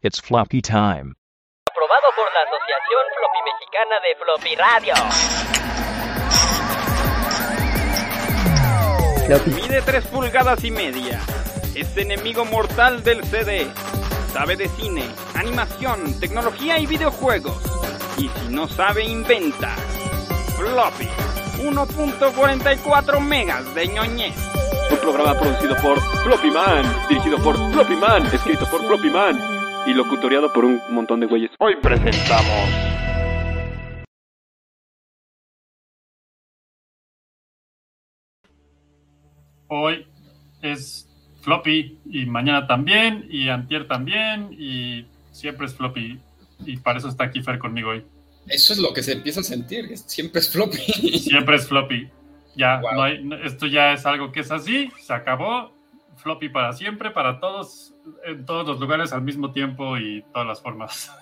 It's floppy time. Aprobado por la Asociación Floppy Mexicana de Floppy Radio. Mide 3 pulgadas y media. Es enemigo mortal del CD. Sabe de cine, animación, tecnología y videojuegos. Y si no sabe, inventa. Floppy. 1.44 megas de ñoñez. Un programa producido por Floppy Man, dirigido por Floppy Man, escrito por Floppy Man y locutoriado por un montón de güeyes. Hoy presentamos... Hoy es Floppy y mañana también y antier también y siempre es Floppy y para eso está aquí Fer conmigo hoy. Eso es lo que se empieza a sentir, siempre es Floppy. Siempre es Floppy. Ya, Wow. no hay, esto ya es algo que es así, se acabó. Floppy para siempre, para todos, en todos los lugares al mismo tiempo y todas las formas.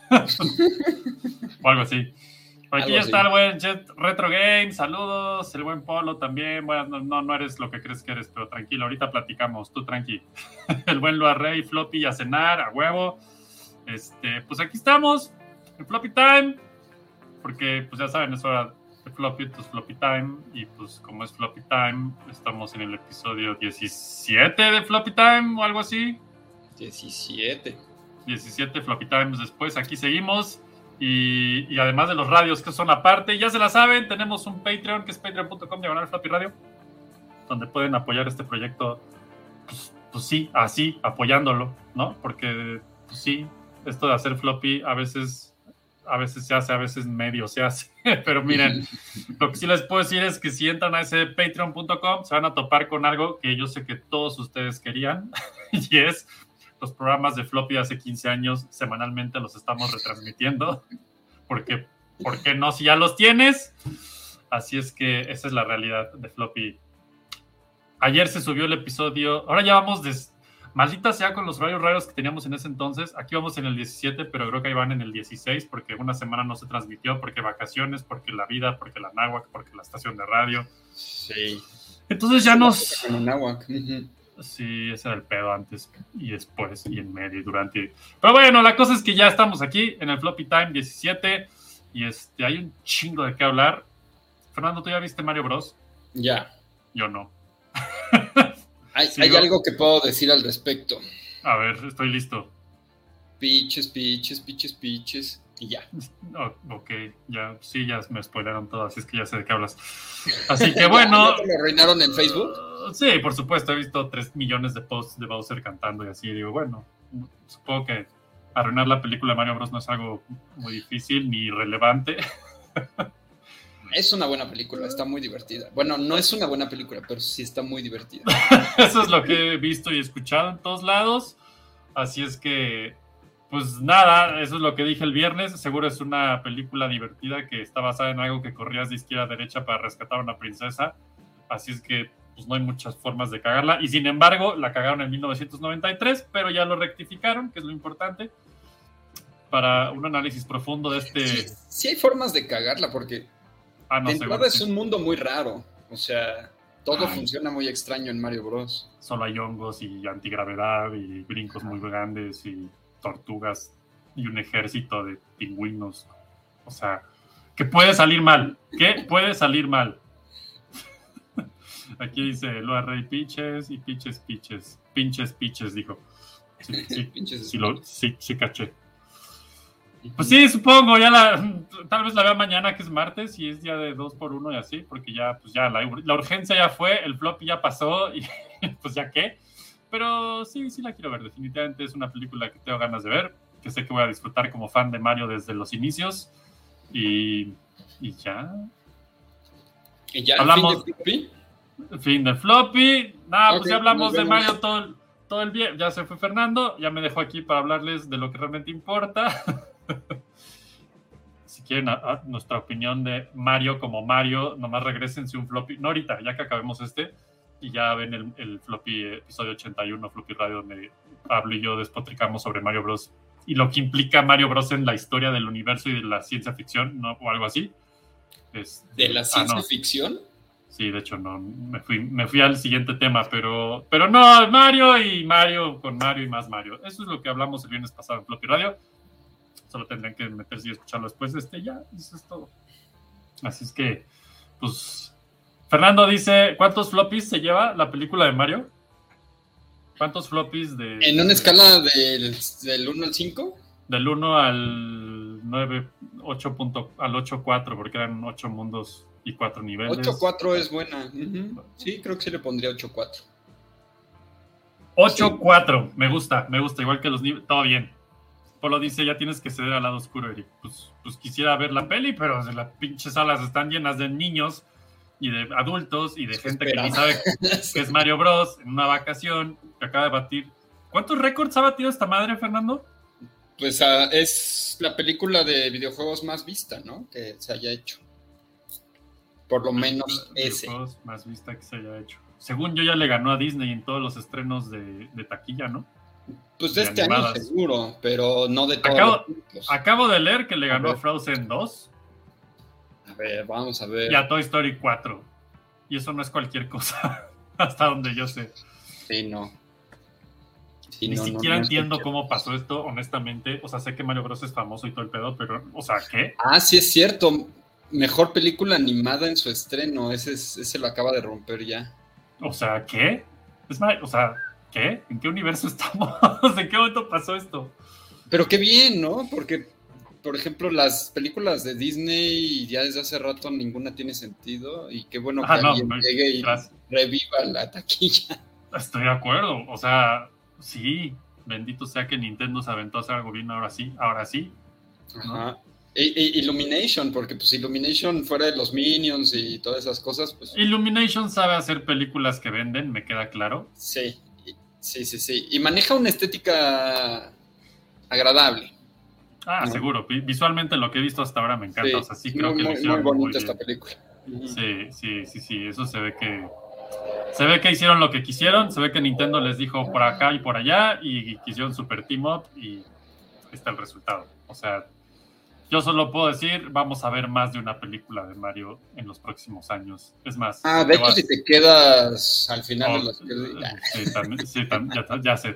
O algo así. Por aquí Algo ya está así. el buen Jet Retro Game, saludos, el buen Polo también. Bueno, no eres lo que crees que eres, pero tranquilo, ahorita platicamos, tú tranqui. El buen Loa Rey, Floppy a cenar, a huevo. Pues aquí estamos, en Floppy Time, porque pues ya saben, es hora de Floppy, pues Floppy Time, y pues como es Floppy Time, estamos en el episodio 17 de Floppy Time o algo así. 17 Floppy Times después, aquí seguimos. Y además de los radios que son aparte, ya se la saben, tenemos un Patreon que es patreon.com/Floppy Radio, donde pueden apoyar este proyecto, pues sí, así, apoyándolo, ¿no? Porque, pues sí, esto de hacer Floppy a veces se hace, a veces medio se hace. Pero miren, lo que sí les puedo decir es que si entran a ese patreon.com, se van a topar con algo que yo sé que todos ustedes querían, y es... Los programas de Floppy hace 15 años semanalmente los estamos retransmitiendo. Porque, ¿por qué no si ya los tienes? Así es que esa es la realidad de Floppy. Ayer se subió el episodio. Ahora ya vamos maldita sea con los horarios raros que teníamos en ese entonces. Aquí vamos en el 17, pero creo que ahí van en el 16 porque una semana no se transmitió, porque vacaciones, porque la vida, porque la náhuac, porque la estación de radio. Sí. Entonces ya nos... Con Anáhuac. Sí, ese era el pedo antes y después y en medio y durante. Pero bueno, la cosa es que ya estamos aquí en el Floppy Time 17 y hay un chingo de qué hablar. Fernando, ¿tú ya viste Mario Bros? Ya. Yo no. Hay algo que puedo decir al respecto. A ver, estoy listo. Piches. Y ya. Ok, ya, sí, ya me spoilaron todo, así es que ya sé de qué hablas. Así que bueno. ¿Ya te lo arruinaron en Facebook? Sí, por supuesto, he visto 3 millones de posts de Bowser cantando y así, digo, bueno, supongo que arruinar la película de Mario Bros. No es algo muy difícil ni relevante. Es una buena película, está muy divertida. Bueno, no es una buena película, pero sí está muy divertida. Eso es lo que he visto y escuchado en todos lados. Así es que, pues nada, eso es lo que dije el viernes. Seguro es una película divertida que está basada en algo que corrías de izquierda a derecha para rescatar a una princesa. Así es que pues no hay muchas formas de cagarla. Y sin embargo, la cagaron en 1993, pero ya lo rectificaron, que es lo importante, para un análisis profundo de Sí hay formas de cagarla, porque no de sé, entrada es un mundo muy raro. O sea, todo Ay. funciona muy extraño en Mario Bros. Solo hay hongos y antigravedad y brincos muy grandes y tortugas y un ejército de pingüinos. O sea, ¿qué puede salir mal? ¿Qué puede salir mal? Aquí dice Loa Rey Piches y Piches. Pinches, dijo. Sí, Pinches. sí, caché. Pues sí, supongo, tal vez la vea mañana, que es martes, y es día de 2x1 y así, porque ya, pues ya la urgencia ya fue, el Floppy ya pasó, y pues ya qué. Pero sí la quiero ver, definitivamente es una película que tengo ganas de ver, que sé que voy a disfrutar como fan de Mario desde los inicios, y ya. ¿Y ya Hablamos- fin Fin de Floppy? de Floppy. Pues Ok, ya hablamos nos de vemos. Mario todo el día. Ya se fue Fernando, ya me dejó aquí para hablarles de lo que realmente importa. Si quieren nuestra opinión de Mario como Mario, nomás regrésense un Floppy. No ahorita, ya que acabemos y ya ven el Floppy episodio 81, Floppy Radio, donde Pablo y yo despotricamos sobre Mario Bros. Y lo que implica Mario Bros. En la historia del universo y de la ciencia ficción, ¿no? O algo así. ¿De la ciencia ficción? Sí, de hecho, no, me fui al siguiente tema, pero no, Mario y más Mario. Eso es lo que hablamos el viernes pasado en Floppy Radio. Solo tendrán que meterse y escucharlo después. Ya, eso es todo. Así es que, pues, Fernando dice, ¿cuántos floppies se lleva la película de Mario? ¿Cuántos floppies de... En una escala del 1 al 5? Del 1 al 9, 8 al 8.4, porque eran 8 mundos y 4 niveles. 8.4 es buena. Uh-huh. Sí, creo que se le pondría 8.4. 8.4, sí. Me gusta, igual que los niveles, todo bien. Polo dice, ya tienes que ceder al lado oscuro, Eric. Pues quisiera ver la peli, pero las pinches salas están llenas de niños y de adultos y de gente que ni sabe que es Mario Bros. En una vacación que acaba de batir. ¿Cuántos récords ha batido esta madre, Fernando? Pues es la película de videojuegos más vista, ¿no? Que se haya hecho. Por lo menos ese. Videojuegos más vista que se haya hecho. Según yo, ya le ganó a Disney en todos los estrenos de taquilla, ¿no? Pues de este animadas. Año seguro, pero no de todos. Acabo de leer que le ganó a Frozen 2. A ver, vamos a ver. Y a Toy Story 4. Y eso no es cualquier cosa, hasta donde yo sé. Sí, no. Sí, Ni siquiera entiendo cómo pasó esto, honestamente. O sea, sé que Mario Bros. Es famoso y todo el pedo, pero, o sea, ¿qué? Ah, sí es cierto. Mejor película animada en su estreno. Ese lo acaba de romper ya. O sea, ¿qué? O sea, ¿qué? ¿En qué universo estamos? ¿En qué momento pasó esto? Pero qué bien, ¿no? Porque, por ejemplo, las películas de Disney ya desde hace rato ninguna tiene sentido. Y qué bueno que alguien llegue y reviva la taquilla. Estoy de acuerdo. O sea, sí, bendito sea que Nintendo se aventó a hacer algo bien ahora sí. ¿No? Ajá. Illumination, porque pues Illumination fuera de los Minions y todas esas cosas, pues... Illumination sabe hacer películas que venden, me queda claro. Sí. Y maneja una estética agradable. Ah, ¿no? Seguro. Visualmente lo que he visto hasta ahora me encanta. Sí, o sea, sí creo que muy bonita esta película. Sí. Eso se ve que hicieron lo que quisieron. Se ve que Nintendo les dijo por acá y por allá y quisieron super team up y está el resultado. O sea, yo solo puedo decir, vamos a ver más de una película de Mario en los próximos años. Es más... de hecho, si te quedas al final de los... Ya sé.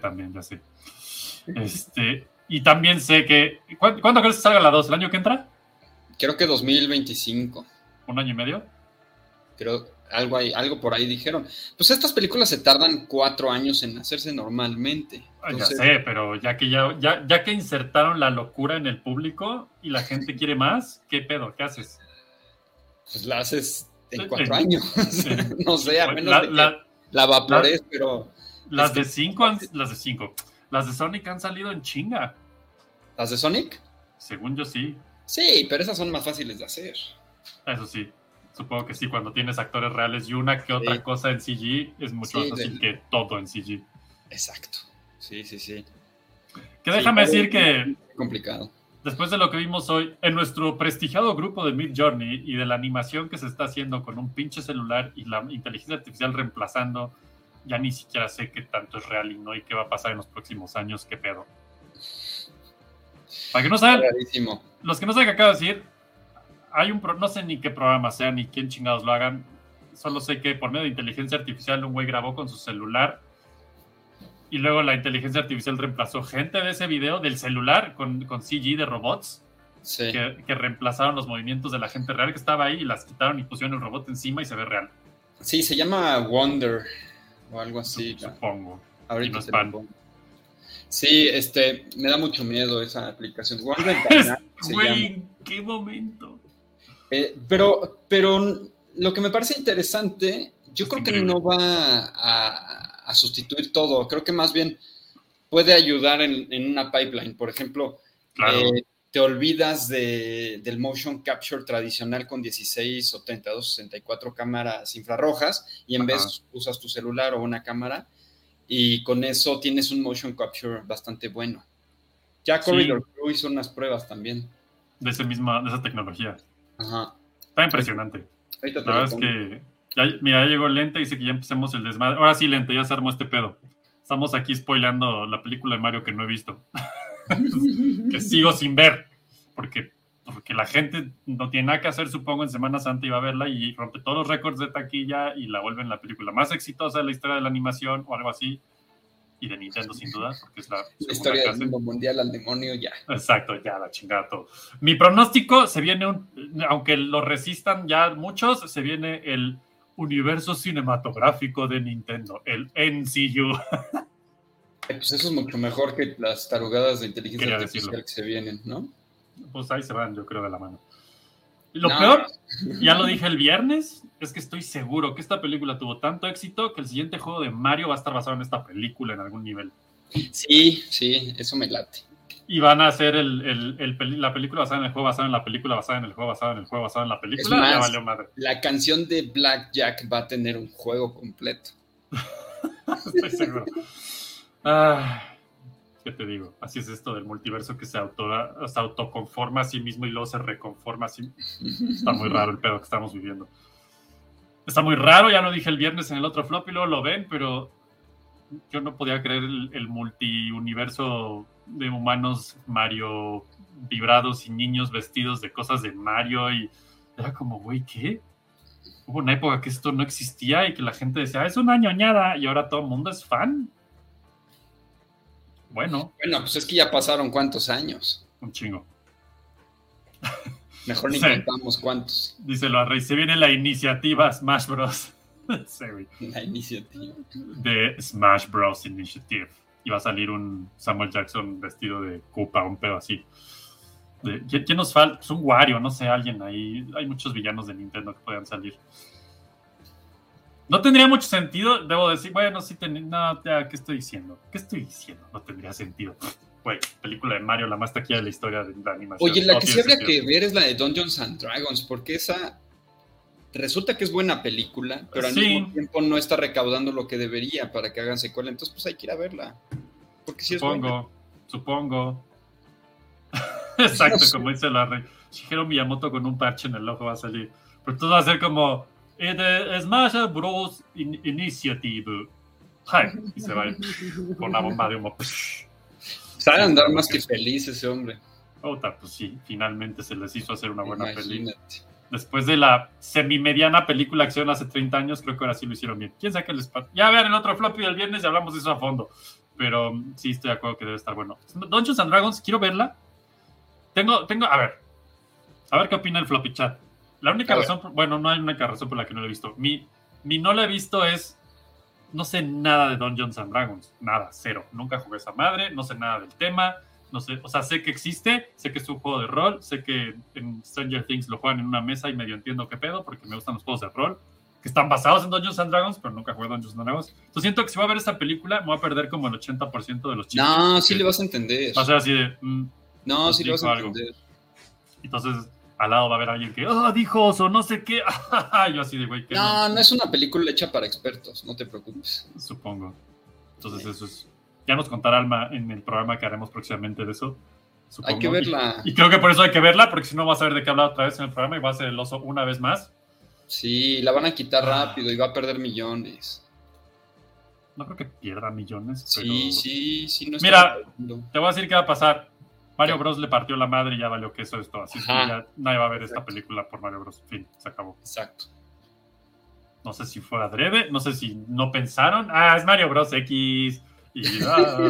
Y también sé que... ¿Cuándo crees que salga la 2? ¿El año que entra? Creo que 2025. ¿Un año y medio? Creo algo por ahí dijeron. Pues estas películas se tardan 4 años en hacerse normalmente. Entonces... Ya sé, pero ya que insertaron la locura en el público y la gente quiere más, ¿qué pedo? ¿Qué haces? Pues la haces en 4 años. No sé, a menos de que la vapores, pero... Las de 5. Las de Sonic han salido en chinga. ¿Las de Sonic? Según yo sí. Sí, pero esas son más fáciles de hacer. Eso sí. Supongo que sí, cuando tienes actores reales y una que otra cosa en CG, es mucho más fácil que todo en CG. Exacto. Sí. Que déjame decir que... complicado. Después de lo que vimos hoy, en nuestro prestigiado grupo de Midjourney y de la animación que se está haciendo con un pinche celular y la inteligencia artificial reemplazando, ya ni siquiera sé qué tanto es real y no, y qué va a pasar en los próximos años, qué pedo. Para que no saben, los que no saben qué acabo de decir, hay no sé ni qué programa sea, ni quién chingados lo hagan, solo sé que por medio de inteligencia artificial un güey grabó con su celular y luego la inteligencia artificial reemplazó gente de ese video, del celular, con CG de robots, que reemplazaron los movimientos de la gente real que estaba ahí y las quitaron y pusieron el robot encima y se ve real. Sí, se llama Wonder o algo así. Supongo. Ahorita se lo pongo. Sí, me da mucho miedo esa aplicación. Wonder güey, ¿en qué momento? Pero lo que me parece interesante, yo creo que no va a sustituir todo. Creo que más bien puede ayudar en una pipeline. Por ejemplo, claro. Te olvidas del motion capture tradicional con 16 o 32, 64 cámaras infrarrojas y en vez usas tu celular o una cámara y con eso tienes un motion capture bastante bueno. Ya Corridor Crew hizo unas pruebas también. De esa tecnología. Ajá. Está impresionante. La verdad es que ya llegó Lente y dice que ya empecemos el desmadre. Ahora sí, Lente, ya se armó este pedo. Estamos aquí spoileando la película de Mario que no he visto. Que sigo sin ver. Porque porque la gente no tiene nada que hacer, supongo, en Semana Santa, y va a verla y rompe todos los récords de taquilla y la vuelven la película más exitosa de la historia de la animación o algo así, y de Nintendo sin duda, porque es la historia del mundo mundial al demonio, ya. Exacto, ya la chingada todo. Mi pronóstico, se viene aunque lo resistan ya muchos, se viene el universo cinematográfico de Nintendo, el MCU. Pues eso es mucho mejor que las tarugadas de inteligencia artificial que se vienen, ¿no? Pues ahí se van, yo creo, de la mano. Lo peor, ya lo dije el viernes, es que estoy seguro que esta película tuvo tanto éxito que el siguiente juego de Mario va a estar basado en esta película en algún nivel. Sí, eso me late. Y van a hacer la película basada en el juego, basada en la película, basada en el juego, basada en el juego, basada en la película. Es más, ya valió madre. La canción de Blackjack va a tener un juego completo. Estoy seguro. ¿Qué te digo? Así es esto del multiverso, que se autoconforma a sí mismo y luego se reconforma a sí mismo. Está muy raro el pedo que estamos viviendo. Está muy raro, ya lo dije el viernes en el otro flop y luego lo ven, pero yo no podía creer el multiuniverso de humanos Mario vibrados y niños vestidos de cosas de Mario, y era como, güey, ¿qué? Hubo una época que esto no existía y que la gente decía, es una ñoñada, y ahora todo el mundo es fan. Bueno, pues es que ya pasaron ¿cuántos años? Un chingo. Mejor ni contamos cuántos. Díselo a Rey, se viene la iniciativa Smash Bros. Sí, la iniciativa. De Smash Bros. Initiative. Y va a salir un Samuel Jackson vestido de Koopa, un pedo así. ¿Quién nos falta? Pues un Wario, no sé, alguien ahí. Hay muchos villanos de Nintendo que puedan salir. No tendría mucho sentido, debo decir. Bueno, sí, ¿qué estoy diciendo? No tendría sentido. Güey, película de Mario, la más taquilla de la historia de la animación. Oye, la que sí habría que ver es la de Dungeons and Dragons, porque esa resulta que es buena película, pero al mismo tiempo no está recaudando lo que debería para que hagan secuela. Entonces, pues hay que ir a verla. Porque sí Supongo. Exacto, no sé. Como dice la Rey. Shigeru Miyamoto con un parche en el ojo va a salir. Pero todo va a ser como Smash Bros. Initiative. Y se va a ir con una bomba de humo. Sabe andar más que feliz ese hombre. Pues sí, finalmente se les hizo hacer una buena película. Después de la semimediana película acción hace 30 años, creo que ahora sí lo hicieron bien. ¿Quién sabe qué les pasa? Ya vean el otro floppy del viernes y hablamos de eso a fondo. Pero sí, estoy de acuerdo que debe estar bueno. Dungeons and Dragons, quiero verla. A ver qué opina el floppy chat. La única razón, no hay única razón por la que no la he visto. Mi no la he visto es, no sé nada de Dungeons and Dragons. Nada, cero. Nunca jugué esa madre, no sé nada del tema. No sé, o sea, sé que existe, sé que es un juego de rol, sé que en Stranger Things lo juegan en una mesa y medio entiendo qué pedo, porque me gustan los juegos de rol, que están basados en Dungeons and Dragons, pero nunca jugué Dungeons and Dragons. Entonces siento que si voy a ver esta película, me voy a perder como el 80% de los chistes. No, sí le vas a entender. Va a ser así de... no, sí le vas a entender. Entonces, al lado va a haber alguien que, dijo oso, no sé qué. Yo así de, güey, ¿qué? No es una película hecha para expertos, no te preocupes. Supongo. Entonces eso es... Ya nos contará Alma en el programa que haremos próximamente de eso. Supongo. Hay que verla. Y creo que por eso hay que verla, porque si no vas a ver de qué hablar otra vez en el programa y va a ser el oso una vez más. Sí, la van a quitar rápido y va a perder millones. No creo que pierda millones. Sí. No mira, te voy a decir qué va a pasar. Mario Bros. Le partió la madre y ya valió queso esto. Así que ya nadie va a ver esta película por Mario Bros. Fin, se acabó. Exacto. No sé si fue adrede, no sé si no pensaron. Es Mario Bros. X. Y se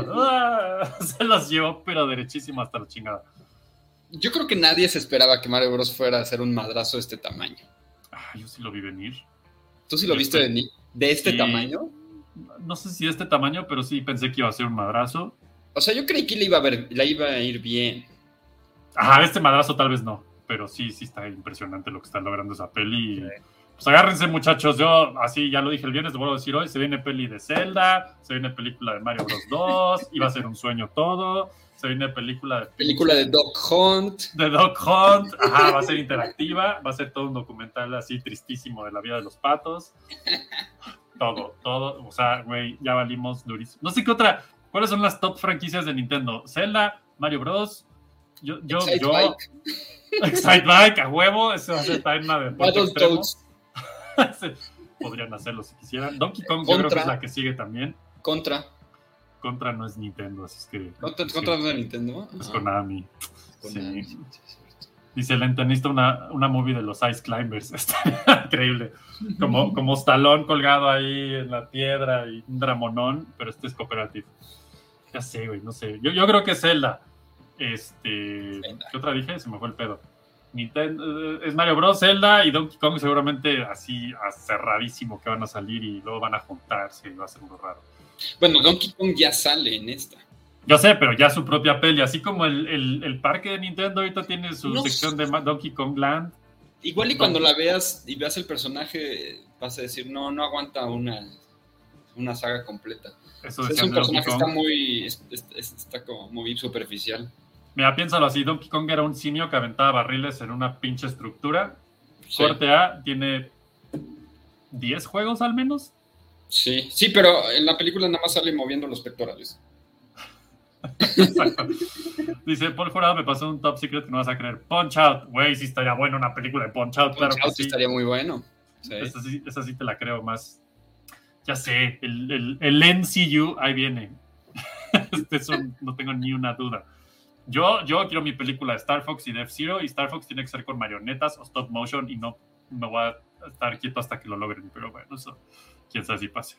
los llevó, pero derechísimo hasta la chingada. Yo creo que nadie se esperaba que Mario Bros. Fuera a hacer un madrazo de este tamaño. Yo sí lo vi venir. ¿Tú sí lo viste de este tamaño? No sé si de este tamaño, pero sí pensé que iba a ser un madrazo. O sea, yo creí que la iba a ir bien. Este madrazo tal vez no, pero sí está impresionante lo que está logrando esa peli. Sí. Pues agárrense, muchachos. Yo, así ya lo dije el viernes, lo vuelvo a decir hoy. Se viene peli de Zelda, se viene película de Mario Bros. 2, iba a ser un sueño todo. Se viene película de Dog Hunt. Va a ser interactiva, va a ser todo un documental así tristísimo de la vida de los patos. Todo. O sea, güey, ya valimos durísimo. No sé qué otra. ¿Cuáles son las top franquicias de Nintendo? Zelda, Mario Bros. Excite Bike, a huevo. Eso va a ser time de deporte extremo. Podrían hacerlo si quisieran. Donkey Kong yo creo que es la que sigue también. Contra no es Nintendo, así es que... ¿Contra no es Nintendo? Es Konami. Sí. Dice, Lenten, necesito una movie de los Ice Climbers. Está increíble. Como Stallone colgado ahí en la piedra y un dramonón, pero este es cooperativo. Ya sé, güey, no sé. Yo creo que es Zelda. ¿Qué otra dije? Se me fue el pedo. Nintendo, es Mario Bros, Zelda y Donkey Kong seguramente así acerradísimo que van a salir y luego van a juntarse y va a ser muy raro. Bueno, Donkey Kong ya sale en esta. Yo sé, pero ya su propia peli, así como el parque de Nintendo ahorita tiene su sección de Donkey Kong Land. Igual y cuando la veas y veas el personaje vas a decir, no aguanta una saga completa. Eso es un personaje que está como muy superficial. Mira, piénsalo así, Donkey Kong era un simio que aventaba barriles en una pinche estructura. Sí. Corte A tiene 10 juegos al menos. Sí, pero en la película nada más sale moviendo los pectorales. Exacto. Dice, Paul Jurado me pasó un top secret que no vas a creer. Punch Out, güey, sí estaría bueno una película de Punch Out, claro que sí. Estaría muy bueno. Sí. Esa sí te la creo más. Ya sé, el MCU, ahí viene. Eso no tengo ni una duda. Yo quiero mi película de Star Fox y de F-Zero, y Star Fox tiene que ser con marionetas o stop motion, y no me voy a estar quieto hasta que lo logren, pero bueno, eso quién sabe si pase.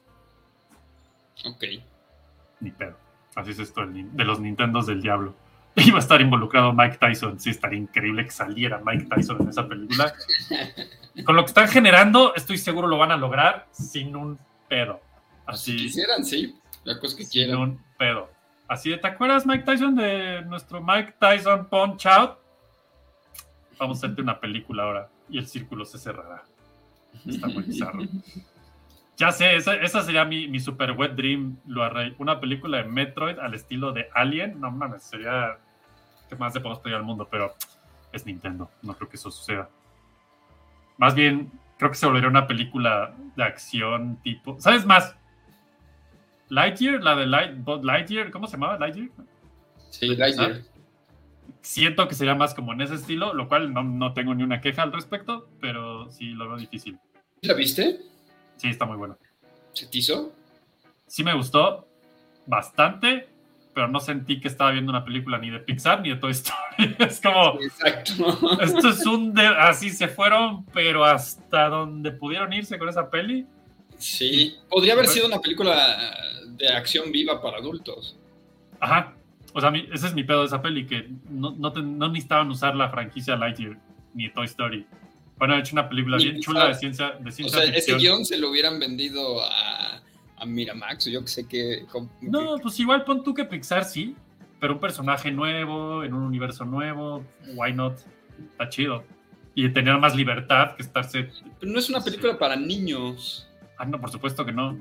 Ok. Ni pedo. Así es esto de los Nintendos del diablo. Iba a estar involucrado Mike Tyson. Sí, estaría increíble que saliera Mike Tyson en esa película. Con lo que están generando, estoy seguro lo van a lograr sin un pedo. Así, si quisieran, sí. La cosa que sin quieran. un pedo. Así de, ¿te acuerdas, Mike Tyson, de nuestro Mike Tyson Punch Out? Vamos a hacerte una película ahora y el círculo se cerrará. Está muy bizarro. Ya sé, esa sería mi super wet dream, Luarrey. Una película de Metroid al estilo de Alien. No mames, sería que más le podemos pedir al mundo, pero es Nintendo. No creo que eso suceda. Más bien, creo que se volvería una película de acción tipo... ¿Sabes más? Lightyear, la de Lightyear, ¿cómo se llamaba? ¿Lightyear? Sí, Lightyear. Siento que sería más como en ese estilo, lo cual no tengo ni una queja al respecto, pero sí lo veo difícil. ¿La viste? Sí, está muy bueno. ¿Se te hizo? Sí me gustó bastante, pero no sentí que estaba viendo una película ni de Pixar ni de Toy Story. Es como... Exacto. Esto es así se fueron, pero hasta donde pudieron irse con esa peli. Sí, podría haber sido una película de acción viva para adultos. Ajá, o sea, ese es mi pedo de esa peli, que no necesitaban usar la franquicia Lightyear ni Toy Story. Bueno, han hecho una película bien chula de ciencia o sea, ficción. ese guión se lo hubieran vendido a Miramax, o yo que sé que... No, pues igual pon tú que Pixar sí, pero un personaje nuevo, en un universo nuevo, why not? Está chido. Y tener más libertad que estarse... Pero no es una película para niños. Ah, no, por supuesto que no.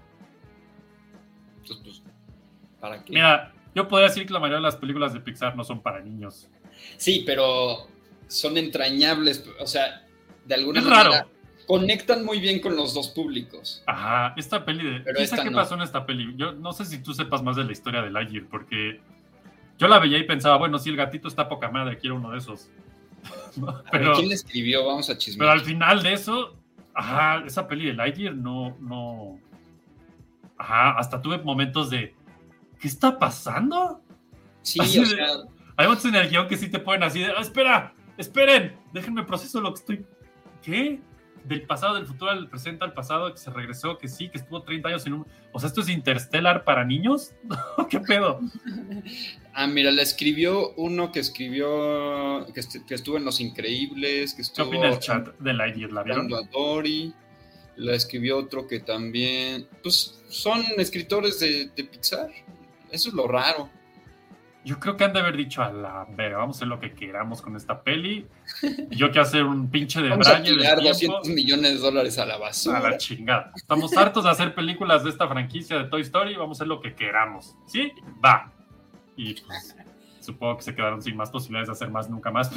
Entonces, pues, ¿para qué? Mira, yo podría decir que la mayoría de las películas de Pixar no son para niños. Sí, pero son entrañables, o sea, de alguna manera raro. Conectan muy bien con los dos públicos. Ajá, esta peli de... Pero ¿Qué pasó en esta peli? Yo no sé si tú sepas más de la historia de Lightyear, porque yo la veía y pensaba, bueno, sí, el gatito está poca madre, quiero uno de esos. Pero ¿quién le escribió? Vamos a chismear. Pero al final de eso, ajá, esa peli de Lightyear no... Ajá, hasta tuve momentos de... ¿Qué está pasando? Sí, así o sea... Hay momentos en el guión que sí te ponen así de... ¡Esperen! Déjenme proceso lo que estoy... ¿Qué? Del pasado, del futuro, del presente al pasado, que se regresó, que sí, que estuvo 30 años en un... O sea, ¿esto es Interstellar para niños? ¿Qué pedo? Ah, mira, la escribió uno que escribió... Que estuvo en Los Increíbles, que estuvo... ¿Qué opina el chat de Lightyear? ¿La vieron? A Dory. La escribió otro que también... Pues son escritores de Pixar. Eso es lo raro. Yo creo que han de haber dicho, a la verga, vamos a hacer lo que queramos con esta peli. Yo quiero hacer un pinche de vamos a braille tirar de tiempo. $200 millones a la basura. A la chingada. Estamos hartos de hacer películas de esta franquicia de Toy Story, vamos a hacer lo que queramos. ¿Sí? Va. Y pues supongo que se quedaron sin más posibilidades de hacer más nunca más,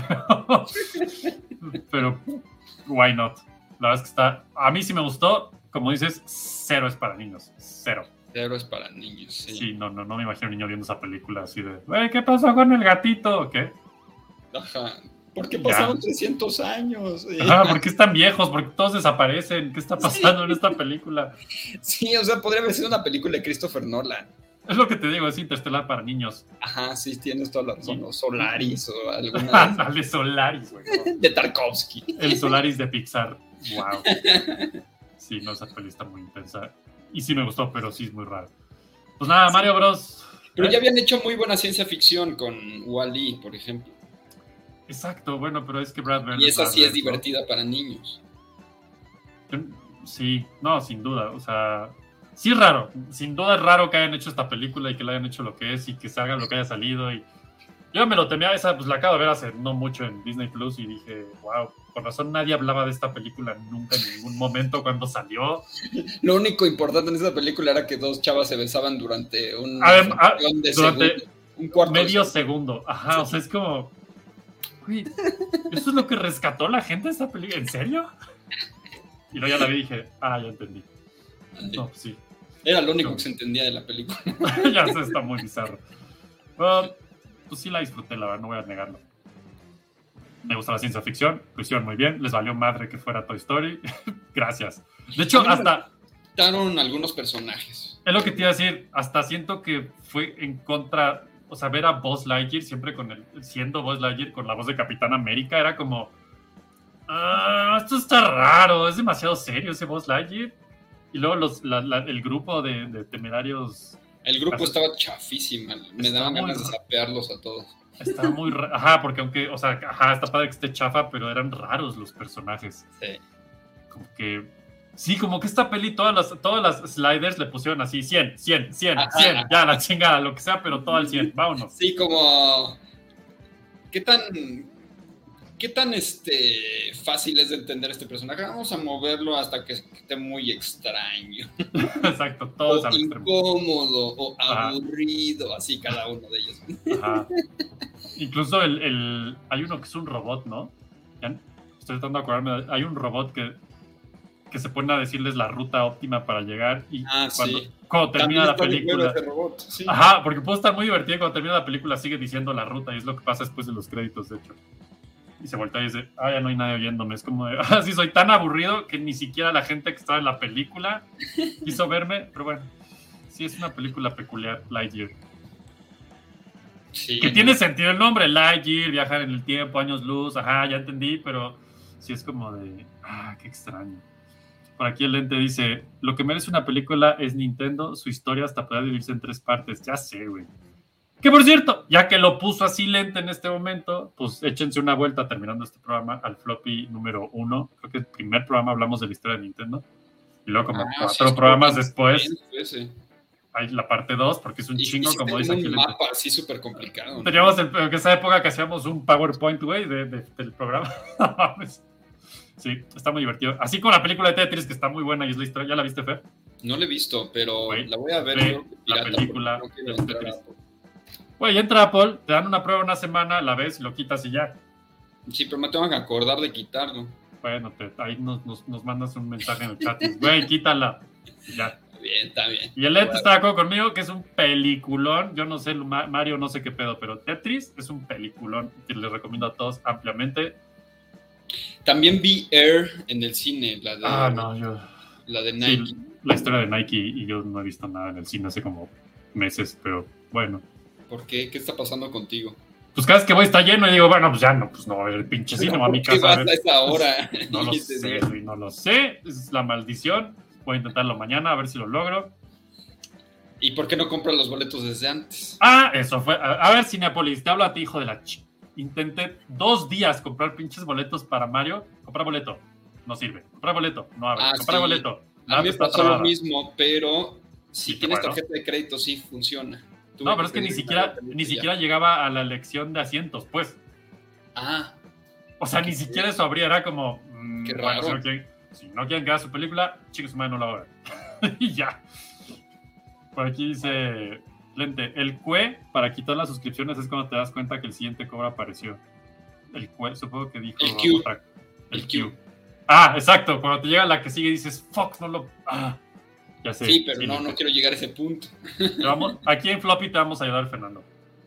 pero why not? La verdad es que está... A mí sí me gustó. Como dices, cero es para niños. Cero. Cero es para niños, sí. Sí, no me imagino un niño viendo esa película así de... ¿Qué pasó con el gatito? ¿Qué? Ajá. ¿Por qué pasaron 300 años? Ajá, ¿por qué están viejos? ¿Por qué todos desaparecen? ¿Qué está pasando en esta película? Sí, o sea, podría haber sido una película de Christopher Nolan. Es lo que te digo, es Interstellar para niños. Ajá, sí, tienes toda la razón. O Solaris o alguna. Dale, Solaris, güey. ¿No? De Tarkovsky. El Solaris de Pixar. Wow. Sí, no, esa peli está muy intensa. Y sí me gustó, pero sí es muy raro. Pues nada, sí. Mario Bros. Pero ya habían hecho muy buena ciencia ficción con Wall-E, por ejemplo. Exacto, bueno, pero es que Brad Bird. Y esa sí es divertida para niños. Sí, no, sin duda. O sea, sí es raro. Sin duda es raro que hayan hecho esta película y que le hayan hecho lo que es y que salga lo que haya salido. Y yo me lo temía, esa pues la acabo de ver hace no mucho en Disney Plus y dije, wow, por razón nadie hablaba de esta película nunca en ningún momento cuando salió. Lo único importante en esa película era que dos chavas se besaban durante un cuarto medio segundo. Ajá, o sea, es como, uy, ¿eso es lo que rescató la gente de esta película? ¿En serio? Y luego ya la vi y dije, ya entendí. No, pues sí. Era lo único que se entendía de la película. Ya se está muy bizarro. Pero, pues sí la disfruté, la verdad, no voy a negarlo. Me gusta la ciencia ficción, lo hicieron muy bien, les valió madre que fuera Toy Story. Gracias. De hecho, hasta... Quitaron algunos personajes. Es lo que te iba a decir, hasta siento que fue en contra... O sea, ver a Buzz Lightyear siempre siendo Buzz Lightyear con la voz de Capitán América, era como... esto está raro, es demasiado serio ese Buzz Lightyear. Y luego el grupo de temerarios... El grupo estaba chafísima, me daban ganas de sapearlos a todos. Estaba muy raro, ajá, porque aunque, o sea, está padre que esté chafa, pero eran raros los personajes. Sí. Como que... Sí, como que esta peli, todas las sliders le pusieron así, 100, ya la chingada, lo que sea, pero todo al 100, vámonos. Sí, como... ¿Qué tan fácil es de entender este personaje? Vamos a moverlo hasta que esté muy extraño. Exacto, todos al extremo. Incómodo o aburrido, así cada uno de ellos. Ajá. Incluso hay uno que es un robot, ¿no? Ya estoy tratando de acordarme, hay un robot que se pone a decirles la ruta óptima para llegar y cuando termina la película... Robot, sí. Ajá, porque puede estar muy divertido, cuando termina la película sigue diciendo la ruta y es lo que pasa después de los créditos, de hecho. Y se voltea y dice, ya no hay nadie oyéndome. Es como de, sí, soy tan aburrido que ni siquiera la gente que estaba en la película quiso verme. Pero bueno, sí es una película peculiar, Lightyear. Sí, que tiene sentido el nombre, Lightyear, viajar en el tiempo, años luz, ya entendí, pero sí es como de, qué extraño. Por aquí el lente dice, lo que merece una película es Nintendo, su historia hasta poder dividirse en 3 partes. Ya sé, güey. Que por cierto, ya que lo puso así lente en este momento, pues échense una vuelta terminando este programa al floppy número 1. Creo que el primer programa hablamos de la historia de Nintendo. Y luego como 4 programas después hay la parte 2, porque es un chingo, como dice aquí. Un mapa así súper complicado, ¿no? Teníamos en esa época que hacíamos un PowerPoint, güey, del programa. Sí, está muy divertido. Así como la película de Tetris, que está muy buena y es la historia. ¿Ya la viste, Fer? No la he visto, pero la voy a ver. La película de Tetris. Güey, entra a Apple, te dan una prueba una semana, la ves, lo quitas y ya. Sí, pero me tengo que acordar de quitarlo. Bueno, ahí nos mandas un mensaje en el chat. Güey, quítala. Y ya. Está bien. Y el Lente está de acuerdo conmigo que es un peliculón. Yo no sé, Mario, no sé qué pedo, pero Tetris es un peliculón que les recomiendo a todos ampliamente. También vi Air en el cine, la de Nike. Sí, la historia de Nike, y yo no he visto nada en el cine hace como meses, pero bueno. ¿Por qué? ¿Qué está pasando contigo? Pues cada vez que voy está lleno y digo, bueno, pues ya no, el pinche cine va a mi casa. ¿Qué vas a esa hora? No lo sé, güey, no lo sé. Es la maldición. Voy a intentarlo mañana a ver si lo logro. ¿Y por qué no compras los boletos desde antes? Eso fue. A ver, Cinepolis, te hablo a ti, hijo de la Intenté 2 días comprar pinches boletos para Mario. Comprar boleto, no sirve. Comprar boleto, no abre. Comprar boleto. A mí me pasó lo mismo, pero si tienes tarjeta de crédito, sí funciona. No, pero es que ni siquiera llegaba a la elección de asientos, pues. O sea, ni siquiera eso abría, era como... Qué raro. Bueno, si no quieren que haga su película, chicos, su madre no la va a ver. Y ya. Por aquí dice... Lente, el QE para quitar las suscripciones es cuando te das cuenta que el siguiente cobro apareció. El QE, supongo que dijo... El Q. Exacto. Cuando te llega la que sigue dices, fuck, no lo... Ya sé. Sí, pero no quiero llegar a ese punto. Aquí en Floppy te vamos a ayudar, Fernando.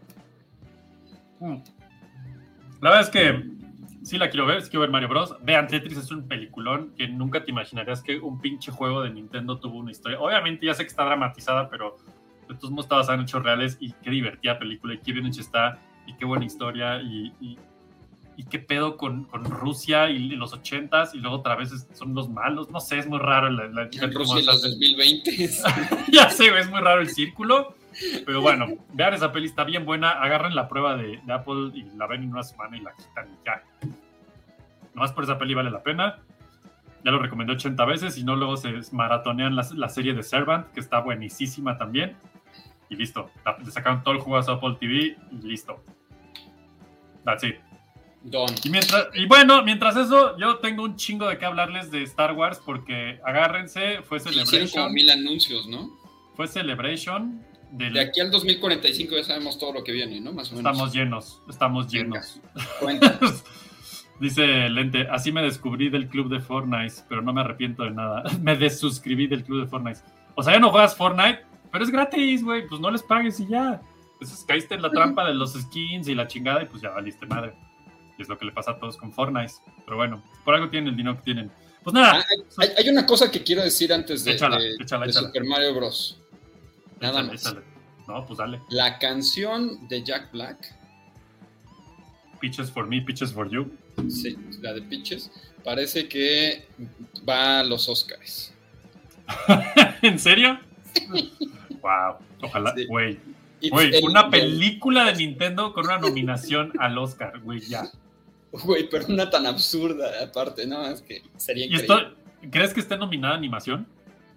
La verdad es que sí la quiero ver, quiero ver Mario Bros. Vean, Tetris es un peliculón que nunca te imaginarías que un pinche juego de Nintendo tuvo una historia. Obviamente ya sé que está dramatizada, pero de todos modos está basada en hechos reales, y qué divertida película, y qué bien hecha está, y qué buena historia, y qué pedo con Rusia y los 80s, y luego otra vez son los malos, no sé, es muy raro En Rusia en los 2020. Ya sé, es muy raro el círculo, pero bueno, vean esa peli, está bien buena, agarren la prueba de Apple y la ven en una semana y la quitan y ya. Nomás por esa peli vale la pena. Ya lo recomendé 80 veces, y no luego se maratonean la serie de Servant, que está buenísima también, y listo, le sacaron todo el jugo a su Apple TV y listo. That's it. Don. Mientras eso, yo tengo un chingo de qué hablarles de Star Wars, porque agárrense, fue Celebration. Hicieron como 1000 anuncios, ¿no? Fue Celebration. De aquí al 2045 ya sabemos todo lo que viene, ¿no? Más o menos. Estamos llenos. Cuéntanos. Dice Lente, así me descubrí del club de Fortnite, pero no me arrepiento de nada. Me desuscribí del club de Fortnite. O sea, ya no juegas Fortnite, pero es gratis, güey, pues no les pagues y ya. Entonces caíste en la trampa de los skins y la chingada, y pues ya valiste madre. Y es lo que le pasa a todos con Fortnite. Pero bueno, por algo tienen el dinero que tienen. Pues nada. Hay una cosa que quiero decir antes de échala. Super Mario Bros. Nada más. Échale. No, pues dale. La canción de Jack Black. Peaches for me, Peaches for you. Sí, la de Peaches. Parece que va a los Oscars. ¿En serio? Wow. Ojalá, güey. Sí. Una película de Nintendo con una nominación al Oscar, güey, ya. Güey, pero una tan absurda, aparte, ¿no? Es que sería increíble. ¿Crees que esté nominada a animación?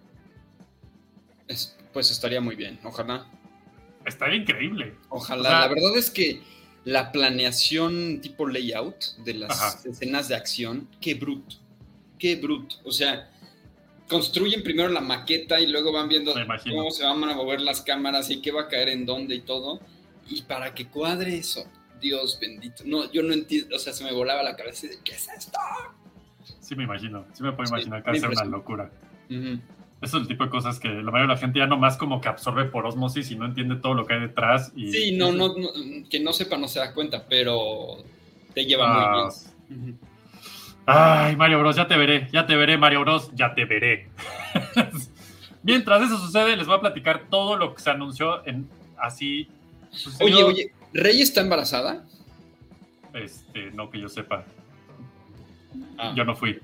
Pues estaría muy bien, ojalá. Estaría increíble. Ojalá. O sea, la verdad es que la planeación tipo layout de las escenas de acción, qué bruto. O sea, construyen primero la maqueta y luego van viendo cómo se van a mover las cámaras y qué va a caer en dónde y todo. Y para que cuadre eso, Dios bendito. No, yo no entiendo, o sea, se me volaba la cabeza de ¿qué es esto? Sí me imagino, sí me puedo imaginar que va a ser una locura. Uh-huh. Eso es el tipo de cosas que la mayoría de la gente ya nomás como que absorbe por osmosis y no entiende todo lo que hay detrás. Y sí, no, que no sepa no se da cuenta, pero te lleva muy bien. Uh-huh. Ay, Mario Bros, ya te veré, Mario Bros, ya te veré. Mientras eso sucede, les voy a platicar todo lo que se anunció en así. Sucedió. Oye, ¿Rey está embarazada? No que yo sepa. Ah. Yo no fui.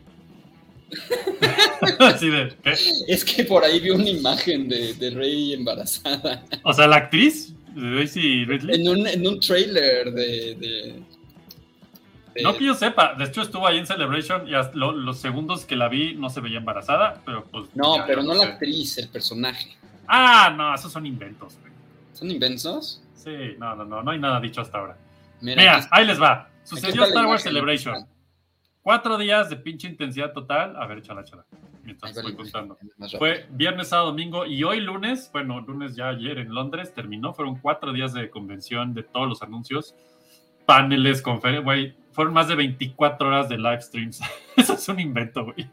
Así de, ¿qué? Es que por ahí vi una imagen de Rey embarazada. O sea, la actriz Daisy Ridley. En un trailer de no que yo sepa, de hecho estuvo ahí en Celebration y los segundos que la vi no se veía embarazada, pero pues... No, pero no la actriz, el personaje. Ah, no, esos son inventos. Güey. ¿Son inventos? Sí, no hay nada dicho hasta ahora. Mira, ahí les va. Sucedió Star Wars Celebration. 4 días de pinche intensidad total. A ver, échala. Mientras estoy contando. Fue viernes, sábado, domingo y hoy lunes. Bueno, lunes ya ayer en Londres terminó. Fueron 4 días de convención de todos los anuncios. Paneles, conferencias, güey. Fueron más de 24 horas de live streams. Eso es un invento, güey.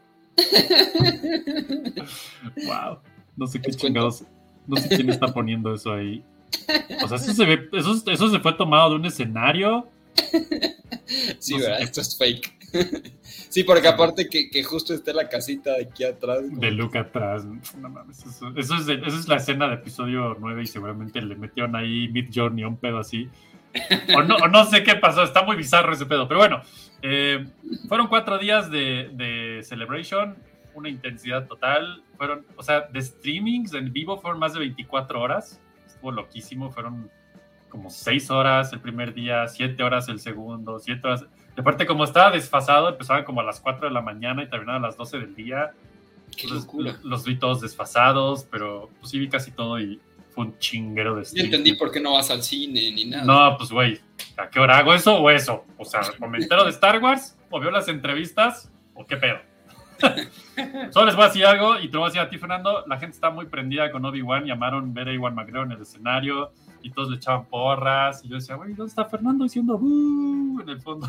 Wow. No sé qué chingados. No sé quién está poniendo eso ahí. O sea, eso se fue tomado de un escenario. Sí, no ¿verdad? Esto es fake. Sí, porque aparte que justo esté la casita de aquí atrás. De Luke atrás. No mames, eso es la escena de episodio 9 y seguramente le metieron ahí Midjourney un pedo así. O no sé qué pasó, está muy bizarro ese pedo. Pero bueno, fueron 4 días de Celebration, una intensidad total. O sea, de streamings en vivo fueron más de 24 horas. Estuvo loquísimo, fueron como 6 horas el primer día, 7 horas el segundo, 7 horas. De aparte, como estaba desfasado, empezaban como a las 4 de la mañana y terminaban a las 12 del día. ¡Qué locura! Los vi todos desfasados, pero pues sí vi casi todo y fue un chinguero de stream. No entendí por qué no vas al cine ni nada. No, pues güey, ¿a qué hora hago eso o eso? O sea, ¿o me entero de Star Wars? ¿O veo las entrevistas? ¿O qué pedo? Solo les voy a decir algo y te lo voy a decir a ti, Fernando. La gente está muy prendida con Obi-Wan. Llamaron ver a Ewan McGregor en el escenario y todos le echaban porras. Y yo decía, güey, ¿dónde está Fernando diciendo "buh" en el fondo?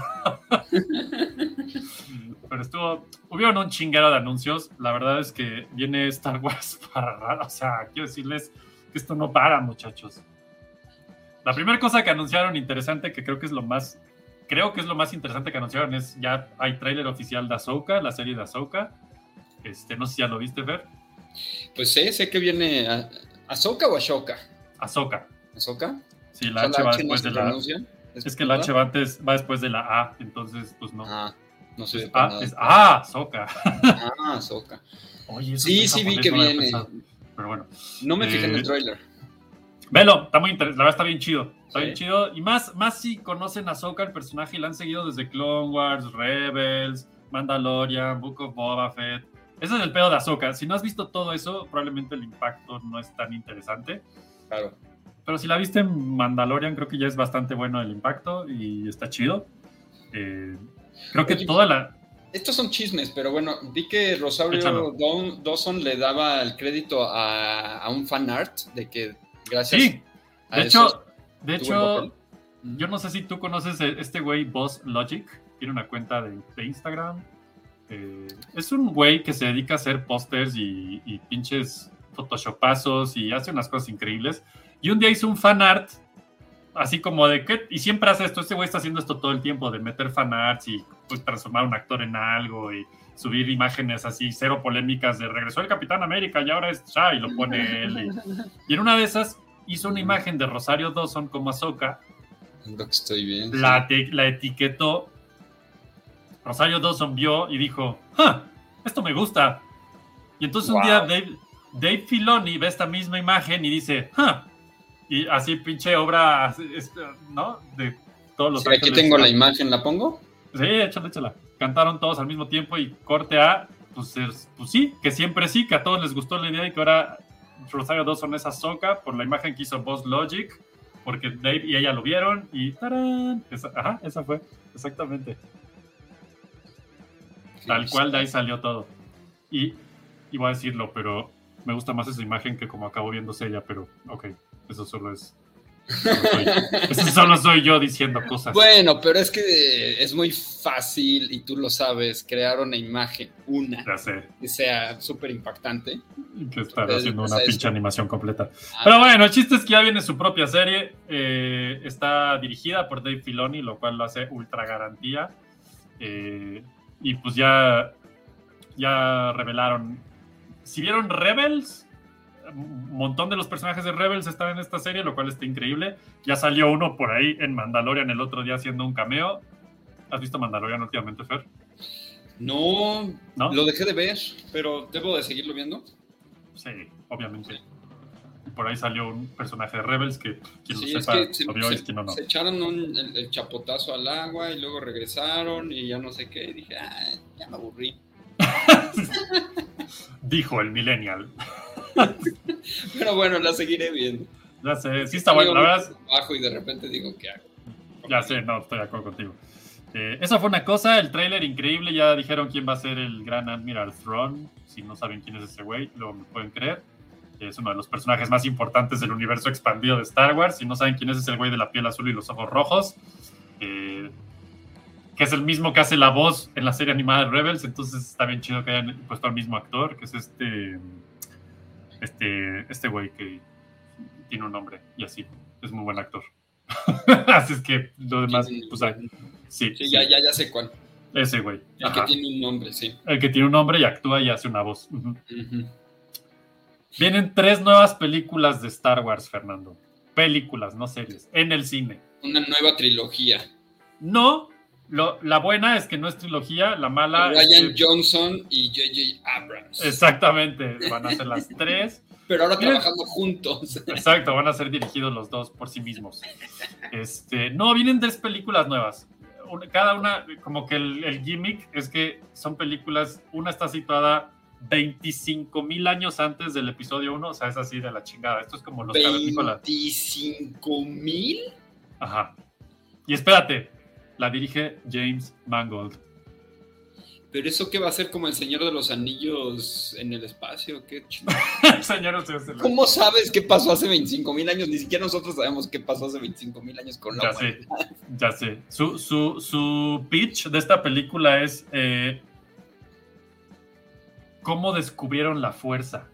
Pero hubieron un chinguero de anuncios. La verdad es que viene Star Wars para rato. O sea, quiero decirles que esto no para, muchachos. La primera cosa que anunciaron interesante, que creo que es lo más interesante que anunciaron, es ya hay tráiler oficial de Ahsoka, la serie de Ahsoka. No sé si ya lo viste, Fer. Pues sé que viene ¿Ahsoka o Ashoka? Ahsoka. ¿Ahsoka? Sí, la H va después de la... pronuncia? Es que la H va después de la A, entonces pues no. No sé. Es Ahsoka. Ahsoka. Oye, sí, vi que viene. Pero bueno. No me fijé en el tráiler. Velo, está muy interesante, la verdad está bien chido. Está bien chido. Y más si conocen a Ahsoka, el personaje, y la han seguido desde Clone Wars, Rebels, Mandalorian, Book of Boba Fett. Ese es el pedo de Ahsoka. Si no has visto todo eso, probablemente el impacto no es tan interesante. Claro. Pero si la viste en Mandalorian, creo que ya es bastante bueno el impacto y está chido. Creo que toda la... Estos son chismes, pero bueno, vi que Rosario Dawson le daba el crédito a un fan art de que gracias a de hecho, yo no sé si tú conoces este güey Boss Logic, tiene una cuenta de Instagram. Es un güey que se dedica a hacer pósters y pinches photoshopazos y hace unas cosas increíbles. Y un día hizo un fan art así como de que, y siempre hace esto, este güey está haciendo esto todo el tiempo, de meter fanarts y pues, transformar a un actor en algo y subir imágenes así, cero polémicas de regresó el Capitán América y ahora es Shah y lo pone él. Y en una de esas hizo una imagen de Rosario Dawson como Ahsoka. Lo que estoy viendo. La etiquetó. Rosario Dawson vio y dijo, esto me gusta. Y entonces un día Dave Filoni ve esta misma imagen y dice, y así pinche obra, ¿no? De todos los aquí tengo la imagen, ¿la pongo? Sí, échala. Cantaron todos al mismo tiempo y corte a, pues sí, que siempre sí, que a todos les gustó la idea y que ahora Rosario Dawson es Ahsoka por la imagen que hizo Boss Logic, porque Dave y ella lo vieron y ¡tarán! Esa fue, exactamente. Tal cual de ahí salió todo. Y voy a decirlo, pero me gusta más esa imagen que como acabo viéndose ella, pero ok, eso solo soy yo diciendo cosas. Bueno, pero es que es muy fácil, y tú lo sabes, crear una imagen, que sea súper impactante. Que estar haciendo una pinche animación completa. Pero bueno, el chiste es que ya viene su propia serie. Está dirigida por Dave Filoni, lo cual lo hace ultra garantía. Y pues ya revelaron. Si vieron Rebels, un montón de los personajes de Rebels están en esta serie, lo cual está increíble. Ya salió uno por ahí en Mandalorian el otro día haciendo un cameo. ¿Has visto Mandalorian últimamente, Fer? No, lo dejé de ver, pero ¿debo de seguirlo viendo? Sí, obviamente. Por ahí salió un personaje de Rebels que quien lo sepa, lo vio y quien no. Se echaron el chapotazo al agua y luego regresaron y ya no sé qué. Y dije, ya me aburrí. Dijo el millennial. Pero bueno, la seguiré viendo. Ya sé, sí está bueno, la verdad. Bajo y de repente digo, ¿qué hago? Ya sé, no, estoy de acuerdo contigo. Esa fue una cosa, el tráiler increíble, ya dijeron quién va a ser el Gran Admiral Thrawn. Si no saben quién es ese güey, luego me pueden creer. Es uno de los personajes más importantes del universo expandido de Star Wars. Si no saben quién es el güey de la piel azul y los ojos rojos, que es el mismo que hace la voz en la serie animada de Rebels. Entonces está bien chido que hayan puesto al mismo actor, que es este güey que tiene un nombre y así, es muy buen actor. Así es que lo demás, pues sí. Ya sé cuál. Ese güey. El que tiene un nombre, sí. El que tiene un nombre y actúa y hace una voz. Vienen 3 nuevas películas de Star Wars, Fernando. Películas, no series, en el cine. Una nueva trilogía. No, la buena es que no es trilogía, la mala Rian Johnson y J.J. Abrams. Exactamente, van a ser las 3. Pero ahora trabajando juntos. Exacto, van a ser dirigidos los dos por sí mismos. No, vienen 3 películas nuevas. Cada una, como que el gimmick es que son películas, una está situada 25,000 años antes del episodio 1, o sea, es así de la chingada. Esto es como los cavernícolas. ¿25,000? Ajá. Y espérate, la dirige James Mangold. ¿Pero eso qué va a ser, como el Señor de los Anillos en el espacio? ¿Qué ¿Cómo sabes qué pasó hace 25,000 años? Ni siquiera nosotros sabemos qué pasó hace 25,000 años con la humanidad. Ya sé. Su pitch de esta película es cómo descubrieron la fuerza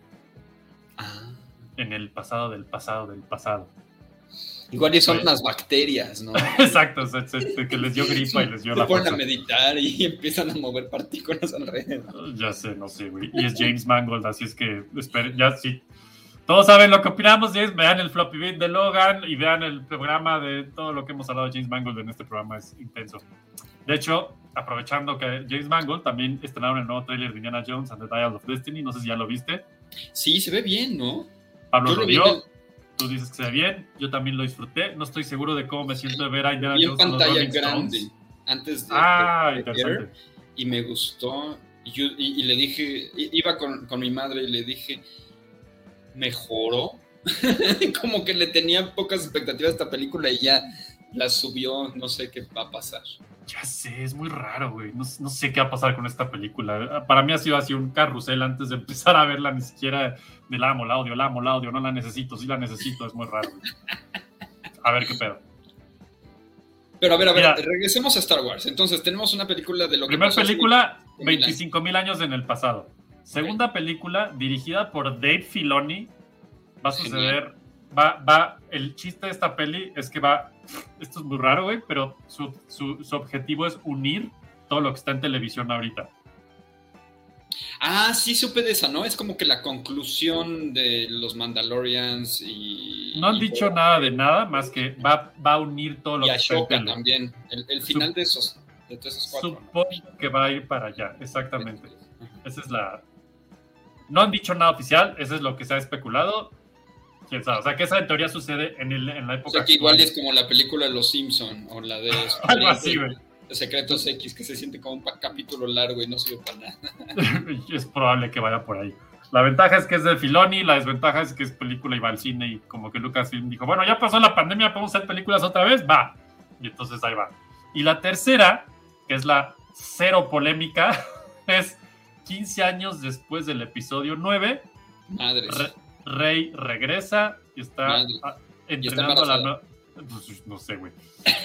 en el pasado del pasado del pasado. Igual y son unas bacterias, ¿no? Exacto, que les dio gripa y les dio la fuerza. Se ponen a meditar y empiezan a mover partículas alrededor. Ya sé, no sé, güey. Y es James Mangold, así es que ya sí. Todos saben lo que opinamos, James. Vean el Floppy Beat de Logan y vean el programa de todo lo que hemos hablado de James Mangold en este programa. Es intenso. De hecho, aprovechando que James Mangold también estrenaron el nuevo tráiler de Indiana Jones and the Dial of Destiny. No sé si ya lo viste. Sí, se ve bien, ¿no? Pablo lo vio. Tú dices que se ve bien. Yo también lo disfruté. No estoy seguro de cómo me siento de ver a Indiana Jones en pantalla grande antes de interesante. Y me gustó. Y le dije, iba con mi madre y le dije, mejoró. Como que le tenía pocas expectativas a esta película y ya la subió. No sé qué va a pasar. Ya sé, es muy raro, güey. No sé qué va a pasar con esta película. Para mí ha sido así un carrusel antes de empezar a verla. Ni siquiera de la amo, la odio, no la necesito, sí la necesito. Es muy raro, güey. A ver qué pedo. Pero a ver, regresemos a Star Wars. Entonces, tenemos una película de lo que Primera película, 25,000 años en el pasado. Segunda película, dirigida por Dave Filoni. Va a suceder... el chiste de esta peli es que esto es muy raro, güey, pero su objetivo es unir todo lo que está en televisión ahorita. Ah, sí supe de esa, ¿no? Es como que la conclusión de los Mandalorians y... No han dicho nada de nada, más que va a unir todo lo que está en televisión. Y Ahsoka también, el final de esos cuatro. Supongo que va a ir para allá, exactamente. Esa es la... No han dicho nada oficial, eso es lo que se ha especulado. ¿Quién sabe? O sea, que esa en teoría sucede en la época. O sea, que igual es como la película de Los Simpson o la de algo así, güey. Secretos X, que se siente como un capítulo largo y no sirve para nada. Es probable que vaya por ahí. La ventaja es que es de Filoni, la desventaja es que es película y va al cine y como que Lucasfilm dijo, bueno, ya pasó la pandemia, ¿podemos hacer películas otra vez? Va. Y entonces ahí va. Y la tercera, que es la cero polémica, es 15 años después del episodio 9. Madres. Rey regresa y está entrenando a la nueva... Pues, no sé, güey.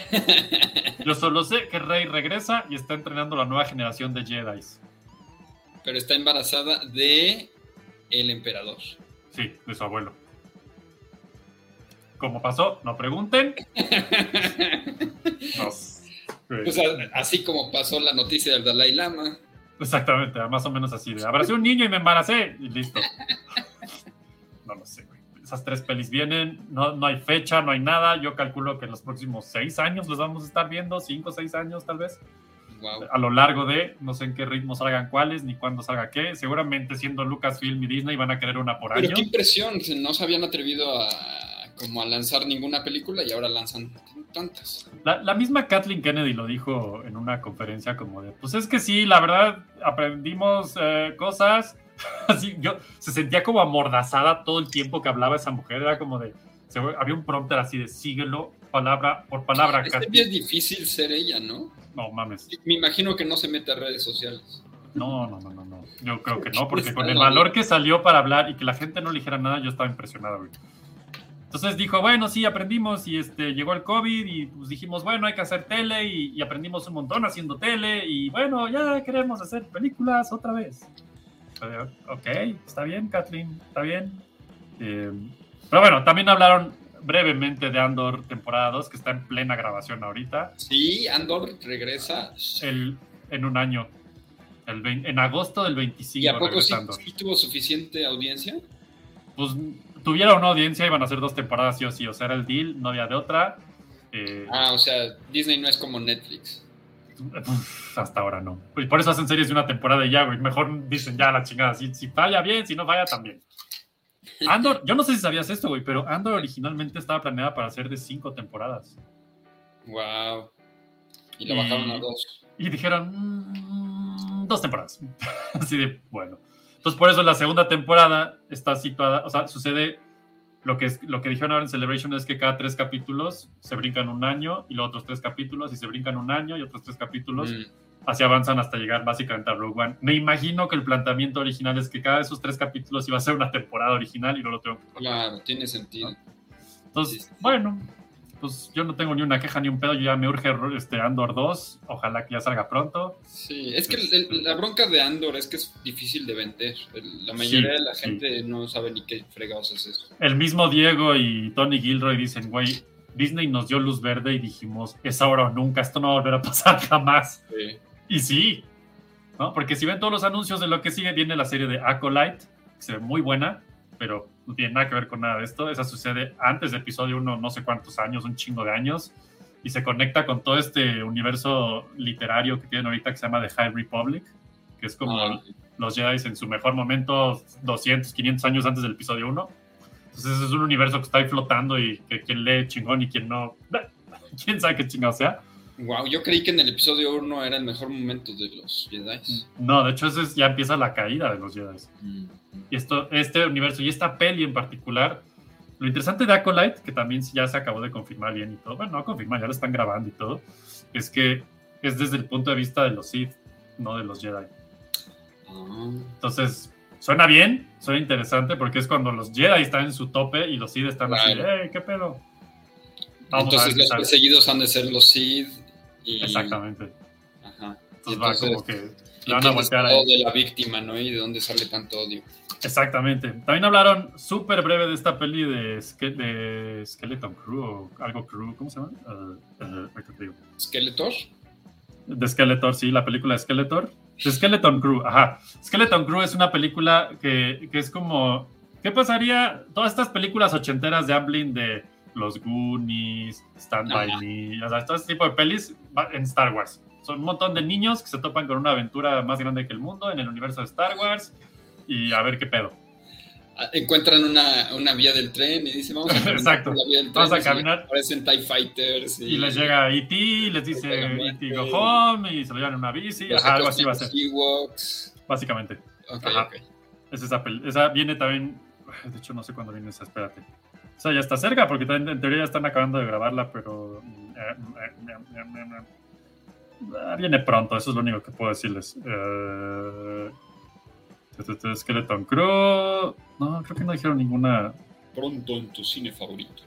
Yo solo sé que Rey regresa y está entrenando la nueva generación de Jedis. Pero está embarazada de el emperador. Sí, de su abuelo. ¿Cómo pasó? No pregunten. No. Pues así como pasó la noticia del Dalai Lama. Exactamente, más o menos así. Abracé un niño y me embaracé y listo. No lo sé, güey. Esas 3 pelis vienen, no hay fecha, no hay nada. Yo calculo que en los próximos 6 años los vamos a estar viendo, 5 o 6 años tal vez. Wow. A lo largo de, no sé en qué ritmo salgan cuáles, ni cuándo salga qué. Seguramente siendo Lucasfilm y Disney van a querer una por año. Pero qué impresión, no se habían atrevido a lanzar ninguna película y ahora lanzan tantas. La misma Kathleen Kennedy lo dijo en una conferencia como de, pues es que sí, la verdad, aprendimos cosas... Así, se sentía como amordazada todo el tiempo que hablaba esa mujer. Era como de, había un prompter así de síguelo palabra por palabra. Es difícil ser ella, ¿no? No mames. Me imagino que no se mete a redes sociales. No. Yo creo que no, porque con el valor que salió para hablar y que la gente no le dijera nada, yo estaba impresionado, güey. Entonces dijo, bueno, sí, aprendimos y llegó el COVID y pues dijimos, bueno, hay que hacer tele y aprendimos un montón haciendo tele y bueno, ya queremos hacer películas otra vez. Ok, está bien, Kathleen, está bien. Pero bueno, también hablaron brevemente de Andor temporada 2, que está en plena grabación ahorita. Sí, Andor regresa. En un año. En agosto del 25. ¿Y a poco sí tuvo suficiente audiencia? Pues tuviera una audiencia, iban a hacer 2 temporadas sí o sí. O sea, era el deal, no había de otra. O sea, Disney no es como Netflix. Hasta ahora no. Y por eso hacen series de una temporada y ya, güey. Mejor dicen ya la chingada. Si falla bien, si no falla también. Andor, yo no sé si sabías esto, güey, pero Andor originalmente estaba planeada para ser de 5 temporadas. Wow. Y la bajaron a 2. Y dijeron 2 temporadas. Así de, bueno. Entonces, por eso la segunda temporada está situada, o sea, sucede lo que dijeron ahora en Celebration es que cada 3 capítulos se brincan un año y luego otros 3 capítulos y se brincan un año y otros 3 capítulos. Así avanzan hasta llegar básicamente a Rogue One. Me imagino que el planteamiento original es que cada de esos 3 capítulos iba a ser una temporada original y no lo tengo que tocar. Claro, tiene sentido. ¿No? Entonces, bueno, pues yo no tengo ni una queja ni un pedo. Yo ya me urge Andor 2. Ojalá que ya salga pronto. Sí, es que la bronca de Andor es que es difícil de vender. La mayoría de la gente no sabe ni qué fregados es eso. El mismo Diego y Tony Gilroy dicen, güey, Disney nos dio luz verde y dijimos, es ahora o nunca, esto no va a volver a pasar jamás. Sí. Y sí, ¿no? Porque si ven todos los anuncios de lo que sigue, viene la serie de Acolyte, que se ve muy buena. pero no tiene nada que ver con nada de esto. Esa sucede antes de episodio 1, no sé cuántos años, un chingo de años, y se conecta con todo este universo literario que tienen ahorita que se llama The High Republic, que es como los Jedi en su mejor momento 200, 500 años antes del episodio 1. Entonces es un universo que está ahí flotando y que quien lee chingón y quien no, quién sabe qué chingado sea. Wow, yo creí que en el episodio 1 era el mejor momento de los Jedi. No, de hecho ya empieza la caída de los Jedi. Y este universo y esta peli en particular, lo interesante de Acolyte, que también ya se acabó de confirmar bien y todo, bueno, no confirmar, ya lo están grabando y todo, es que es desde el punto de vista de los Sith, no de los Jedi. Entonces, suena bien, suena interesante, porque es cuando los Jedi están en su tope y los Sith están así, ¡hey, qué pedo! Entonces los perseguidos han de ser los Sith. Exactamente. Ajá. Entonces va como que le van a voltear ahí. De la víctima, ¿no? Y de dónde sale tanto odio. Exactamente. También hablaron súper breve de esta peli de Skeleton Crew o algo Crew, ¿cómo se llama? ¿Skeletor? De Skeletor, sí, la película de Skeletor. De Skeleton Crew, ajá. Skeleton Crew es una película que es como... ¿Qué pasaría? Todas estas películas ochenteras de Amblin de Los Goonies, Stand By Me, o sea, todo este tipo de pelis en Star Wars. Son un montón de niños que se topan con una aventura más grande que el mundo en el universo de Star Wars y a ver qué pedo. Encuentran una vía del tren y dicen, vamos a caminar exacto. por la vía del tren. Vamos a caminar. Aparecen TIE Fighters. Y les llega E.T. y les dice E.T. go home y se lo llevan en una bici. Ajá, algo así va a ser. Ewoks. Básicamente. Ok. Es esa viene también... De hecho, no sé cuándo viene esa, espérate. O sea, ya está cerca, porque también, en teoría ya están acabando de grabarla, pero... viene pronto, eso es lo único que puedo decirles. Skeleton Crew... No, creo que no dijeron ninguna... Pronto en tu cine favorito.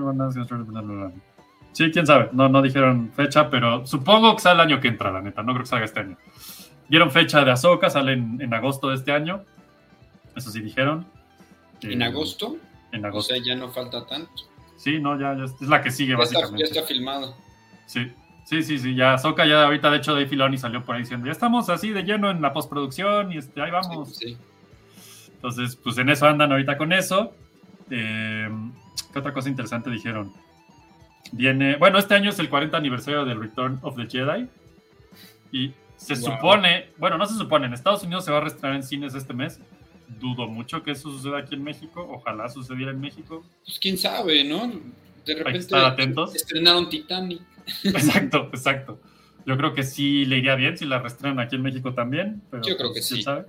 Sí, quién sabe, no dijeron fecha, pero supongo que sale el año que entra, la neta, no creo que salga este año. Dieron fecha de Ahsoka, sale en agosto de este año, eso sí dijeron. ¿En agosto? En agosto. O sea, ya no falta tanto. Sí, no, ya es la que sigue, básicamente. Ya está filmado. Sí, ya Ahsoka ya ahorita, de hecho, Dave Filoni salió por ahí diciendo, ya estamos así de lleno en la postproducción y ahí vamos. Sí. Entonces, pues en eso andan ahorita con eso. ¿Qué otra cosa interesante dijeron? Bueno, este año es el 40 aniversario del Return of the Jedi y se supone, bueno, no se supone, en Estados Unidos se va a reestrenar en cines este mes. Dudo mucho que eso suceda aquí en México. Ojalá sucediera en México. Pues quién sabe, ¿no? De repente estar atentos. Estrenaron Titanic. Exacto. Yo creo que sí le iría bien si la reestrenan aquí en México también. Pero yo creo que sí. ¿Sabe?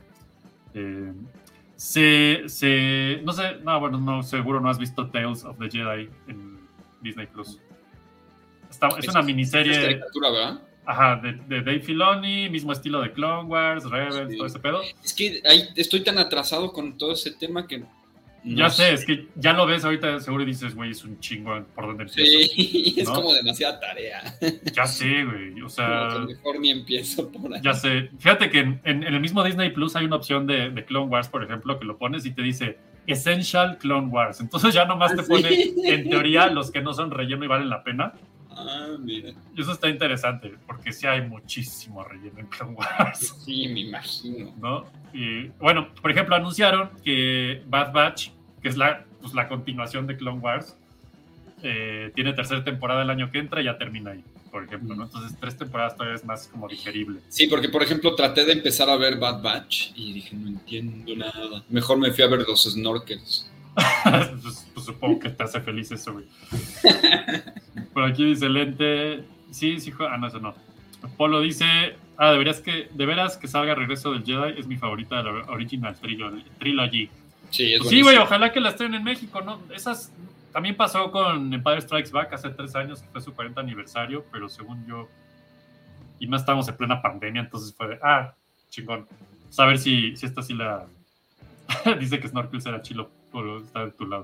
No sé, no, seguro no has visto Tales of the Jedi en Disney Plus. Es una miniserie. Es caricatura, ¿verdad? Ajá, de Dave Filoni, mismo estilo de Clone Wars, Rebels, todo ese pedo. Es que ahí estoy tan atrasado con todo ese tema que... Ya sé, es que ya lo ves ahorita seguro y dices, güey, es un chingo por donde empiezo. Sí, ¿no? Es como demasiada tarea. Ya sé, güey, o sea... Mejor ni empiezo por ahí. Ya sé, fíjate que en el mismo Disney Plus hay una opción de Clone Wars, por ejemplo, que lo pones y te dice Essential Clone Wars. Entonces ya nomás te pone, en teoría, los que no son relleno y valen la pena. Mira. Y eso está interesante, porque sí hay muchísimo relleno en Clone Wars. Sí, me imagino. ¿No? Y, bueno, por ejemplo, anunciaron que Bad Batch, que es la continuación de Clone Wars, tiene tercera temporada el año que entra y ya termina ahí, por ejemplo, ¿no? Entonces 3 temporadas todavía es más como digerible. Sí, porque por ejemplo traté de empezar a ver Bad Batch y dije, no entiendo nada. Mejor me fui a ver los Snorkels. pues supongo que te hace feliz eso, güey. Por aquí dice Lente. Sí, no, eso no. Polo dice, de veras que salga Regreso del Jedi, es mi favorita de la Original Trilogy. Sí, pues güey, ojalá que la estén en México, ¿no? Esas también pasó con Empire Strikes Back hace 3 años, que fue su 40 aniversario, pero según yo, y no estábamos en plena pandemia, entonces fue de, chingón. Pues a ver si esta sí la... Dice que Snorkel será chilo por estar de tu lado.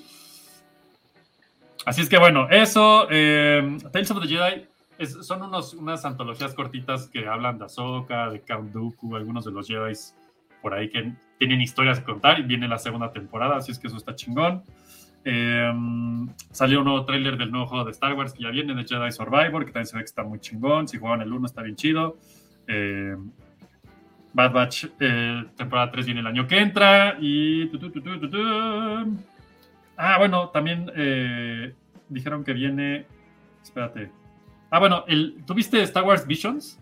Así es que bueno, eso, Tales of the Jedi son unas antologías cortitas que hablan de Ahsoka, de Count Dooku, algunos de los Jedi por ahí que tienen historias que contar y viene la segunda temporada, así es que eso está chingón. Salió un nuevo tráiler del nuevo juego de Star Wars que ya viene, de Jedi Survivor, que también se ve que está muy chingón. Si juegan el 1 está bien chido. Bad Batch, temporada 3 viene el año que entra. Y... bueno, también dijeron que viene... Espérate. Bueno, ¿tuviste Star Wars Visions?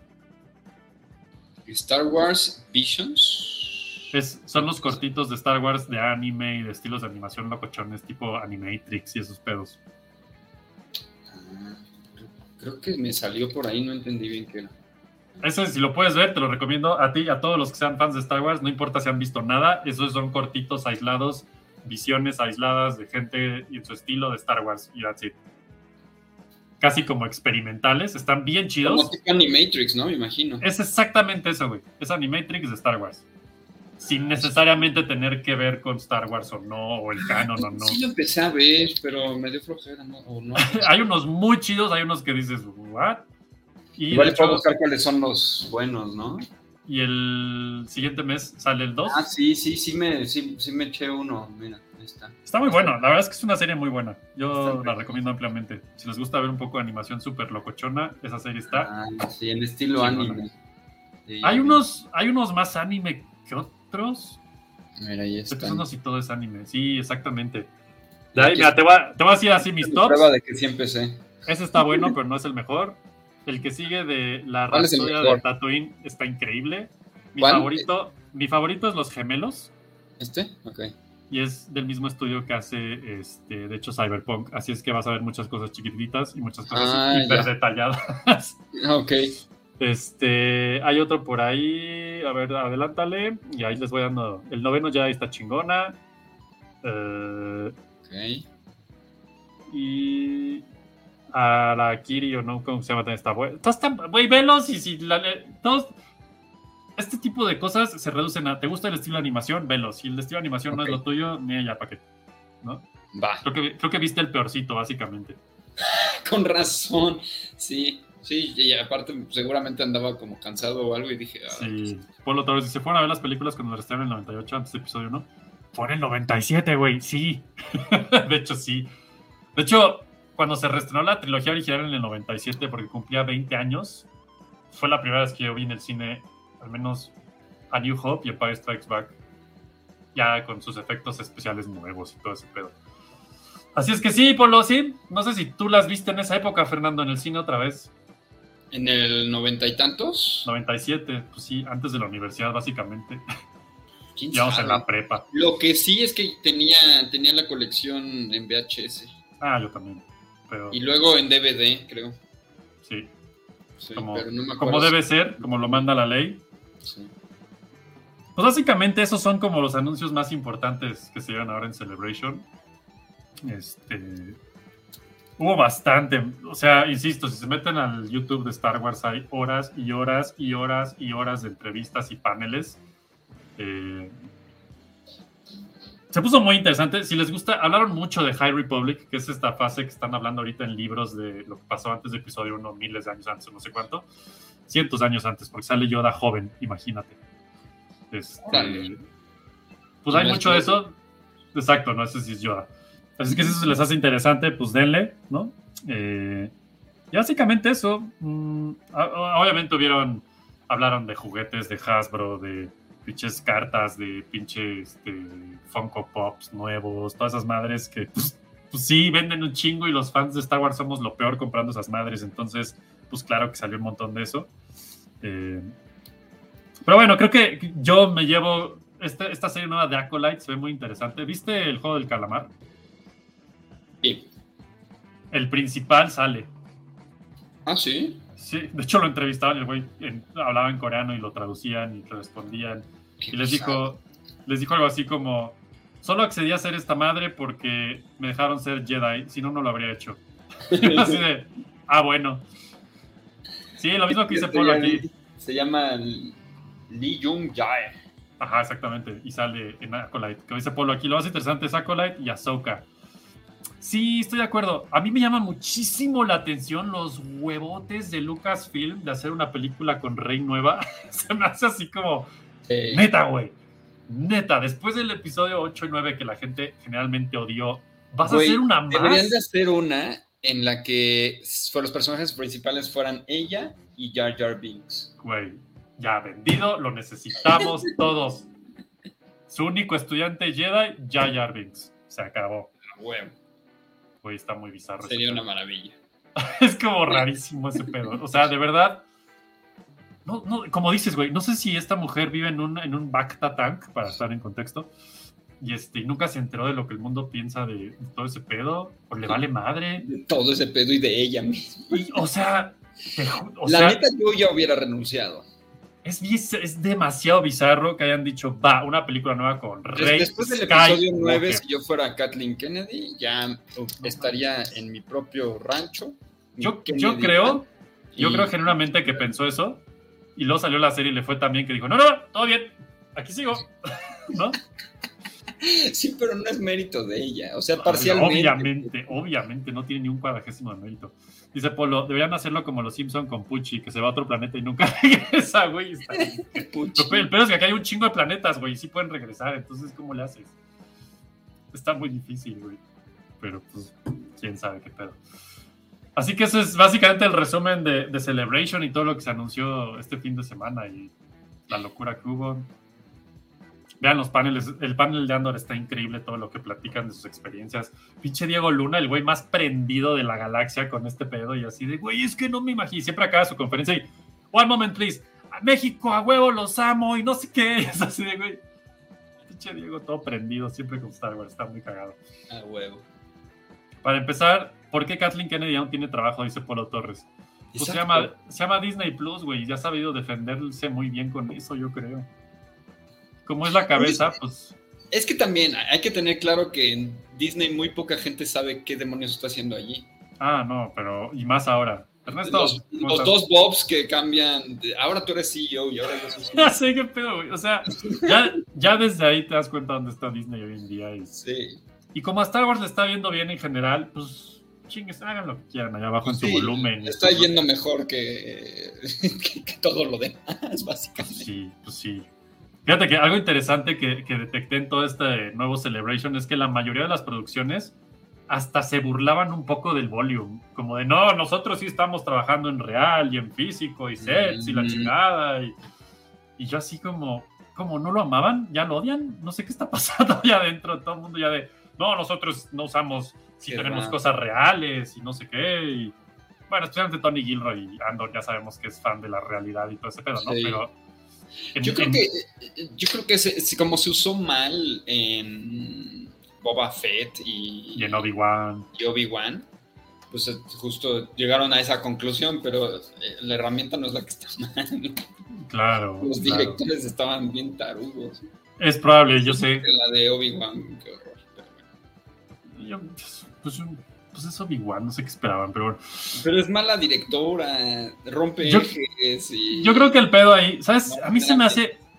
Star Wars Visions. Son los cortitos de Star Wars de anime y de estilos de animación locochones, tipo Animatrix y esos pedos. Creo que me salió por ahí, no entendí bien qué era. Ese, si lo puedes ver, te lo recomiendo a ti y a todos los que sean fans de Star Wars, no importa si han visto nada, esos son cortitos aislados, visiones aisladas de gente y en su estilo de Star Wars, y that's it. Casi como experimentales, están bien chidos. Como tipo Animatrix, ¿no? Me imagino. Es exactamente eso, güey. Es Animatrix de Star Wars. Sin necesariamente tener que ver con Star Wars o no, o el canon o no. Sí lo empecé a ver, pero me dio flojera, ¿no? ¿O no? Hay unos muy chidos, hay unos que dices, ¿what? Y igual puedo buscar cuáles son los buenos, ¿no? Y el siguiente mes sale el 2. Sí me eché uno, mira, ahí está. Está muy bueno, la verdad es que es una serie muy buena. Yo la recomiendo ampliamente. Si les gusta ver un poco de animación súper locochona, esa serie está. Sí, en estilo anime. Sí, hay unos más anime que otros. Mira, ahí está. Estos unos y todo es anime, sí, exactamente. De ahí, mira, te voy a decir así mis tops. Prueba de que sí empecé. Ese está bueno, pero no es el mejor. El que sigue de la Rapsodia de Tatooine está increíble. Mi favorito es Los Gemelos. Ok. Y es del mismo estudio que hace, de hecho, Cyberpunk. Así es que vas a ver muchas cosas chiquititas y muchas cosas hiper detalladas. Ok. Hay otro por ahí. A ver, adelántale. Y ahí les voy dando. El 9 ya está chingona. Ok. Y... a la Kiri o no, ¿cómo se llama? Está bueno. Todos están, güey, velos y si todos este tipo de cosas se reducen a, ¿te gusta el estilo de animación? Velos. Si el estilo de animación no es lo tuyo, ni ya, ¿para qué? ¿No? Va. Creo que viste el peorcito, básicamente. Con razón, sí, y aparte seguramente andaba como cansado o algo y dije... Sí, Polo Torres dice, ¿fueron a ver las películas cuando las estrenaron en el 98 antes del episodio 1? Fue en el 97, güey, sí. De hecho, sí. De hecho, cuando se reestrenó la trilogía original en el 97, porque cumplía 20 años, fue la primera vez que yo vi en el cine, al menos A New Hope y Empire Strikes Back, ya con sus efectos especiales nuevos y todo ese pedo. Así es que sí, Polo, sí. No sé si tú las viste en esa época, Fernando, en el cine otra vez. ¿En el 90 y tantos? 97, pues sí, antes de la universidad, básicamente. ¿Quién Íbamos sabe? en la prepa. Lo que sí es que tenía la colección en VHS. Yo también. Pero... y luego en DVD, creo. Sí. Pero no me acuerdo. Como debe ser, como lo manda la ley. Sí. Pues básicamente esos son como los anuncios más importantes que se llevan ahora en Celebration. Hubo bastante, o sea, insisto, si se meten al YouTube de Star Wars hay horas y horas y horas y horas de entrevistas y paneles. Se puso muy interesante. Si les gusta, hablaron mucho de High Republic, que es esta fase que están hablando ahorita en libros de lo que pasó antes de episodio 1, miles de años antes, no sé cuánto, cientos de años antes, porque sale Yoda joven, imagínate. Pues hay mucho de eso. Exacto, no sé si es Yoda. Así que si eso les hace interesante, pues denle, ¿no? Y básicamente eso. Obviamente hablaron de juguetes, de Hasbro, de pinches cartas, de pinches Funko Pops nuevos, todas esas madres que pues sí, venden un chingo y los fans de Star Wars somos lo peor comprando esas madres, entonces pues claro que salió un montón de eso. Pero bueno, creo que yo me llevo esta serie nueva de Acolyte, se ve muy interesante. ¿Viste el juego del calamar? Sí. El principal sale. ¿Sí? Sí, de hecho lo entrevistaban, el güey hablaba en coreano y lo traducían y respondían. Y les dijo algo así como, solo accedí a hacer esta madre porque me dejaron ser Jedi, si no, no lo habría hecho. Así de, bueno. Sí, lo mismo que dice Polo aquí. Se llama Lee Jung-jae. Ajá, exactamente, y sale en Acolyte. Que dice Polo aquí, lo más interesante es Acolyte y Ahsoka. Sí, estoy de acuerdo. A mí me llama muchísimo la atención los huevotes de Lucasfilm de hacer una película con Rey nueva. Se me hace así como... Neta, güey. Neta, después del episodio 8 y 9 que la gente generalmente odió, ¿vas a hacer una más? Deberían de hacer una en la que los personajes principales fueran ella y Jar Jar Binks. Güey. ya vendido, lo necesitamos todos. Su único estudiante Jedi, Jar Jar Binks. Se acabó. Huevo. Güey, está muy bizarro. Sería una maravilla. Es como rarísimo ese pedo. O sea, de verdad. No, como dices, güey, no sé si esta mujer vive en un Bacta tank, para estar en contexto, y nunca se enteró de lo que el mundo piensa de todo ese pedo, o le vale madre. De todo ese pedo y de ella misma. O sea, neta, yo ya hubiera renunciado. Es demasiado bizarro que hayan dicho, va, una película nueva con Rey. Después del episodio 9, si yo fuera Kathleen Kennedy, ya estaría en mi propio rancho. Yo creo genuinamente que pensó eso, y luego salió la serie y le fue tan bien que dijo, no, todo bien, aquí sigo, ¿no? Sí, pero no es mérito de ella, o sea, parcialmente. Obviamente, no tiene ni un 40º de mérito. Dice Polo, deberían hacerlo como los Simpson con Pucci, que se va a otro planeta y nunca regresa, güey. El peor es que acá hay un chingo de planetas, güey, y sí pueden regresar, entonces, ¿cómo le haces? Está muy difícil, güey. Pero, pues, quién sabe qué pedo. Así que eso es básicamente el resumen de Celebration y todo lo que se anunció este fin de semana y la locura que hubo. Vean los paneles, el panel de Andor está increíble, todo lo que platican de sus experiencias. Pinche Diego Luna, el güey más prendido de la galaxia con este pedo y así de, güey, es que no me imagino. Siempre acaba su conferencia y, one moment please, a México, a huevo, los amo y no sé qué. Es así de, güey, pinche Diego todo prendido, siempre con Star Wars, está muy cagado. A huevo. Para empezar, ¿por qué Kathleen Kennedy aún tiene trabajo? Dice Polo Torres. Pues se llama Disney Plus, güey, y ya ha sabido defenderse muy bien con eso, yo creo. Como es la cabeza, pues... Es que también hay que tener claro que en Disney muy poca gente sabe qué demonios está haciendo allí. Ah, no, pero... Y más ahora. Ernesto... Los dos Bobs que cambian... Ahora tú eres CEO y ahora yo soy CEO. Ya sé qué pedo, güey. O sea, ya desde ahí te das cuenta dónde está Disney hoy en día. Sí. Y como a Star Wars le está viendo bien en general, pues... Chingues, hagan lo que quieran allá abajo en su volumen. Está yendo mejor que todo lo demás, básicamente. Pues sí. Fíjate que algo interesante que detecté en todo este nuevo Celebration es que la mayoría de las producciones hasta se burlaban un poco del volume. Como de, no, nosotros sí estamos trabajando en real y en físico y sets y la chingada. Y yo así como no lo amaban, ya lo odian. No sé qué está pasando allá adentro. Todo el mundo ya de, no, nosotros no usamos, si tenemos cosas reales y no sé qué. Y, bueno, especialmente Tony Gilroy y Andor ya sabemos que es fan de la realidad y todo ese pedo, ¿no? Sí. Pero... Yo creo que como se usó mal en Boba Fett y en Obi-Wan, pues justo llegaron a esa conclusión, pero la herramienta no es la que está mal. Claro. Los directores estaban bien tarudos. Es probable, yo sé. La de Obi-Wan, qué horror. Pero bueno. Pues es Obi-Wan, no sé qué esperaban, pero bueno. Pero es mala directora, rompe ejes y... Yo creo que el pedo ahí, ¿sabes? A mí se me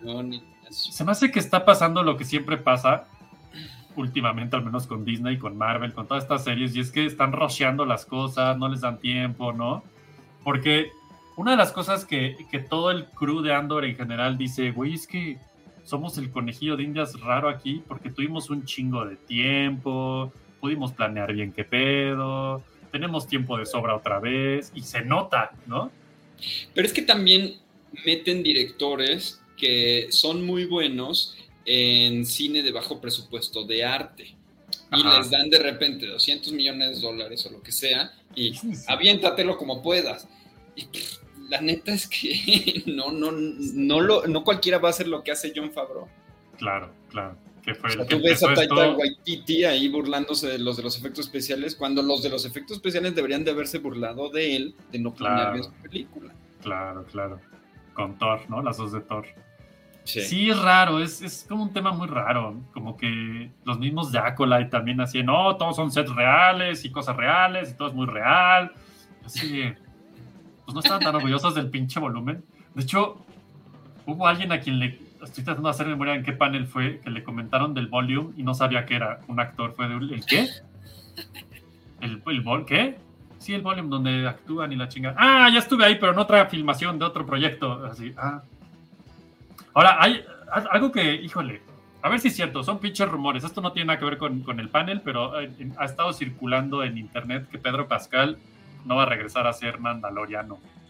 hace que está pasando lo que siempre pasa últimamente, al menos con Disney, con Marvel, con todas estas series, y es que están rusheando las cosas, no les dan tiempo, ¿no? Porque una de las cosas que todo el crew de Andor en general dice, güey, es que somos el conejillo de Indias raro aquí porque tuvimos un chingo de tiempo... Pudimos planear bien qué pedo, tenemos tiempo de sobra otra vez, y se nota, ¿no? Pero es que también meten directores que son muy buenos en cine de bajo presupuesto, de arte, y les dan de repente $200 millones o lo que sea, y aviéntatelo como puedas. Y la neta es que no cualquiera va a hacer lo que hace Jon Favreau. Claro. Que fue tú ves a Taika Waititi ahí burlándose de los efectos especiales, cuando los de los efectos especiales deberían de haberse burlado de él, de no planear bien su película. Claro. Con Thor, ¿no? Las dos de Thor. Sí, es raro, es como un tema muy raro, como que los mismos de Acolyte también así, no, todos son sets reales y cosas reales y todo es muy real. Así, pues no estaban tan orgullosos del pinche volumen. De hecho, hubo alguien a quien estoy tratando de hacer memoria en qué panel fue, que le comentaron del volume y no sabía que era un actor. Fue ¿el qué? ¿Qué? Sí, el volume donde actúan y la chingada. Ah, ya estuve ahí, pero en otra filmación de otro proyecto. Así, Ahora, hay algo que, híjole, a ver si es cierto, son pinches rumores. Esto no tiene nada que ver con el panel, pero ha estado circulando en internet que Pedro Pascal no va a regresar a ser mandaloriano.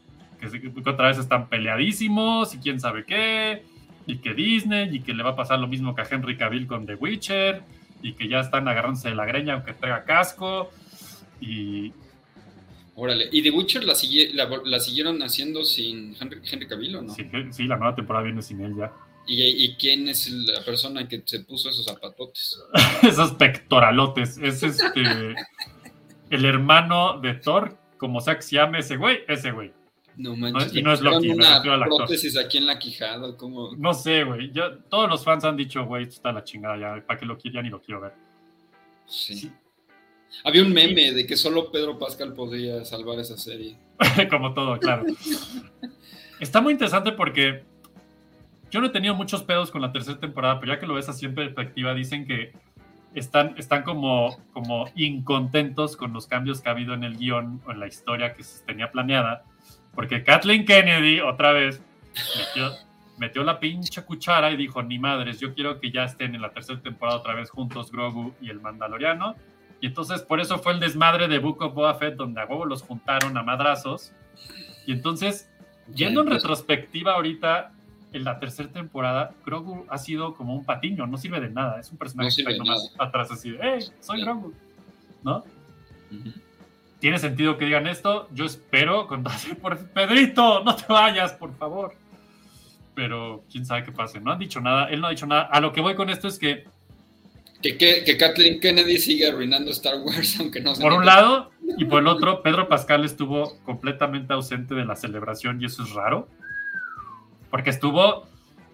que otra vez están peleadísimos y quién sabe qué, y que Disney, y que le va a pasar lo mismo que a Henry Cavill con The Witcher, y que ya están agarrándose de la greña aunque traiga casco, y... Órale, ¿y The Witcher la siguieron haciendo sin Henry Cavill o no? Sí, la nueva temporada viene sin él ya. ¿Y quién es la persona que se puso esos zapatotes? Esos pectoralotes. Es el hermano de Thor, como sea que se llame ese güey. No manches. Y no es Loki, me una refiero al actor. prótesis aquí en la quijada, ¿cómo? No sé, güey. Todos los fans han dicho, güey, esto está la chingada ya. ¿Para qué lo quiero? Ya ni lo quiero ver. Sí. Había un meme de que solo Pedro Pascal podía salvar esa serie. Como todo, claro. Está muy interesante porque yo no he tenido muchos pedos con la tercera temporada, pero ya que lo ves así en perspectiva, dicen que están como incontentos con los cambios que ha habido en el guión o en la historia que se tenía planeada, porque Kathleen Kennedy otra vez metió la pinche cuchara y dijo, ni madres, yo quiero que ya estén en la tercera temporada otra vez juntos Grogu y el Mandaloriano, y entonces por eso fue el desmadre de Book of Boba Fett, donde a huevo los juntaron a madrazos, y entonces, yendo en retrospectiva ahorita, en la tercera temporada, Grogu ha sido como un patiño, no sirve de nada, es un personaje que está nomás atrás así de, ¡hey, soy Grogu! ¿No? Uh-huh. ¿Tiene sentido que digan esto? Yo espero, por Pedrito, no te vayas, por favor. Pero quién sabe qué pase, no han dicho nada, él no ha dicho nada. A lo que voy con esto es que Kathleen Kennedy sigue arruinando Star Wars, aunque no se... Por un lado, y por el otro, Pedro Pascal estuvo completamente ausente de la celebración, y eso es raro. Porque estuvieron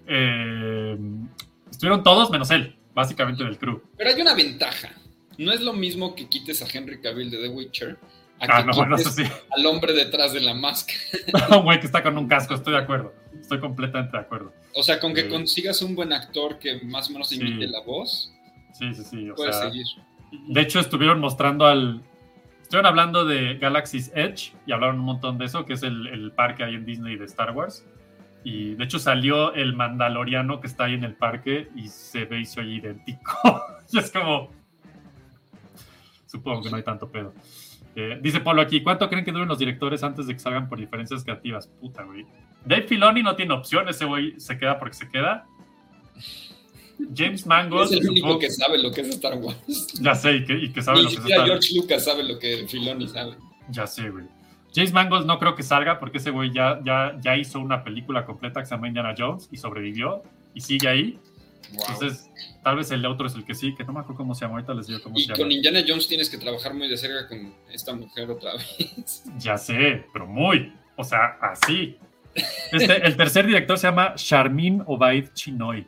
todos menos él, básicamente del crew. Pero hay una ventaja. No es lo mismo que quites a Henry Cavill de The Witcher a que quites sí. al hombre detrás de la máscara. No, güey, que está con un casco, estoy de acuerdo. Estoy completamente de acuerdo. O sea, con que consigas un buen actor que más o menos imite la voz, sí. Puedes seguir. De hecho, estuvieron hablando de Galaxy's Edge y hablaron un montón de eso, que es el parque ahí en Disney de Star Wars. Y de hecho salió el Mandaloriano que está ahí en el parque y se ve y se oye idéntico. Y es como... Supongo que no hay tanto pedo. Dice Pablo aquí, ¿cuánto creen que duren los directores antes de que salgan por diferencias creativas? Puta, güey. Dave Filoni no tiene opción, ese güey se queda porque se queda. James Mangold... Es el único que sabe lo que es Star Wars. Ya sé, y que sabe lo que es Star Wars. George Lucas sabe lo que Filoni sabe. Ya sé, güey. James Mangold no creo que salga porque ese güey ya hizo una película completa que se llama Indiana Jones y sobrevivió y sigue ahí. Wow. Entonces, tal vez el otro es el que sí, que no me acuerdo cómo se llama, ahorita les digo cómo se llama. Y con Indiana Jones tienes que trabajar muy de cerca con esta mujer otra vez. Ya sé, pero muy, o sea, así. El tercer director se llama Sharmeen Obaid Chinoy.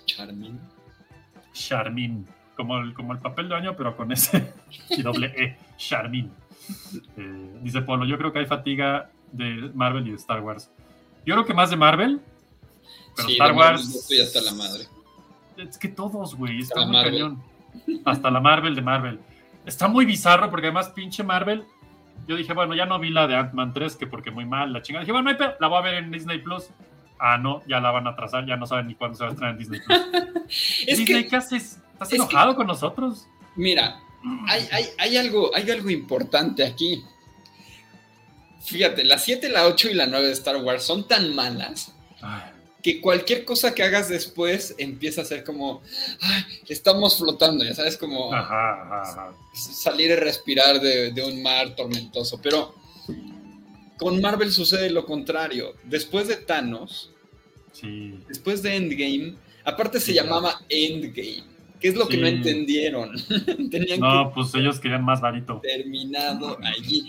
Sharmeen, como el papel de baño, pero con ese y doble E, Sharmeen. Dice Polo, yo creo que hay fatiga de Marvel y de Star Wars. Yo creo que más de Marvel, pero sí, Star Wars... Yo estoy hasta la madre. Es que todos, güey, está muy cañón. Hasta la Marvel de Marvel. Está muy bizarro porque además pinche Marvel, yo dije, bueno, ya no vi la de Ant-Man 3, que porque muy mal, la chingada. Dije, bueno, la voy a ver en Disney Plus. Ah, no, ya la van a atrasar, ya no saben ni cuándo se va a estrenar en Disney Plus. Disney, ¿qué haces? ¿Estás enojado con nosotros? Mira, hay algo importante aquí. Fíjate, la 7, la 8 y la 9 de Star Wars son tan malas que cualquier cosa que hagas después empieza a ser como, estamos flotando, ya sabes, como salir y respirar de un mar tormentoso. Pero con Marvel sucede lo contrario. Después de Thanos, después de Endgame, aparte se llamaba Endgame. ¿Qué es lo que no entendieron? Pues ellos querían más varito. Terminado allí.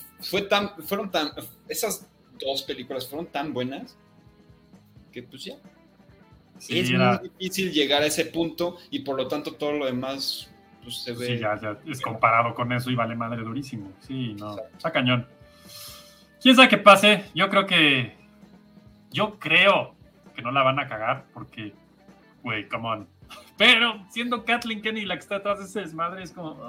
Esas dos películas fueron tan buenas que pues ya. Es muy difícil llegar a ese punto y por lo tanto todo lo demás pues se ve. Sí, ya es comparado con eso y vale madre durísimo. Sí, no, está cañón. ¿Quién sabe qué pase? Yo creo que no la van a cagar porque, güey, come on. Pero siendo Kathleen Kennedy la que está atrás de ese desmadre es como...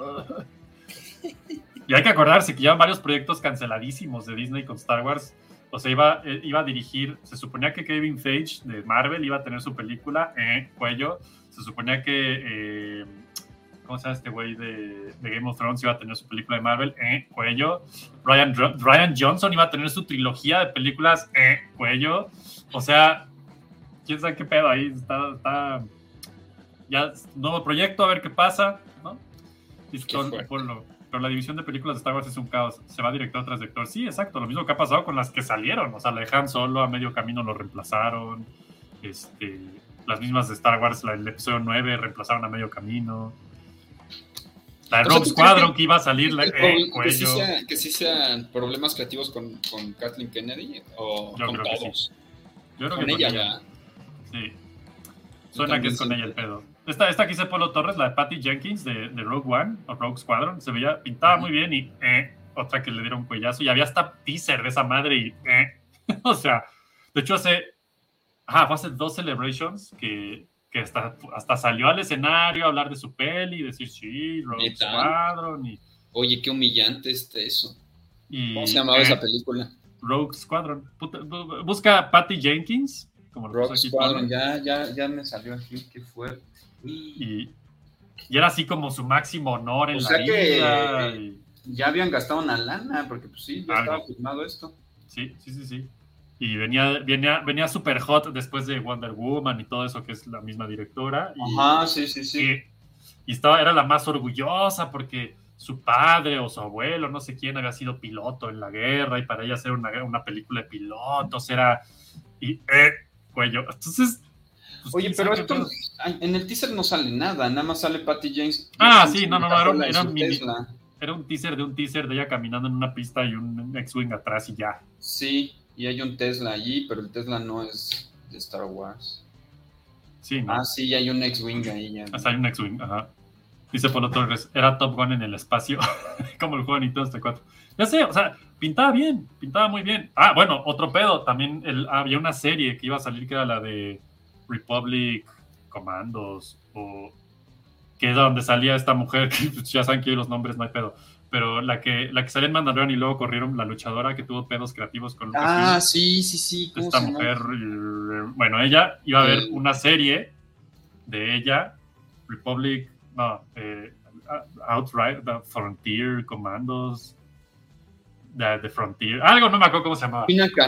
Y hay que acordarse que llevan varios proyectos canceladísimos de Disney con Star Wars. O sea, iba a dirigir... Se suponía que Kevin Feige de Marvel iba a tener su película, cuello. Se suponía que... ¿cómo se llama este güey de Game of Thrones? Iba a tener su película de Marvel, cuello. Ryan Johnson iba a tener su trilogía de películas, cuello. O sea, quién sabe qué pedo ahí. Está ya nuevo proyecto, a ver qué pasa, ¿no? Pero la división de películas de Star Wars es un caos. Se va director tras director. Sí, exacto. Lo mismo que ha pasado con las que salieron. O sea, la de Han Solo a medio camino lo reemplazaron. Las mismas de Star Wars, el episodio 9, reemplazaron a medio camino. La de Rogue Squadron que iba a salir, cuello. Que sí sean problemas creativos con Kathleen Kennedy o yo con creo todos. Que sí. Yo creo con que ella, ¿verdad? Sí. Suena que es con ella el pedo. Esta que hice Polo Torres, la de Patty Jenkins de Rogue One o Rogue Squadron, se veía, pintaba muy bien y otra que le dieron cuellazo y había hasta teaser de esa madre y o sea, de hecho fue hace 2 Celebrations que hasta salió al escenario a hablar de su peli y decir sí, Rogue Squadron y... Oye, qué humillante eso. ¿Cómo se llamaba esa película? Rogue Squadron. Busca Patty Jenkins como Rogue Squadron, ya me salió aquí, qué fuerte. Y era así como su máximo honor en o la sea vida. Que ya habían gastado una lana, porque pues sí, ya estaba filmado esto. Sí. Y venía super hot después de Wonder Woman y todo eso, que es la misma directora. Sí. Y era la más orgullosa porque su padre o su abuelo, no sé quién, había sido piloto en la guerra y para ella hacer una película de pilotos era... cuello. Entonces... Pues, oye, pero esto en el teaser no sale nada más sale Patty James. Sí, no, era un teaser de ella caminando en una pista y un X-Wing atrás y ya. Sí, y hay un Tesla allí, pero el Tesla no es de Star Wars. Sí, ¿no? Sí, hay un X-Wing ahí ya. Hay un X-Wing, ajá. Dice Polo Torres, era Top Gun en el espacio, como el juego de Nintendo 64. Ya sé, o sea, pintaba muy bien. Bueno, otro pedo, también había una serie que iba a salir que era la de Republic Commandos, o que es donde salía esta mujer, que ya saben que hoy los nombres no hay pedo, pero la que salía en Mandalorian y luego corrieron la luchadora que tuvo pedos creativos con Lucasfilm. Sí. Esta mujer, bueno, ella iba a haber una serie de ella, Republic, Outright, The Frontier Commandos, The Frontier, algo no me acuerdo cómo se llamaba.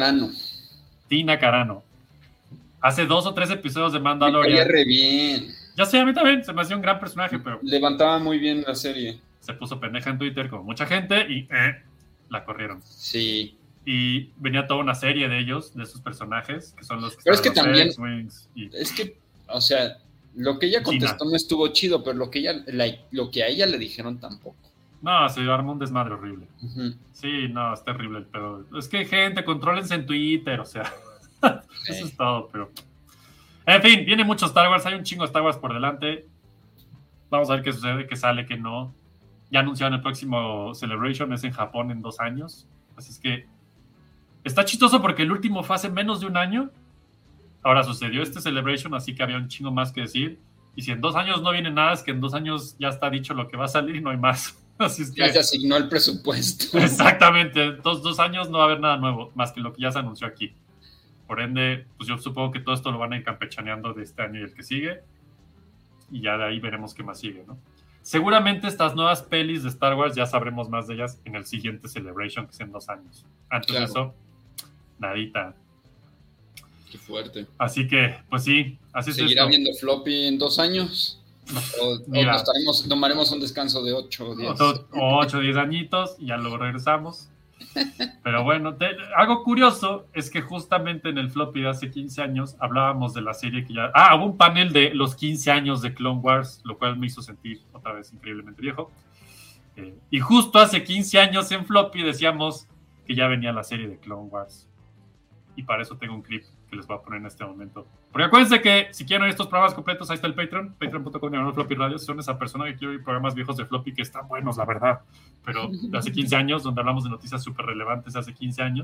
Tina Carano. Hace 2 o 3 episodios de Mandalorian. Me caía re bien. Ya sé, a mí también se me hacía un gran personaje, pero... Levantaba muy bien la serie. Se puso pendeja en Twitter como mucha gente y la corrieron. Sí. Y venía toda una serie de ellos, de esos personajes, que son los que... Pero es que también... X-Wings es que, o sea, lo que ella contestó no estuvo chido, pero lo que a ella le dijeron tampoco. No, se armó un desmadre horrible. Uh-huh. Sí, no, es terrible el pedo. Es que, gente, contrólense en Twitter, o sea... Eso es todo, pero... En fin, viene mucho Star Wars, hay un chingo de Star Wars por delante. Vamos a ver qué sucede, qué sale, qué no. Ya anunciaron el próximo Celebration, es en Japón en 2 años. Así es que está chistoso porque el último fue hace menos de 1 año. Ahora sucedió este Celebration, así que había un chingo más que decir. Y si en 2 años no viene nada, es que en 2 años ya está dicho lo que va a salir y no hay más. Así es que... Ya se asignó el presupuesto. Exactamente, 2 años no va a haber nada nuevo, más que lo que ya se anunció aquí. Por ende, pues yo supongo que todo esto lo van a ir campechaneando de este año y el que sigue. Y ya de ahí veremos qué más sigue, ¿no? Seguramente estas nuevas pelis de Star Wars ya sabremos más de ellas en el siguiente Celebration, que es en 2 años. Antes de eso, nadita. Qué fuerte. Así que, pues sí, así ¿Seguirá viendo floppy en 2 años? ¿O tomaremos un descanso de 8 o 10? 8 o 10 añitos y ya luego regresamos. Pero bueno, algo curioso es que justamente en el floppy de hace 15 años hablábamos de la serie que ya... hubo un panel de los 15 años de Clone Wars, lo cual me hizo sentir otra vez increíblemente viejo. Y justo hace 15 años en floppy decíamos que ya venía la serie de Clone Wars. Y para eso tengo un clip que les voy a poner en este momento. Porque acuérdense que si quieren oír estos programas completos, ahí está el Patreon, patreon.com/floppy radio. Si son esa persona que quiere oír programas viejos de floppy que están buenos, la verdad, pero de hace 15 años, donde hablamos de noticias súper relevantes hace 15 años.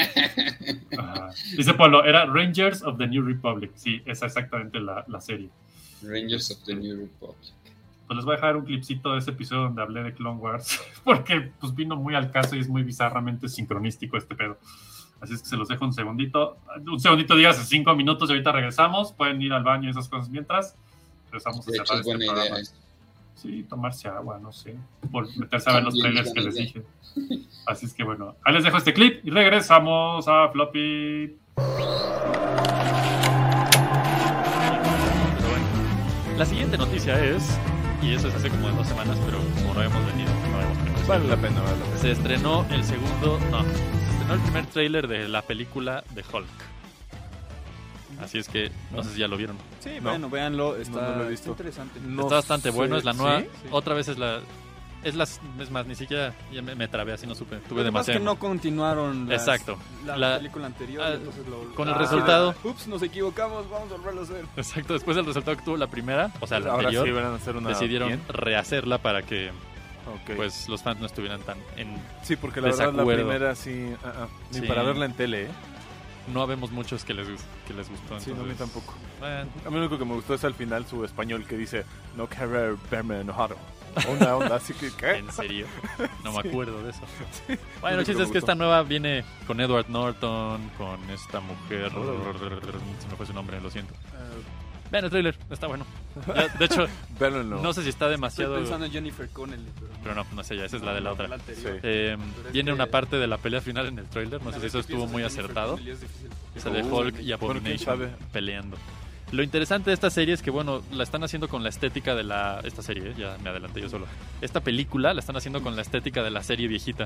Dice Pablo, era Rangers of the New Republic. Sí, esa es exactamente la serie. Rangers of the New Republic. Pues les voy a dejar un clipcito de ese episodio donde hablé de Clone Wars, porque pues vino muy al caso y es muy bizarramente sincronístico este pedo. Así es que se los dejo un segundito, dígase 5 minutos y ahorita regresamos. Pueden ir al baño y esas cosas mientras. Regresamos a cerrar este programa. Sí, tomarse agua, no sé. Por meterse a ver los trailers que les dije. Así es que bueno, ahí les dejo este clip y regresamos a Floppy. La siguiente noticia es, y eso es hace como 2 semanas, pero como no hemos venido, Vale la pena. se estrenó el primer tráiler de la película de Hulk. Así es que, no sé si ya lo vieron. Sí, No. bueno, véanlo, está, No lo he visto. está interesante. Está bastante bueno, es la nueva. ¿Sí? Otra vez es más, ni siquiera ya me trabé así, no supe. Tuve Lo que pasa es demasiado. que no continuaron Exacto. la película anterior. ah, Entonces con el resultado. Ups, nos equivocamos, vamos a volverlo a hacer. Exacto, después del resultado que tuvo la primera, o sea, la Ahora anterior, sí van a hacer una decidieron bien. rehacerla para que Ok. pues los fans no estuvieran tan en... Sí, porque la verdad la desacuerdo. primera sí, ni Sí. para verla en tele, ¿eh? No habemos muchos que les gustó. Sí, no, a mí entonces, tampoco. bueno, A mí lo único que me gustó es al final su español que dice no querer verme enojado. Una onda, así que ¿qué? ¿en serio? No Sí. me acuerdo de eso. Sí. Bueno, el Sí, chiste me es que gustó. esta nueva viene con Edward Norton, con esta mujer... Se me fue su nombre, lo siento. Vean el trailer, está bueno. Ya, de hecho, Verlo no sé si está demasiado... Estoy pensando en Jennifer Connelly, Pero no es ella, esa es la de la otra. anterior. Sí. Eh, Pero es viene que- una parte de la pelea final en el trailer, no Una sé si vez eso que estuvo piensas muy en Jennifer acertado. Connelly es difícil. Esa de Hulk y Bueno, quién Abomination sabe. peleando. Lo interesante de esta serie es que, bueno, la están haciendo con la estética de la... Esta serie, ya me adelanté yo solo. Esta película la están haciendo con la estética de la serie viejita.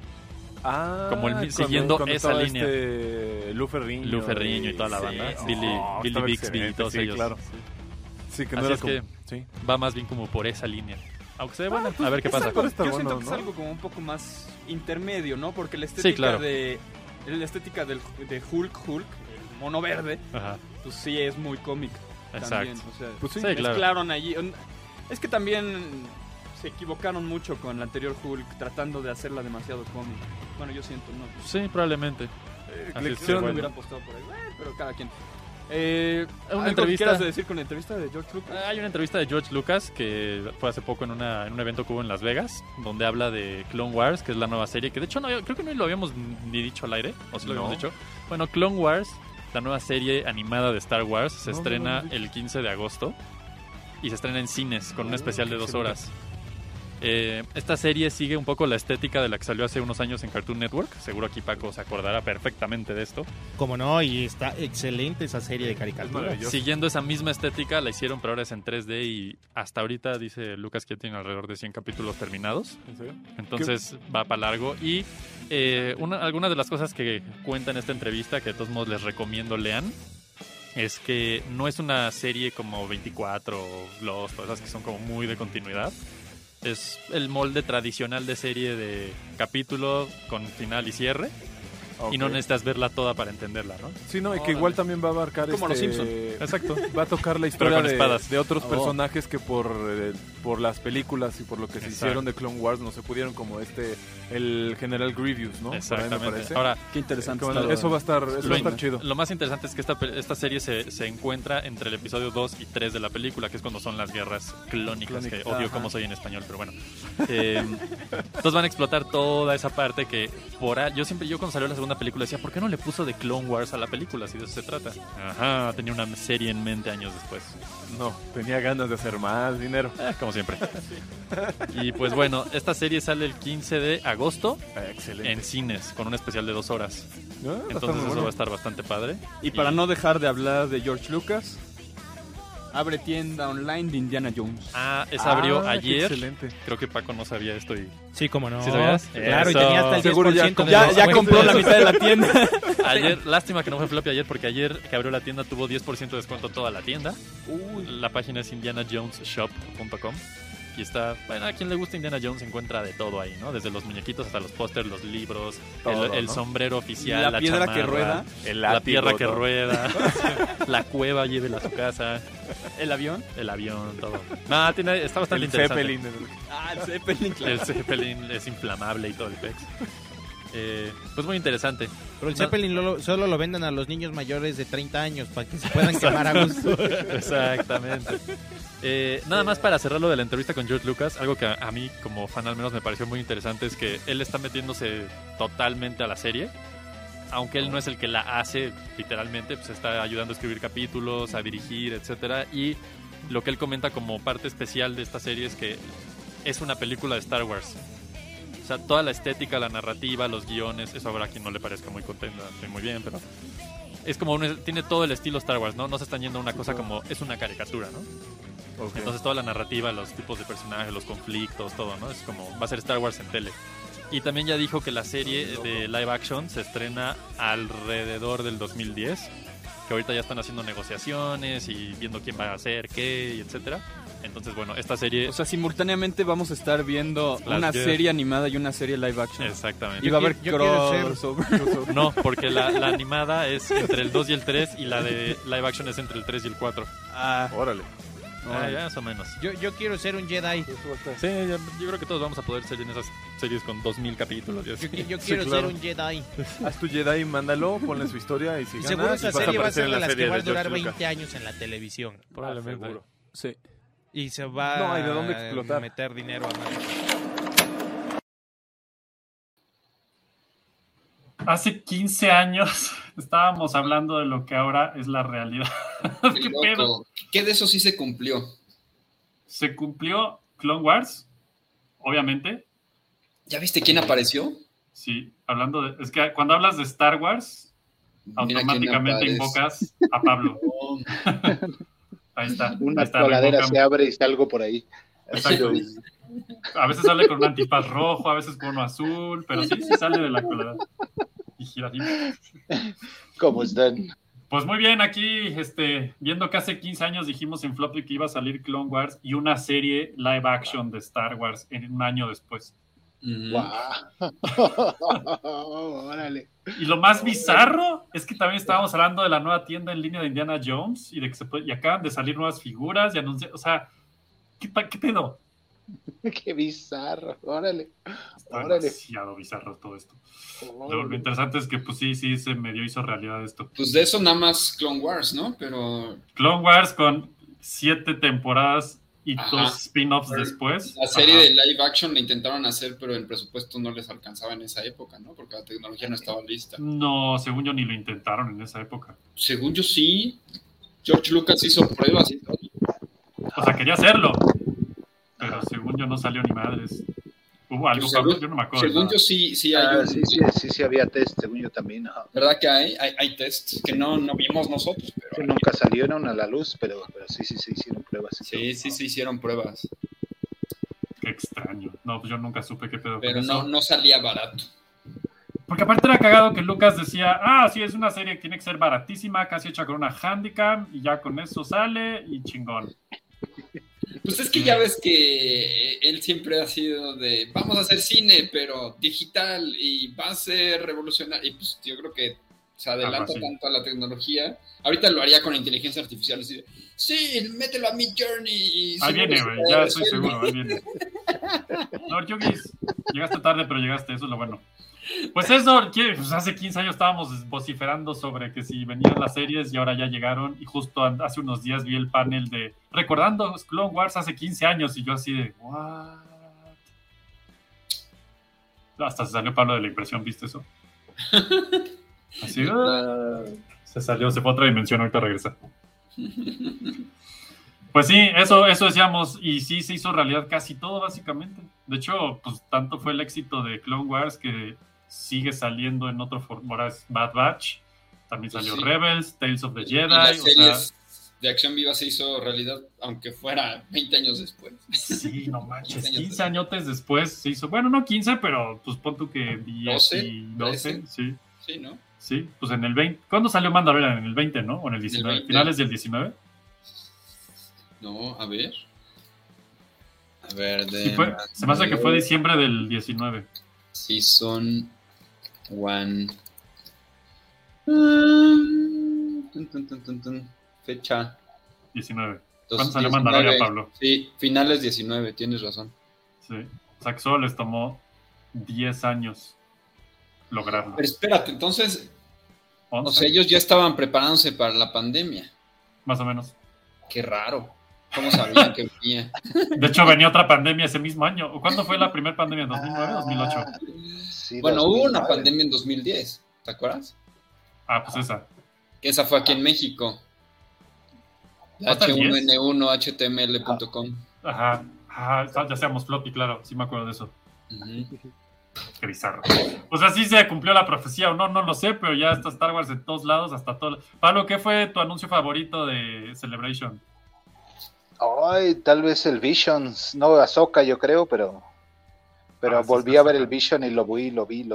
Como siguiendo esa estaba línea. Lou Ferrigno. Lou Ferrigno y toda la banda. Billy estaba Bixby y excelente, todos sí, ellos. claro. Sí, que no Así era es como... que- Sí. Va más bien como por esa línea. Aunque se ve bueno, pues, a ver qué pasa. Está Yo bueno, siento que ¿no? es algo como un poco más intermedio, ¿no? Porque la estética claro. de de Hulk, el mono verde, Ajá, pues sí es muy cómica. También, exacto. o sea, Pues sí, Sí, claro. mezclaron allí. Es que también se equivocaron mucho con la anterior Hulk tratando de hacerla demasiado cómica. Bueno, yo siento, ¿no? Pues, Sí, probablemente. Así le es que, hicieron- bueno. hubiera apostado por ahí, pero cada quien. Una ¿Algo entrevista- que quieras decir con la entrevista de George Lucas? Hay una entrevista de George Lucas que fue hace poco en un evento que hubo en Las Vegas, donde habla de Clone Wars, que es la nueva serie, que de hecho creo que no lo habíamos ni dicho al aire, o sí lo habíamos dicho. Bueno, Clone Wars, la nueva serie animada de Star Wars, se No, no lo estrena habíamos dicho. el 15 de agosto y se estrena en cines con un especial de 2 horas. Esta serie sigue un poco la estética de la que salió hace unos años en Cartoon Network. Seguro aquí Paco se acordará perfectamente de esto. Como no, y está excelente esa serie de caricaturas. maravilloso. Siguiendo esa misma estética, la hicieron, pero ahora es en 3D y hasta ahorita dice Lucas que ya tiene alrededor de 100 capítulos terminados. ¿En serio? Entonces va para largo. Y algunas de las cosas que cuenta en esta entrevista, que de todos modos les recomiendo lean, es que no es una serie como 24 o Lost, todas esas que son como muy de continuidad. Es el molde tradicional de serie de capítulo con final y cierre. Y no Ok. necesitas verla toda para entenderla, ¿no? Sí, no, y que igual también va a abarcar Como los Simpson. Exacto. Va a tocar la historia con espadas. de otros Oh. personajes que por las películas y por lo que se Exacto. hicieron de Clone Wars no se pudieron, como el General Grievous, ¿no? Por ahí me Exactamente. parece. Ahora, Qué interesante. Como está. eso va a estar chido. lo más interesante es que esta serie se encuentra entre el episodio 2 y 3 de la película, que es cuando son las guerras clónicas, que odio Ajá. cómo soy en español, pero bueno. Entonces van a explotar toda esa parte que yo cuando salió la segunda película decía, ¿por qué no le puso de Clone Wars a la película si de eso se trata? Ajá, tenía una serie en mente años después. No, tenía ganas de hacer más dinero. Como siempre. Y pues bueno, esta serie sale el 15 de agosto Excelente. en cines, con un especial de 2 horas. Va a estar Entonces muy eso bueno. va a estar bastante padre. Y para no dejar de hablar de George Lucas, abre tienda online de Indiana Jones. Esa abrió qué ayer. Excelente. Creo que Paco no sabía esto y Sí, como no. ¿Sí sabías? Claro, Eso. y tenía hasta el 10% Seguro ya de Ya descuento. compró la mitad de la tienda. ayer, lástima que no fue floppy ayer porque ayer que abrió la tienda tuvo 10% de descuento toda la tienda. La página es indianajoneshop.com y está, bueno, a quien le gusta Indiana Jones encuentra de todo ahí, ¿no? Desde los muñequitos hasta los pósters, los libros, Todo, el ¿no? sombrero oficial, La piedra que chamarra, rueda. El la látigo, tierra que ¿no? rueda, la cueva, llévela a su casa, ¿El avión? el avión, todo. No, está bastante El interesante. Zeppelin. El Zeppelin, claro. El Zeppelin es inflamable y todo el pex. Pues muy interesante. Pero el Zeppelin solo lo venden a los niños mayores de 30 años para que se puedan quemar a gusto. Exactamente. Nada más para cerrar lo de la entrevista con George Lucas, algo que a mí como fan al menos me pareció muy interesante es que él está metiéndose totalmente a la serie, aunque él no es el que la hace literalmente, pues está ayudando a escribir capítulos, a dirigir, etcétera, y lo que él comenta como parte especial de esta serie es que es una película de Star Wars. O sea, toda la estética, la narrativa, los guiones, eso habrá quien no le parezca muy contenta, estoy muy bien, pero es como tiene todo el estilo Star Wars, ¿no? No se están yendo a una cosa como, es una caricatura, ¿no? Okay. Entonces toda la narrativa, los tipos de personajes, los conflictos, todo, ¿no? Es como, va a ser Star Wars en tele. Y también ya dijo que la serie de live action se estrena alrededor del 2010, que ahorita ya están haciendo negociaciones y viendo quién va a hacer qué, y etcétera. Entonces, bueno, esta serie... O sea, simultáneamente vamos a estar viendo una serie animada y una serie live action. Exactamente. Y va a haber crossover. No, porque la animada es entre el 2 y el 3 y la de live action es entre el 3 y el 4. Ah, órale. Ya más o menos. Yo quiero ser un Jedi. Sí, yo creo que todos vamos a poder ser en esas series con 2000 capítulos. Yo quiero ser un Jedi. Haz tu Jedi, mándalo, ponle su historia y si ganas, seguro esa serie va a ser de las que va a durar George 20 años en la televisión. Probablemente. Seguro. Sí. Y se va hay de dónde explotar. A meter dinero a nadie. Hace 15 años estábamos hablando de lo que ahora es la realidad. ¿Qué pedo? ¿Qué de eso sí se cumplió? Se cumplió Clone Wars, obviamente. ¿Ya viste quién apareció? Sí, hablando de... Es que cuando hablas de Star Wars, automáticamente invocas a Pablo. Ahí está. Una coladera se abre y salgo por ahí. Exacto. A veces sale con un antifaz rojo, a veces con uno azul, pero sí sale de la coladera. Y giradito. ¿Cómo están? Pues muy bien, aquí viendo que hace 15 años dijimos en Floppy que iba a salir Clone Wars y una serie live action de Star Wars en un año después. Órale. Y lo más bizarro es que también estábamos hablando de la nueva tienda en línea de Indiana Jones y de que y acaban de salir nuevas figuras y anunciar, o sea, ¿qué pedo? Qué bizarro, órale. Está demasiado bizarro todo esto. Lo interesante es que pues sí, se medio hizo realidad esto. Pues de eso nada más Clone Wars, ¿no? Pero... Clone Wars con 7 temporadas y 2 spin-offs después. La serie de live action la intentaron hacer, pero el presupuesto no les alcanzaba en esa época, ¿no? Porque la tecnología no estaba lista. No, según yo ni lo intentaron en esa época. Según yo sí. George Lucas hizo pruebas y todo. O sea, quería hacerlo. Pero según yo no salió ni madres. Hubo algo, yo no me acuerdo. Según yo sí hay sí había test, según yo también. Ajá. ¿Verdad que hay tests que no vimos nosotros? Pero que nunca salieron a la luz, pero sí se hicieron pruebas. Sí se hicieron pruebas. Qué extraño. No, pues yo nunca supe qué pedo. Pero no salía barato. Porque aparte era cagado que Lucas decía, sí, es una serie que tiene que ser baratísima, casi hecha con una handicam, y ya con eso sale, y chingón. Pues es que ya ves que él siempre ha sido de, vamos a hacer cine, pero digital, y va a ser revolucionario, y pues yo creo que se adelanta tanto a la tecnología. Ahorita lo haría con inteligencia artificial, así de, sí, mételo a Midjourney. Ahí viene, güey, ya estoy seguro, ahí viene. No, Yugis, llegaste tarde, pero llegaste, eso es lo bueno. Pues eso, pues hace 15 años estábamos vociferando sobre que si venían las series y ahora ya llegaron, y justo hace unos días vi el panel de recordando Clone Wars hace 15 años y yo así de what? Hasta se salió Pablo de la impresión, ¿viste eso? Así se salió, se fue a otra dimensión, ahorita regresa. Pues sí, eso decíamos, y sí se hizo realidad casi todo básicamente. De hecho, pues tanto fue el éxito de Clone Wars que sigue saliendo en otro formato. Ahora es Bad Batch, también salió Rebels, Tales of the Jedi. Y las series de acción viva se hizo realidad, aunque fuera 20 años después. Sí, no manches, 15 añotes después se hizo, bueno, no 15, pero pues pon tú que 10 y 12, sí. Sí, ¿no? Sí, pues en el 20, ¿cuándo salió Mandalorian? En el 20, ¿no? O en el 19, finales del 19. No, a ver. Sí, se me hace que fue diciembre del 19. Season 1. Fecha 19. ¿Cuándo salió Mandalorian, Pablo? Sí, finales 19, tienes razón. Sí, o sea que solo les tomó 10 años lograrlo. Pero espérate, entonces, 11. O sea, ellos ya estaban preparándose para la pandemia. Más o menos. Qué raro. ¿Cómo sabían que venía? De hecho, venía otra pandemia ese mismo año. ¿Cuándo fue la primera pandemia? ¿En 2009 o 2008? Sí, bueno, 2009. hubo una pandemia en 2010, ¿te acuerdas? Pues esa. Que esa fue aquí en México. H1N1HTML.com. Ajá. Ya seamos floppy, claro. Sí me acuerdo de eso. Qué bizarro. O sea, sí se cumplió la profecía o no, no lo sé, pero ya está Star Wars de todos lados, hasta todo. Pablo, ¿qué fue tu anuncio favorito de Celebration? Ay, tal vez el Visions, no Ahsoka yo creo, pero volví a ver el Vision y lo vi.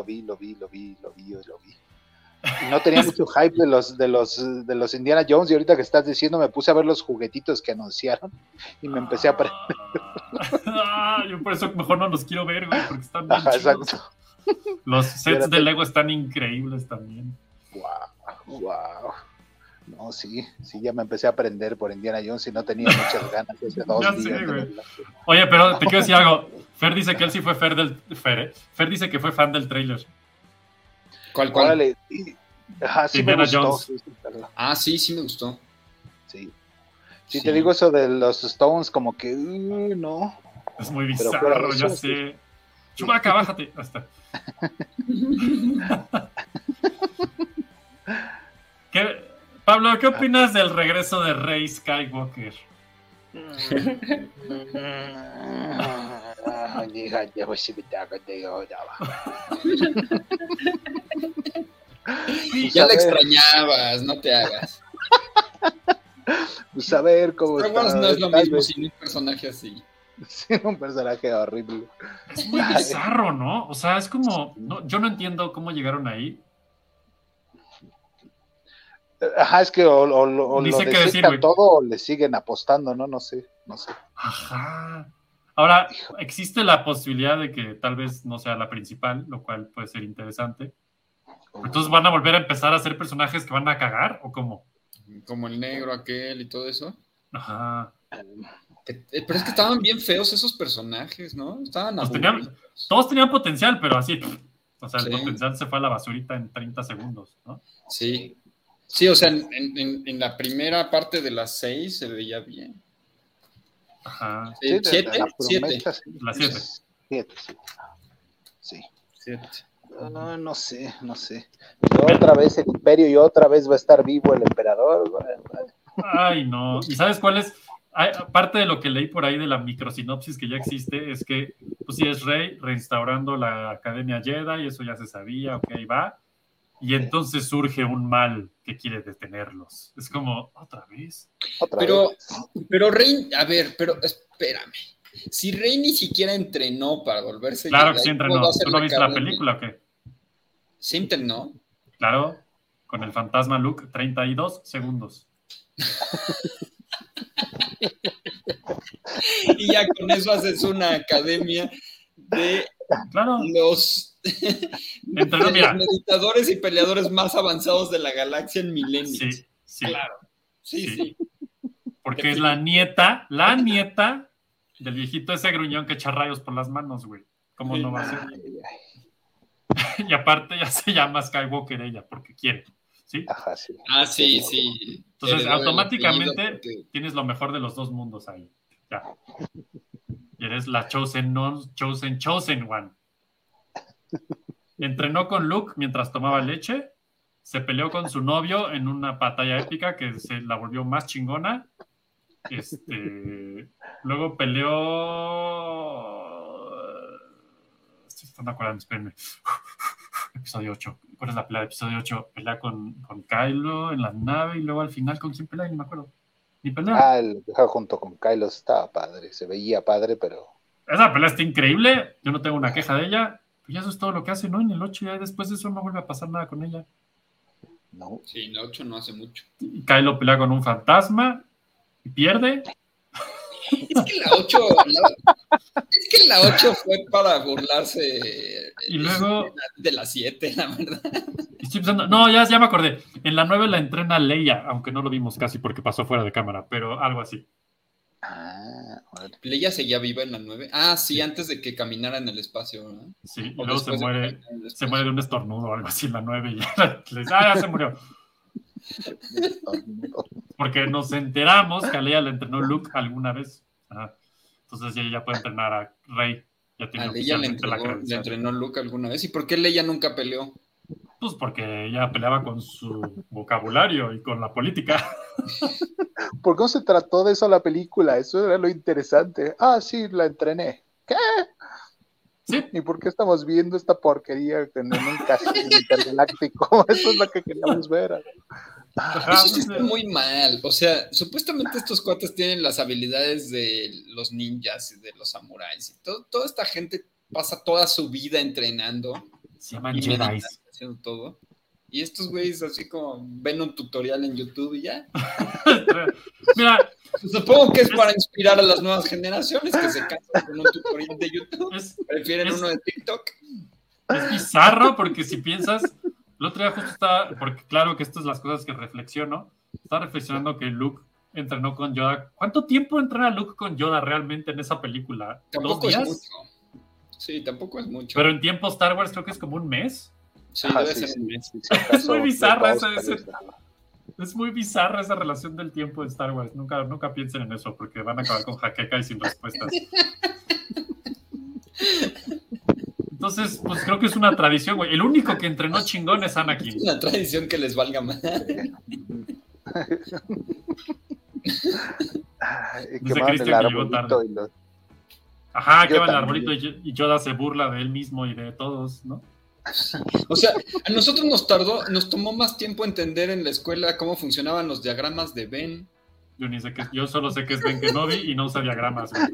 Y no tenía mucho hype de los Indiana Jones, y ahorita que estás diciendo me puse a ver los juguetitos que anunciaron y me empecé a aprender. Yo por eso mejor no los quiero ver, güey, porque están bien chidos. Exacto. Los sets de Lego están increíbles también. Wow. No, sí, ya me empecé a aprender por Indiana Jones y no tenía muchas ganas desde 2 días. Sé, oye, pero te quiero decir algo. Fer dice que él sí fue Fer dice que fue fan del trailer. ¿Cuál? Sí me gustó. Sí me gustó. Sí, te digo eso de los Stones, como que no. Es muy bizarro, ya sé. Chewbacca, bájate. Hasta. Pablo, ¿qué opinas del regreso de Rey Skywalker? Ya la extrañabas, no te hagas. Pues a ver cómo Star Wars no es lo mismo sin un personaje así. Sin un personaje horrible. Es muy bizarro, ¿no? O sea, es como... yo no entiendo cómo llegaron ahí. Ajá, es que o lo decir, todo o le siguen apostando, ¿no? No sé. Ajá. Ahora, existe la posibilidad de que tal vez no sea la principal, lo cual puede ser interesante. Entonces, ¿van a volver a empezar a hacer personajes que van a cagar o cómo? Como el negro aquel y todo eso. Ajá. Pero es que estaban bien feos esos personajes, ¿no? Estaban todos tenían potencial, pero así... O sea, el potencial se fue a la basurita en 30 segundos, ¿no? Sí. Sí, o sea, en la primera parte de las 6 se veía bien. Ajá. ¿7? La 7. 7, sí. 7. No sé. Y otra vez el Imperio y otra vez va a estar vivo el Emperador. Ay, no. ¿Y sabes cuál es? Parte de lo que leí por ahí de la microsinopsis que ya existe es que, pues sí, es Rey reinstaurando la Academia Jedi, y eso ya se sabía, ok, va. Y entonces surge un mal que quiere detenerlos. Es como, ¿otra vez? Pero Rey, a ver, pero espérame. Si Rey ni siquiera entrenó para volverse... Claro que sí entrenó. ¿Tú no viste la película o qué? ¿Sí entrenó? Claro, con el fantasma Luke, 32 segundos. Y ya con eso haces una academia de los... los meditadores y peleadores más avanzados de la galaxia en milenios. Sí. Claro. Sí. Porque es la nieta del viejito ese gruñón que echa rayos por las manos, güey. ¿Cómo no va a ser? Y aparte ya se llama Skywalker ella, porque quiere. ¿Sí? Ajá, sí. Sí. Entonces, automáticamente tienes lo mejor de los dos mundos ahí. Ya. Y eres la chosen one. Entrenó con Luke mientras tomaba leche, se peleó con su novio en una batalla épica que se la volvió más chingona. Luego peleó... Se están acordando, espérenme. Episodio 8. ¿Cuál es la pelea de episodio 8? Pelea con Kylo en la nave y luego al final ¿con quién pelea? Ni me acuerdo. Ni pelea. El junto con Kylo estaba padre, se veía padre, pero... Esa pelea está increíble, yo no tengo una queja de ella. Pues ya eso es todo lo que hace, ¿no? En el 8 ya después de eso no vuelve a pasar nada con ella. No. Sí, en el 8 no hace mucho. Y Kylo pelea con un fantasma y pierde. Es que la 8 fue para burlarse y luego de la 7, la verdad. Estoy pensando, no, ya me acordé. En la 9 la entrena Leia, aunque no lo vimos casi porque pasó fuera de cámara, pero algo así. Leia seguía viva en la 9. Sí, antes de que caminara en el espacio, ¿no? Sí, y luego se muere de un estornudo o algo así en la 9 y ya se murió. Porque nos enteramos que a Leia la entrenó Luke alguna vez. Entonces ella puede entrenar a Rey. Ya tiene Leia le entrenó Luke alguna vez. ¿Y por qué Leia nunca peleó? Pues porque ella peleaba con su vocabulario y con la política. ¿Por qué no se trató de eso la película? Eso era lo interesante. Ah, sí, la entrené. ¿Qué? Sí. ¿Y por qué estamos viendo esta porquería en un castillo intergaláctico? Eso es lo que queríamos ver. Eso sí está muy mal. O sea, supuestamente estos cuates tienen las habilidades de los ninjas y de los samuráis. Y toda esta gente pasa toda su vida entrenando. Se llaman y Jedi. Haciendo todo. Y estos güeyes así como ven un tutorial en YouTube y ya. Mira, supongo que es para inspirar a las nuevas generaciones que se casan con un tutorial de YouTube. Prefieren uno de TikTok. Es bizarro porque si piensas, el otro día justo estaba, porque claro que estas son las cosas que reflexiono, estaba reflexionando que Luke entrenó con Yoda. ¿Cuánto tiempo entrena Luke con Yoda realmente en esa película? Tampoco ¿2 días? es mucho. Sí, tampoco es mucho. Pero en tiempo Star Wars creo que es como un mes. Sí, debe ser un mes. Es muy bizarra es muy bizarra esa relación del tiempo de Star Wars. Nunca piensen en eso porque van a acabar con jaqueca y sin respuestas. Entonces, pues creo que es una tradición, güey. El único que entrenó chingón es Anakin. Es una tradición que les valga más. Que Dice van Cristian el que llegó tarde. arbolito y los... Ajá, que Yo va el también. arbolito y Yoda se burla de él mismo y de todos, ¿no? O sea, a nosotros nos tomó más tiempo entender en la escuela cómo funcionaban los diagramas de Venn. Yo solo sé que es Ben Kenobi y no usa diagramas, güey.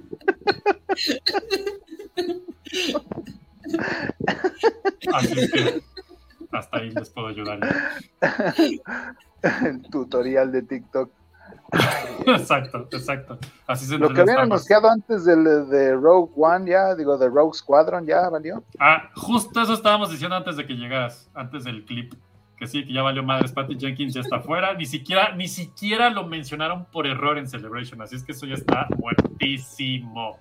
Así es que hasta ahí les puedo ayudar. El tutorial de TikTok. Exacto. Así se Lo que habían anunciado antes de Rogue One, de Rogue Squadron, ya valió. Justo eso estábamos diciendo antes de que llegaras, antes del clip. Que sí, que ya valió madres. Patty Jenkins ya está fuera. Ni siquiera lo mencionaron por error en Celebration. Así es que eso ya está muertísimo.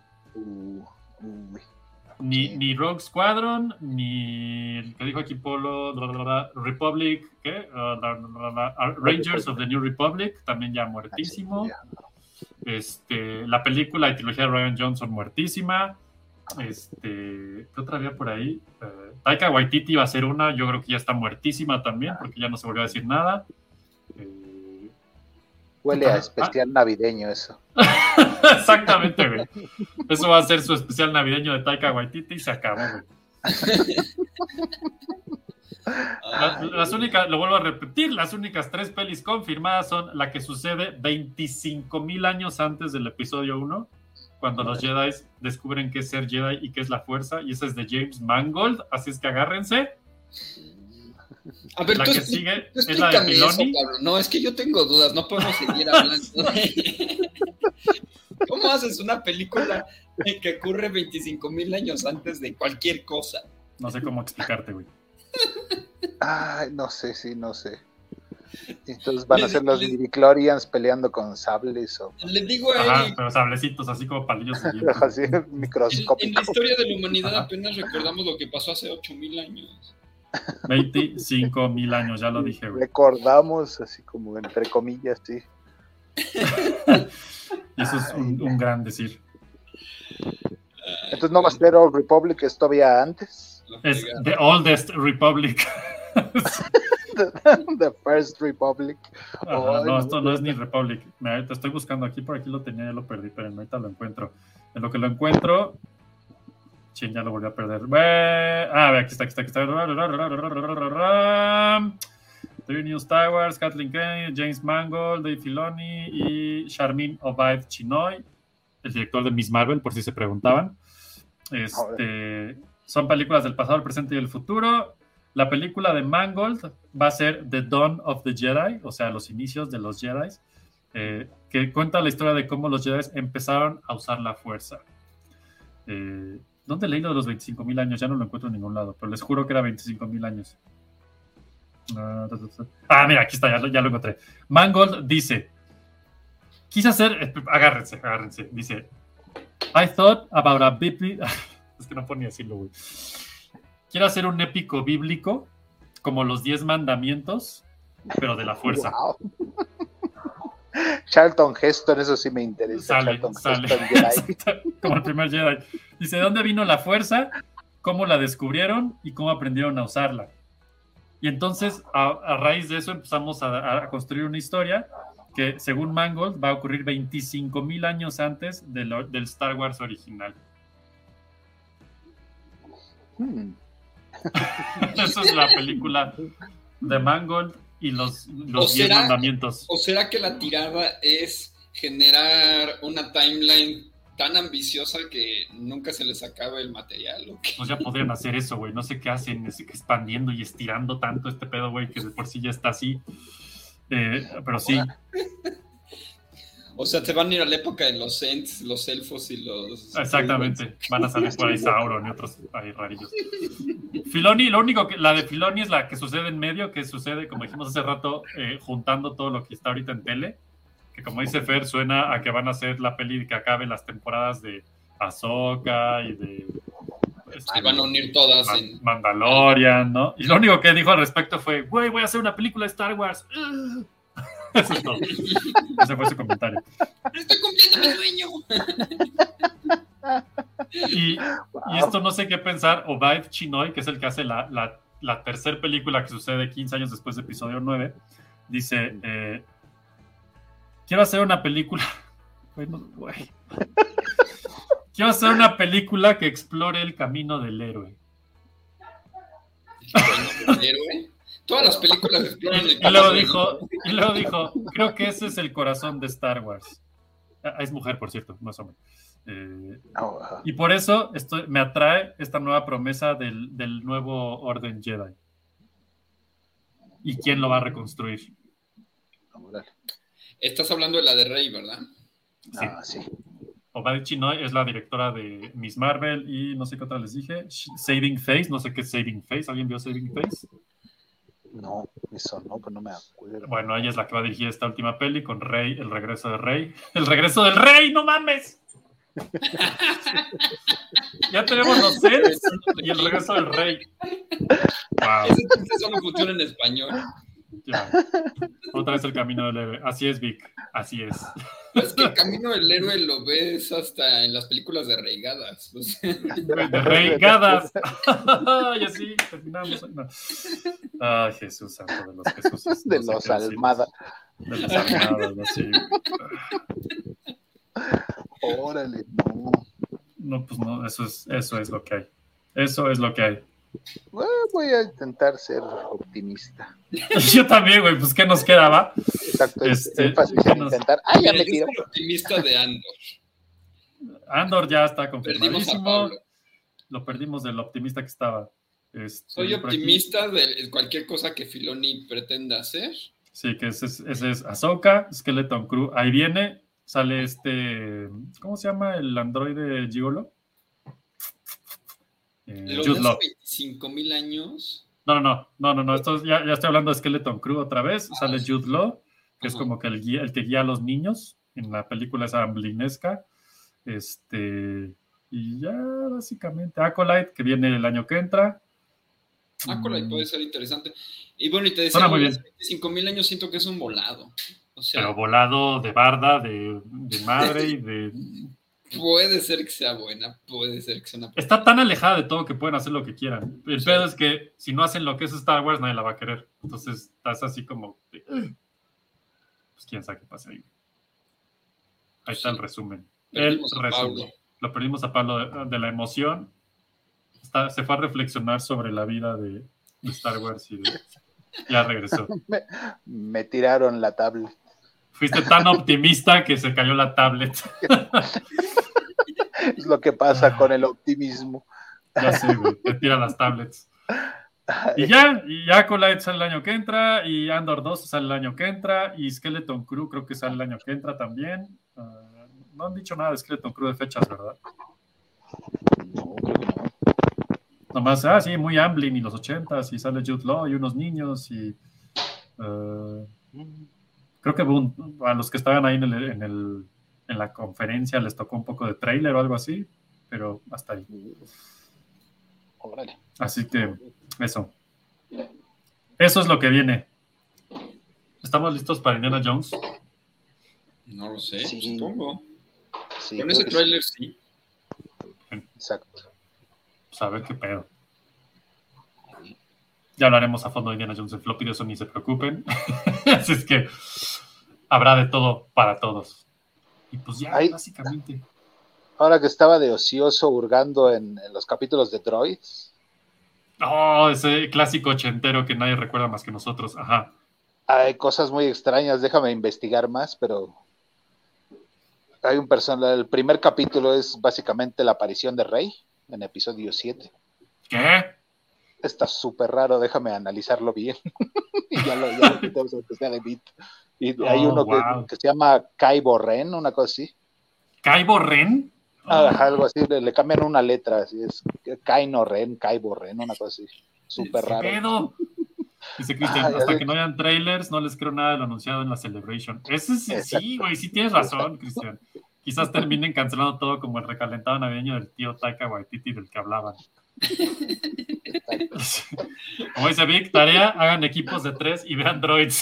Ni Rogue Squadron, ni el que dijo aquí Polo, Republic, ¿qué? Rangers of the New Republic, también ya muertísimo. La película y trilogía de Rian Johnson, muertísima. ¿Qué otra había por ahí? Taika Waititi iba a ser una, yo creo que ya está muertísima también, porque ya no se volvió a decir nada. Huele a especial navideño eso. Exactamente, güey. Eso va a ser su especial navideño de Taika Waititi y se acabó, güey. Las únicas, lo vuelvo a repetir, las únicas 3 pelis confirmadas son la que sucede 25,000 años antes del episodio 1, cuando los Jedi descubren qué es ser Jedi y qué es la fuerza, y esa es de James Mangold, así es que agárrense. A ver, la que sigue es la de Filoni. No, es que yo tengo dudas, no podemos seguir hablando. ¿Cómo haces una película que ocurre 25,000 años antes de cualquier cosa? No sé cómo explicarte, güey. Ay, no sé. Entonces van a ser los midichlorians peleando con sables o... Le digo a Eric, pero sablecitos, así como palillos. Así, microscópicos. en la historia de la humanidad apenas recordamos lo que pasó hace 8,000 años. 25,000 años, ya lo dije, güey. Recordamos, así como entre comillas, sí. Eso es un gran decir. Entonces no va a ser Old Republic, es todavía antes. Es The Oldest Republic. The First Republic. No, esto no es ni Republic. Mira, te estoy buscando aquí, por aquí lo tenía, ya lo perdí, pero ahorita lo encuentro. En lo que lo encuentro... Chin, ya lo volví a perder. Aquí está. The New Star Wars, Kathleen Kennedy, James Mangold, Dave Filoni y Sharmeen Obaid Chinoy, el director de Miss Marvel, por si se preguntaban. Son películas del pasado, el presente y el futuro. La película de Mangold va a ser The Dawn of the Jedi, o sea, los inicios de los Jedi, que cuenta la historia de cómo los Jedi empezaron a usar la fuerza. ¿Dónde leí lo de los 25,000 años? Ya no lo encuentro en ningún lado, pero les juro que era 25,000 años. Mira, aquí está, ya lo encontré. Mangold dice, quise hacer, agárrense, dice, I thought about a biblical, es que no puedo ni decirlo, güey. Quiero hacer un épico bíblico, como los 10 mandamientos, pero de la fuerza. Wow. Charlton Heston, eso sí me interesa. Sale. Como el primer Jedi. Dice, ¿de dónde vino la fuerza? ¿Cómo la descubrieron? ¿Y cómo aprendieron a usarla? Y entonces, a raíz de eso, empezamos a construir una historia que, según Mangold, va a ocurrir 25,000 años antes del Star Wars original. Esa es la película de Mangold y los 10 mandamientos. ¿O será que la tirada es generar una timeline tan ambiciosa que nunca se les acabe el material? ¿O qué? Pues ya podrían hacer eso, güey. No sé qué hacen, expandiendo y estirando tanto este pedo, güey, que de por sí ya está así. Pero sí. O sea, te van a ir a la época de los Ents, los elfos y los... Exactamente. Van a salir por ahí Sauron y otros ahí rarillos. Filoni, la de Filoni es la que sucede en medio, que sucede, como dijimos hace rato, juntando todo lo que está ahorita en tele. Que como dice Fer, suena a que van a hacer la peli que acabe las temporadas de Ahsoka y de... van a unir todas en... Mandalorian, ¿no? Y lo único que dijo al respecto fue, güey, voy a hacer una película de Star Wars. Eso es todo. Ese fue su comentario. ¡Estoy cumpliendo mi sueño! Y esto no sé qué pensar. Obaid Chinoy, que es el que hace la tercera película que sucede 15 años después de episodio 9, dice... quiero hacer una película. Quiero hacer una película que explore el camino del héroe. ¿El héroe? Todas las películas exploran el camino del héroe. Y luego dijo, creo que ese es el corazón de Star Wars. Es mujer, por cierto, no es hombre. Y por eso me atrae esta nueva promesa del nuevo orden Jedi. ¿Y quién lo va a reconstruir? Estás hablando de la de Rey, ¿verdad? Sí. Obaid Chinoy es la directora de Miss Marvel y no sé qué otra les dije. Saving Face, no sé qué es Saving Face. ¿Alguien vio Saving Face? No, eso no, pues no me acuerdo. Bueno, ella es la que va a dirigir esta última peli con Rey, el regreso de Rey. ¡El regreso del Rey! ¡No mames! Ya tenemos los sets y el regreso del Rey. Wow. Ese chiste solo funciona en español. Ya. Otra vez el camino del héroe. Así es, Vic. Así es. Es que el camino del héroe lo ves hasta en las películas de Reigadas. O sea. De Reigadas. Y así terminamos. No. Ay, Jesús santo de los Jesús. De no los Almada. De los Almada, no sé. Órale, no. No, pues no, eso es lo que hay. Eso es lo que hay. Bueno, voy a intentar ser optimista. Yo también, güey, pues ¿qué nos quedaba? Exacto, es fácil intentar. Ya me tiro. Soy optimista de Andor. Andor ya está confirmadísimo. Lo perdimos del optimista que estaba. Soy optimista de cualquier cosa que Filoni pretenda hacer. Sí, que ese es Ahsoka, Skeleton Crew. Ahí viene, sale ¿cómo se llama el androide Gigolo? ¿Los de hace 25,000 años? No. Esto ya estoy hablando de Skeleton Crew otra vez. Sale Jude Law, que es como que el que guía a los niños en la película esa amblinesca. Y ya básicamente Acolyte, que viene el año que entra. Acolyte puede ser interesante. Y bueno, y te decía, 25,000 años siento que es un volado. O sea, pero volado de barda, de madre y de... Puede ser que sea buena, puede ser que sea una... Está tan alejada de todo que pueden hacer lo que quieran. El pedo es que si no hacen lo que es Star Wars, nadie la va a querer. Entonces estás así como... Pues quién sabe qué pasa ahí. Ahí está el resumen. Lo perdimos a Pablo de la emoción. Se fue a reflexionar sobre la vida de Star Wars y ya regresó. Me tiraron la tablet. Fuiste tan optimista que se cayó la tablet. Es lo que pasa con el optimismo. Ya sé, güey, te tiran las tablets. Y ya Acolyte sale el año que entra, y Andor 2 sale el año que entra, y Skeleton Crew creo que sale el año que entra también. No han dicho nada de Skeleton Crew de fechas, ¿verdad? No, creo que no. Nomás, sí, muy Amblin y los 80s, y sale Jude Law y unos niños, y creo que a los que estaban ahí en la conferencia les tocó un poco de trailer o algo así, pero hasta ahí. Órale. Así que eso es lo que viene. ¿Estamos listos para Indiana Jones? No lo sé, sí, supongo. Sí, con ese trailer sí. Exacto. Pues a ver qué pedo. Ya hablaremos a fondo de Indiana Jones en floppy, de eso ni se preocupen. Así es que habrá de todo para todos. Y pues ya, básicamente. Ahora que estaba de ocioso hurgando en los capítulos de Droids. Oh, ese clásico ochentero que nadie recuerda más que nosotros. Ajá. Hay cosas muy extrañas, déjame investigar más, pero hay un personaje. El primer capítulo es básicamente la aparición de Rey en episodio 7. ¿Qué? Está súper raro, déjame analizarlo bien. Y ya lo quitamos aunque sea de beat. Y hay uno que se llama Kybo Ren, una cosa así. ¿Kybo Ren? Algo así, le cambian una letra, así es Kyno Ren, Kybo Ren, una cosa así. Súper raro. Pedo. Dice Cristian, hasta que no hayan trailers, no les creo nada de lo anunciado en la Celebration. Sí, güey, sí tienes razón, Cristian. Quizás terminen cancelando todo como el recalentado navideño del tío Taika Waititi del que hablaban. Como dice Vic, tarea, hagan equipos de 3 y vean droids.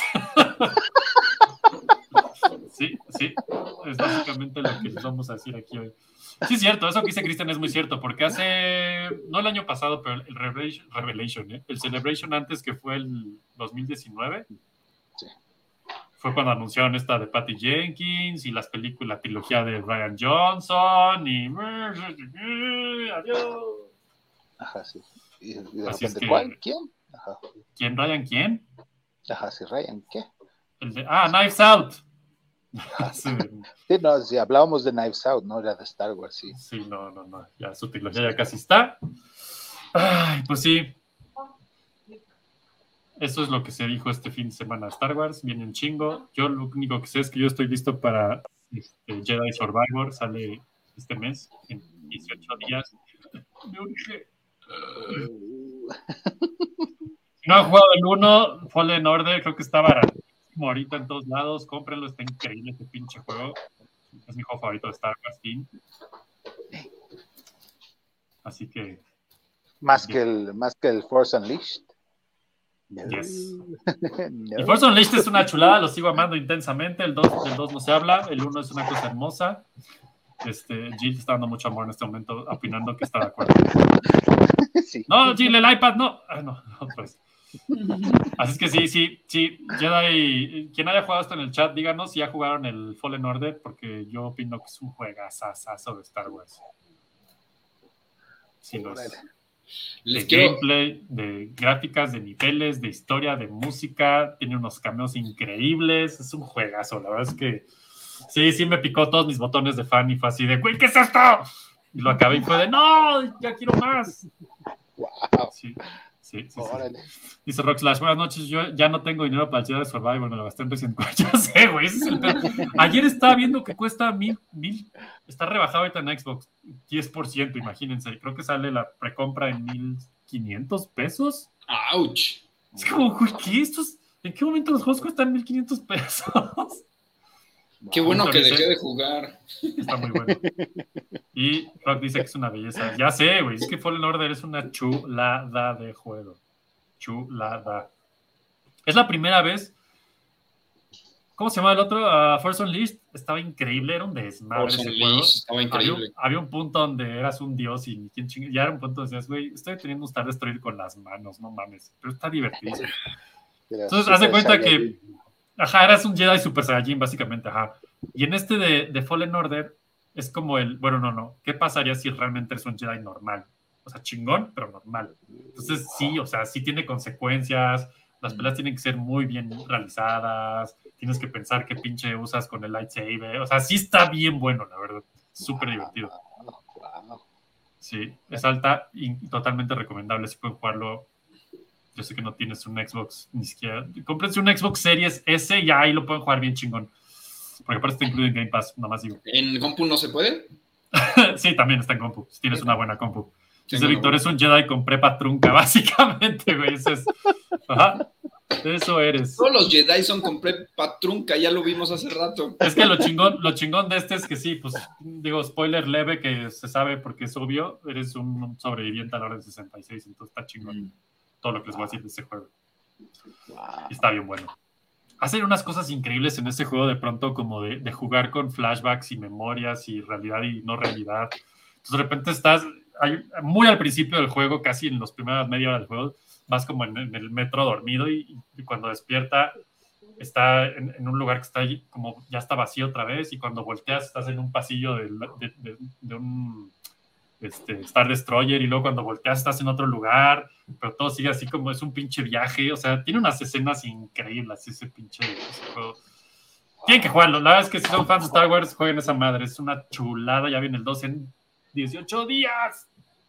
Sí, es básicamente lo que les vamos a decir aquí hoy. Sí, es cierto, eso que dice Cristian es muy cierto, porque no el año pasado, pero el Revelation, el Celebration antes, que fue el 2019, sí. Fue cuando anunciaron esta de Patty Jenkins y la trilogía de Rian Johnson y adiós. Ajá, sí. Y de repente, ¿cuál? ¿Quién? Ajá. ¿Quién, Ryan? ¿Quién? Ajá, sí, Ryan, ¿qué? Knives Out. Sí, no, si hablábamos de Knives Out, no era de Star Wars, sí. Sí, no, ya su trilogía ya casi está. Ay, pues sí. Eso es lo que se dijo este fin de semana de Star Wars, viene un chingo. Yo lo único que sé es que yo estoy listo para Jedi Survivor, sale este mes, en 18 días. Me urge. Si no han jugado el 1, Fallen Order, creo que está baratísimo ahorita en todos lados. Cómprenlo, está increíble este pinche juego. Es mi juego favorito de Star Wars Team. Así que. Más que el Force Unleashed. Yes. No. El Force Unleashed es una chulada, lo sigo amando intensamente. El 2 no se habla, el 1 es una cosa hermosa. Jill está dando mucho amor en este momento, opinando que está de acuerdo. Sí. No, Jill, el iPad, no. No, otra vez. Así es que sí. Jedi, quien haya jugado esto en el chat, díganos si ya jugaron el Fallen Order, porque yo opino que es un juegazazazo de Star Wars. Sí, de gameplay, de gráficas, de niveles, de historia, de música, tiene unos cameos increíbles, es un juegazo, la verdad es que sí me picó todos mis botones de fan y fue así de, güey, ¿qué es esto? Y lo acabé y fue de, no, ya quiero más. Wow. Sí. Dice Rockslash, buenas noches, yo ya no tengo dinero para el Jedi Survivor, me lo gasté en Resident Evil. Ya sé, güey, ese es el pedo. Ayer estaba viendo que cuesta 1000, está rebajado ahorita en Xbox, 10%, imagínense, creo que sale la precompra en $1,500. ¡Auch! Es como, güey, ¿qué? ¿En qué momento los juegos cuestan $1,500? Qué bueno que dejé de jugar. Está muy bueno. Y Rock dice que es una belleza. Ya sé, güey. Es que Fallen Order es una chulada de juego. Chulada. Es la primera vez. ¿Cómo se llama el otro? Force Unleashed. Estaba increíble. Era un desmadre ese juego. Estaba increíble. Había un punto donde eras un dios y ya era un punto donde decías, güey, estoy teniendo que destruir con las manos. No mames. Pero está divertidísimo. Entonces, haz de cuenta que eras un Jedi Super Saiyajin, básicamente, Y en este de Fallen Order es como ¿qué pasaría si realmente eres un Jedi normal? O sea, chingón, pero normal. Entonces, sí, o sea, sí tiene consecuencias, las peleas tienen que ser muy bien realizadas, tienes que pensar qué pinche usas con el lightsaber, o sea, sí está bien bueno, la verdad, súper divertido. Sí, es alta y totalmente recomendable, si pueden jugarlo. Yo sé que no tienes un Xbox, ni siquiera. Cómprense un Xbox Series S y ahí lo pueden jugar bien chingón. Porque aparte está incluido en Game Pass, nada más digo. ¿En compu no se puede? Sí, también está en compu, si tienes una buena compu. Dice Víctor, es un Jedi con prepa trunca, básicamente, güey. Eso es. Eso eres. Todos los Jedi son con prepa trunca, ya lo vimos hace rato. Es que lo chingón de este es que sí, pues, digo, spoiler leve que se sabe porque es obvio, eres un sobreviviente a la Orden 66, entonces está chingón. Todo lo que les voy a decir de ese juego. Y está bien bueno. Hacen unas cosas increíbles en ese juego de pronto, como de jugar con flashbacks y memorias y realidad y no realidad. Entonces de repente estás muy al principio del juego, casi en los primeras media hora del juego, vas como en el metro dormido y cuando despierta está en un lugar que está ahí, como ya está vacío otra vez, y cuando volteas estás en un pasillo de un Star Destroyer, y luego cuando volteas estás en otro lugar, pero todo sigue así como es un pinche viaje. O sea, tiene unas escenas increíbles ese pinche juego. Tienen que jugarlo. La verdad es que si son fans de Star Wars, jueguen esa madre. Es una chulada. Ya viene el 2 en 18 días.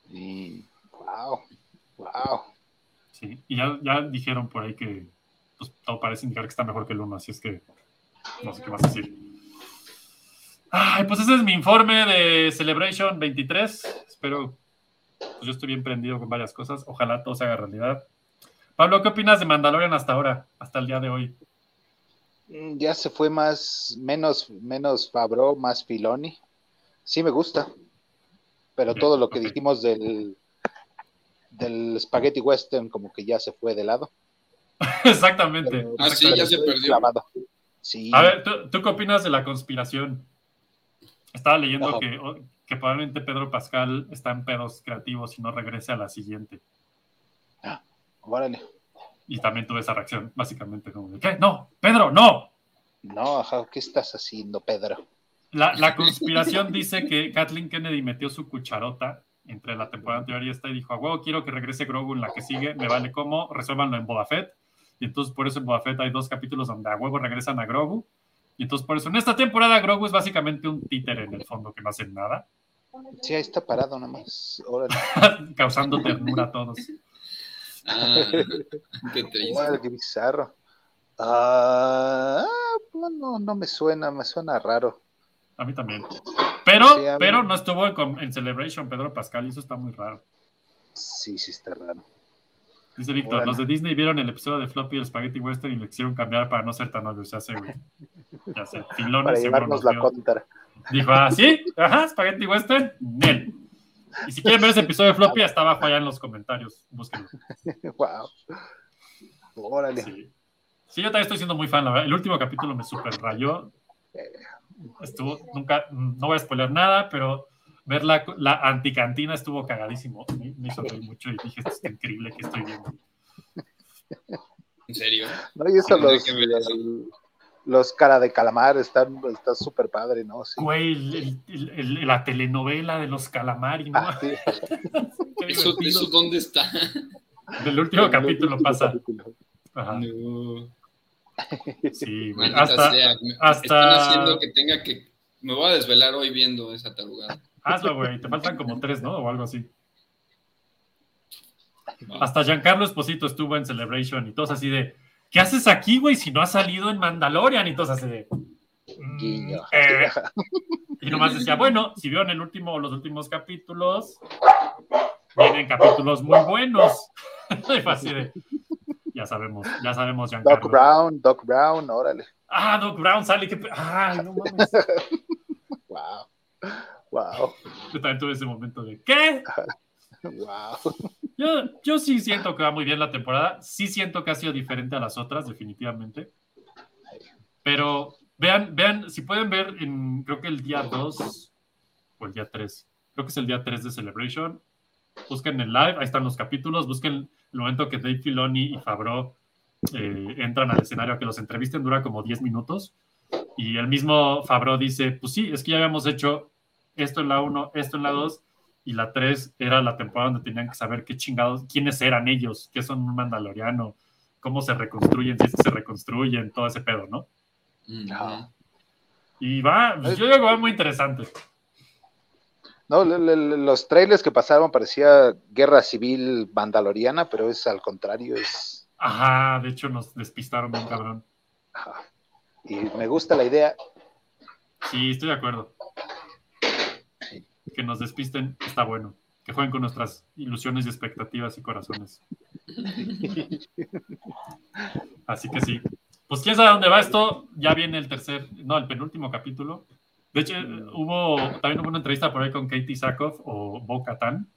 Wow. Sí, y ya dijeron por ahí que pues, todo parece indicar que está mejor que el 1, así es que no sé qué más decir. Ay, pues ese es mi informe de Celebration 23. Espero, pues yo estoy bien prendido con varias cosas. Ojalá todo se haga realidad. Pablo, ¿qué opinas de Mandalorian hasta ahora, hasta el día de hoy? Ya se fue menos Favreau, más Filoni. Sí me gusta, pero bien, todo lo que dijimos del Spaghetti Western como que ya se fue de lado. Exactamente. Pero, sí, ya se perdió. Clavado. Sí. A ver, ¿tú qué opinas de la conspiración? Estaba leyendo que probablemente Pedro Pascal está en pedos creativos y no regrese a la siguiente. Órale. Y también tuve esa reacción, básicamente, como de, ¿qué? ¡No! ¡Pedro, no! No, ¿qué estás haciendo, Pedro? La conspiración dice que Kathleen Kennedy metió su cucharota entre la temporada anterior y esta y dijo, a huevo, quiero que regrese Grogu en la que sigue, me vale cómo, resuélvanlo en Boba Fett. Y entonces por eso en Boba Fett hay 2 capítulos donde a huevo regresan a Grogu. Y entonces por eso en esta temporada Grogu es básicamente un títere en el fondo que no hace nada. Sí, ahí está parado nada más. Causando ternura a todos. Qué triste. Igual, qué bizarro. No me suena raro. A mí también. Pero no estuvo en Celebration Pedro Pascal y eso está muy raro. Sí está raro. Dice Víctor, los de Disney vieron el episodio de Floppy y el Spaghetti Western y le quisieron cambiar para no ser tan obvios. Ya sé, güey. Ya sé. Filones, para llevarnos la contra. Dijo, ¿sí? Ajá, Spaghetti Western, Nel. Y si quieren ver ese episodio de Floppy, está abajo allá en los comentarios. Búsquenlo. Wow. Órale. Sí, yo también estoy siendo muy fan, la verdad. El último capítulo me super rayó. No voy a spoiler nada, pero ver la anticantina estuvo cagadísimo. Me hizo reír mucho y dije, esto está increíble que estoy viendo. ¿En serio? No, y eso los cara de calamar está súper padre, ¿no? Sí. Güey, la telenovela de los calamari, ¿no? Sí. ¿Eso dónde está? Del último capítulo pasa. Ajá. No. Sí, güey. Hasta están haciendo que tenga que... Me voy a desvelar hoy viendo esa tarugada. Hazlo, güey. Te faltan como 3, ¿no? O algo así. Hasta Giancarlo Esposito estuvo en Celebration y todos así de... ¿Qué haces aquí, güey, si no has salido en Mandalorian? Y todos así de... Y nomás decía, bueno, si vieron los últimos capítulos, vienen capítulos muy buenos. Y fue así de... Ya sabemos, Giancarlo. Doc Brown, órale. Doc Brown sale. Ay, no mames. Wow. Yo también tuve ese momento de ¿qué? Wow. Yo sí siento que va muy bien la temporada. Sí siento que ha sido diferente a las otras, definitivamente. Pero vean, si pueden ver creo que el día 2 o el día 3. Creo que es el día 3 de Celebration. Busquen el live, ahí están los capítulos. Busquen el momento que Dave Filoni y Favreau entran al escenario a que los entrevisten. Dura como 10 minutos. Y el mismo Favreau dice, pues sí, es que ya habíamos hecho esto en la 1, esto en la 2, y la 3 era la temporada donde tenían que saber qué chingados, quiénes eran ellos, qué son un mandaloriano, cómo se reconstruyen, si es que se reconstruyen, todo ese pedo, ¿no? Uh-huh. Y yo digo que va muy interesante. No, los trailers que pasaron parecía guerra civil mandaloriana, pero es al contrario, es... Ajá, de hecho nos despistaron bien cabrón. Ajá. Y me gusta la idea. Sí, estoy de acuerdo. Que nos despisten está bueno. Que jueguen con nuestras ilusiones y expectativas y corazones. Así que sí. Pues quién sabe dónde va esto. Ya viene el penúltimo capítulo. De hecho, también hubo una entrevista por ahí con Katie Sackhoff o Bo-Katan.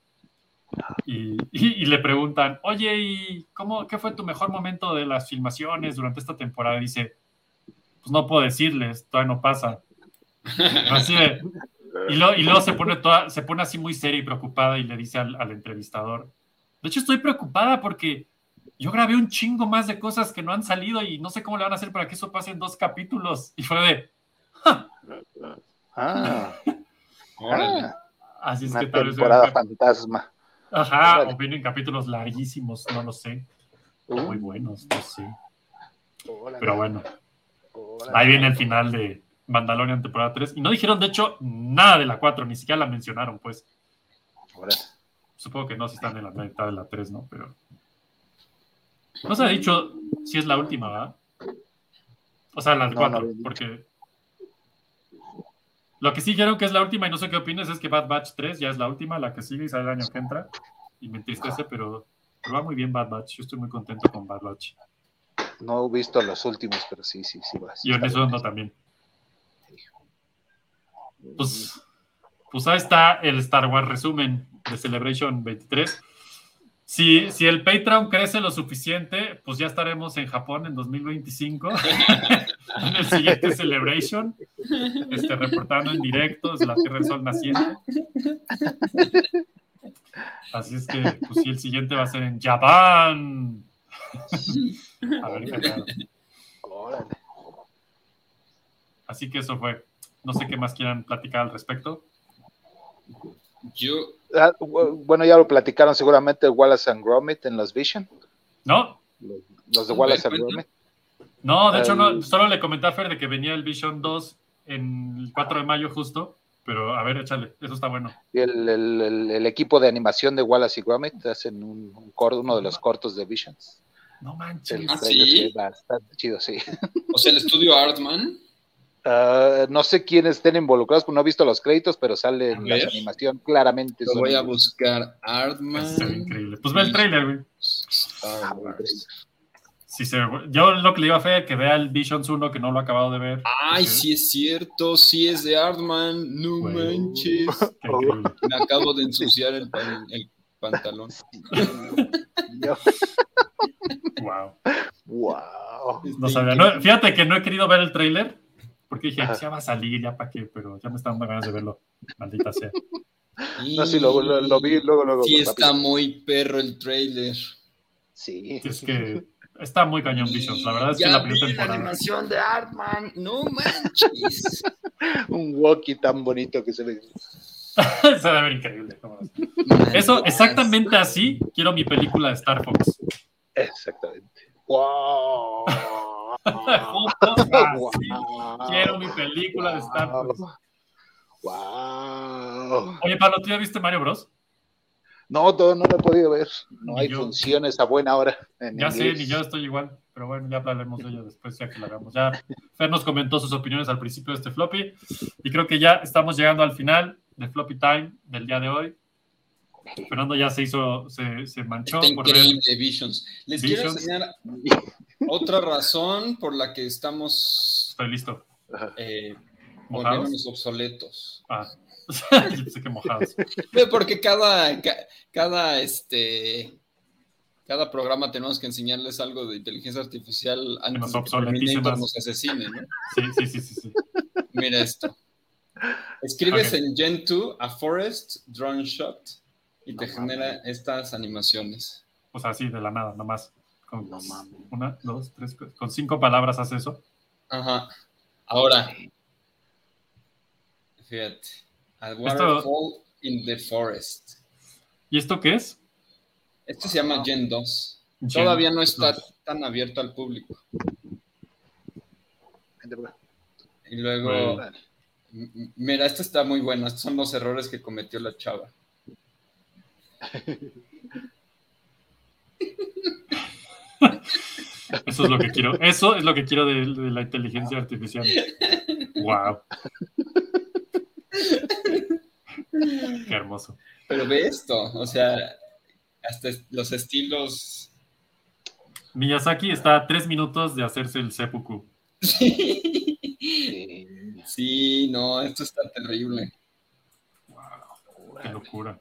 Y le preguntan, oye, ¿y qué fue tu mejor momento de las filmaciones durante esta temporada? Y dice, pues no puedo decirles, todavía no pasa. Así de, y luego se pone así muy seria y preocupada y le dice al entrevistador, de hecho estoy preocupada porque yo grabé un chingo más de cosas que no han salido y no sé cómo le van a hacer para que eso pase en 2 capítulos. Y fue de... Así es una que tal vez... temporada fantasma. Ajá, o vienen capítulos larguísimos, no lo sé. Muy buenos, no sé. Pero bueno. Ahí viene el final de Mandalorian temporada 3. Y no dijeron, de hecho, nada de la 4, ni siquiera la mencionaron, pues. Supongo que no, si están en la mitad de la 3, ¿no? Pero... no se ha dicho si es la última, ¿verdad? O sea, la 4, porque... lo que sí dijeron que es la última, y no sé qué opinas, es que Bad Batch 3 ya es la última, la que sigue y sale el año que entra. Y me entristece, pero va muy bien Bad Batch. Yo estoy muy contento con Bad Batch. No he visto los últimos, pero sí va. Y en eso ando también. Pues ahí está el Star Wars resumen de Celebration 23. Si el Patreon crece lo suficiente, pues ya estaremos en Japón en 2025 en el siguiente Celebration, reportando en directo desde la Tierra del Sol naciente. Así es que, pues sí, el siguiente va a ser en Japón. A ver qué tal. Así que eso fue. No sé qué más quieran platicar al respecto. Bueno, ya lo platicaron seguramente Wallace and Gromit en los Vision. ¿No? Los de Wallace and Gromit. No, de hecho, no, solo le comenté a Fer de que venía el Vision 2 en el 4 de mayo justo, pero a ver, échale, eso está bueno. Y el equipo de animación de Wallace y Gromit hacen uno de los cortos de Visions. No manches. ¿Sí? Bastante chido, sí. O sea, el estudio Artman. No sé quiénes estén involucrados, no he visto los créditos, pero sale en la animación claramente. Lo voy a buscar. Artman. Está increíble. Pues ve el trailer, güey. Yo lo que le iba a hacer, que vea el Visions 1, que no lo he acabado de ver. Ay, sí es cierto, sí es de Artman. No manches. Me acabo de ensuciar el pantalón. Wow. No sabía. Fíjate que no he querido ver el trailer. Porque dije, ya va a salir, ya para qué, pero ya me están dando ganas de verlo. Maldita sea. No, sí, lo vi luego. Sí, está muy perro el trailer. Sí. Es que está muy cañón Visions. La verdad es que la primera temporada. La animación de Artman, no manches. Un walkie tan bonito que se ve. Se debe ver increíble. Eso, exactamente así, quiero mi película de Star Fox. Exactamente. ¡Wow! Quiero mi película de Star Fox. ¡Wow! Oye, Pablo, ¿tú ya viste Mario Bros? No lo he podido ver. No hay funciones a buena hora. Ya sé, ni yo estoy igual. Pero bueno, ya hablaremos de ello después, ya que la hagamos. Ya Fer nos comentó sus opiniones al principio de este floppy. Y creo que ya estamos llegando al final de Floppy Time del día de hoy. Fernando ya se manchó. Está increíble, Visions. Les quiero enseñar otra razón por la que estamos... Estoy listo. Volviéndonos obsoletos. Yo pensé que mojados. Porque cada programa tenemos que enseñarles algo de inteligencia artificial antes de que Terminator nos asesine, ¿no? Sí. Mira esto. Escribes en Gen 2 a Forest Drone Shot y te genera estas animaciones. O sea, así de la nada, nomás. Con 1, 2, 3, con 5 palabras hace eso. Ajá. Ahora, fíjate. A waterfall in the forest. ¿Y esto qué es? Esto se llama Gen 2. Todavía no está tan abierto al público. Y luego, mira, esto está muy bueno. Estos son los errores que cometió la chava. Eso es lo que quiero. Eso es lo que quiero de la inteligencia artificial. Wow. Qué hermoso. Pero ve esto, o sea, hasta los estilos. Miyazaki está a 3 minutos de hacerse el seppuku. Sí, no, esto está terrible. Wow, qué locura.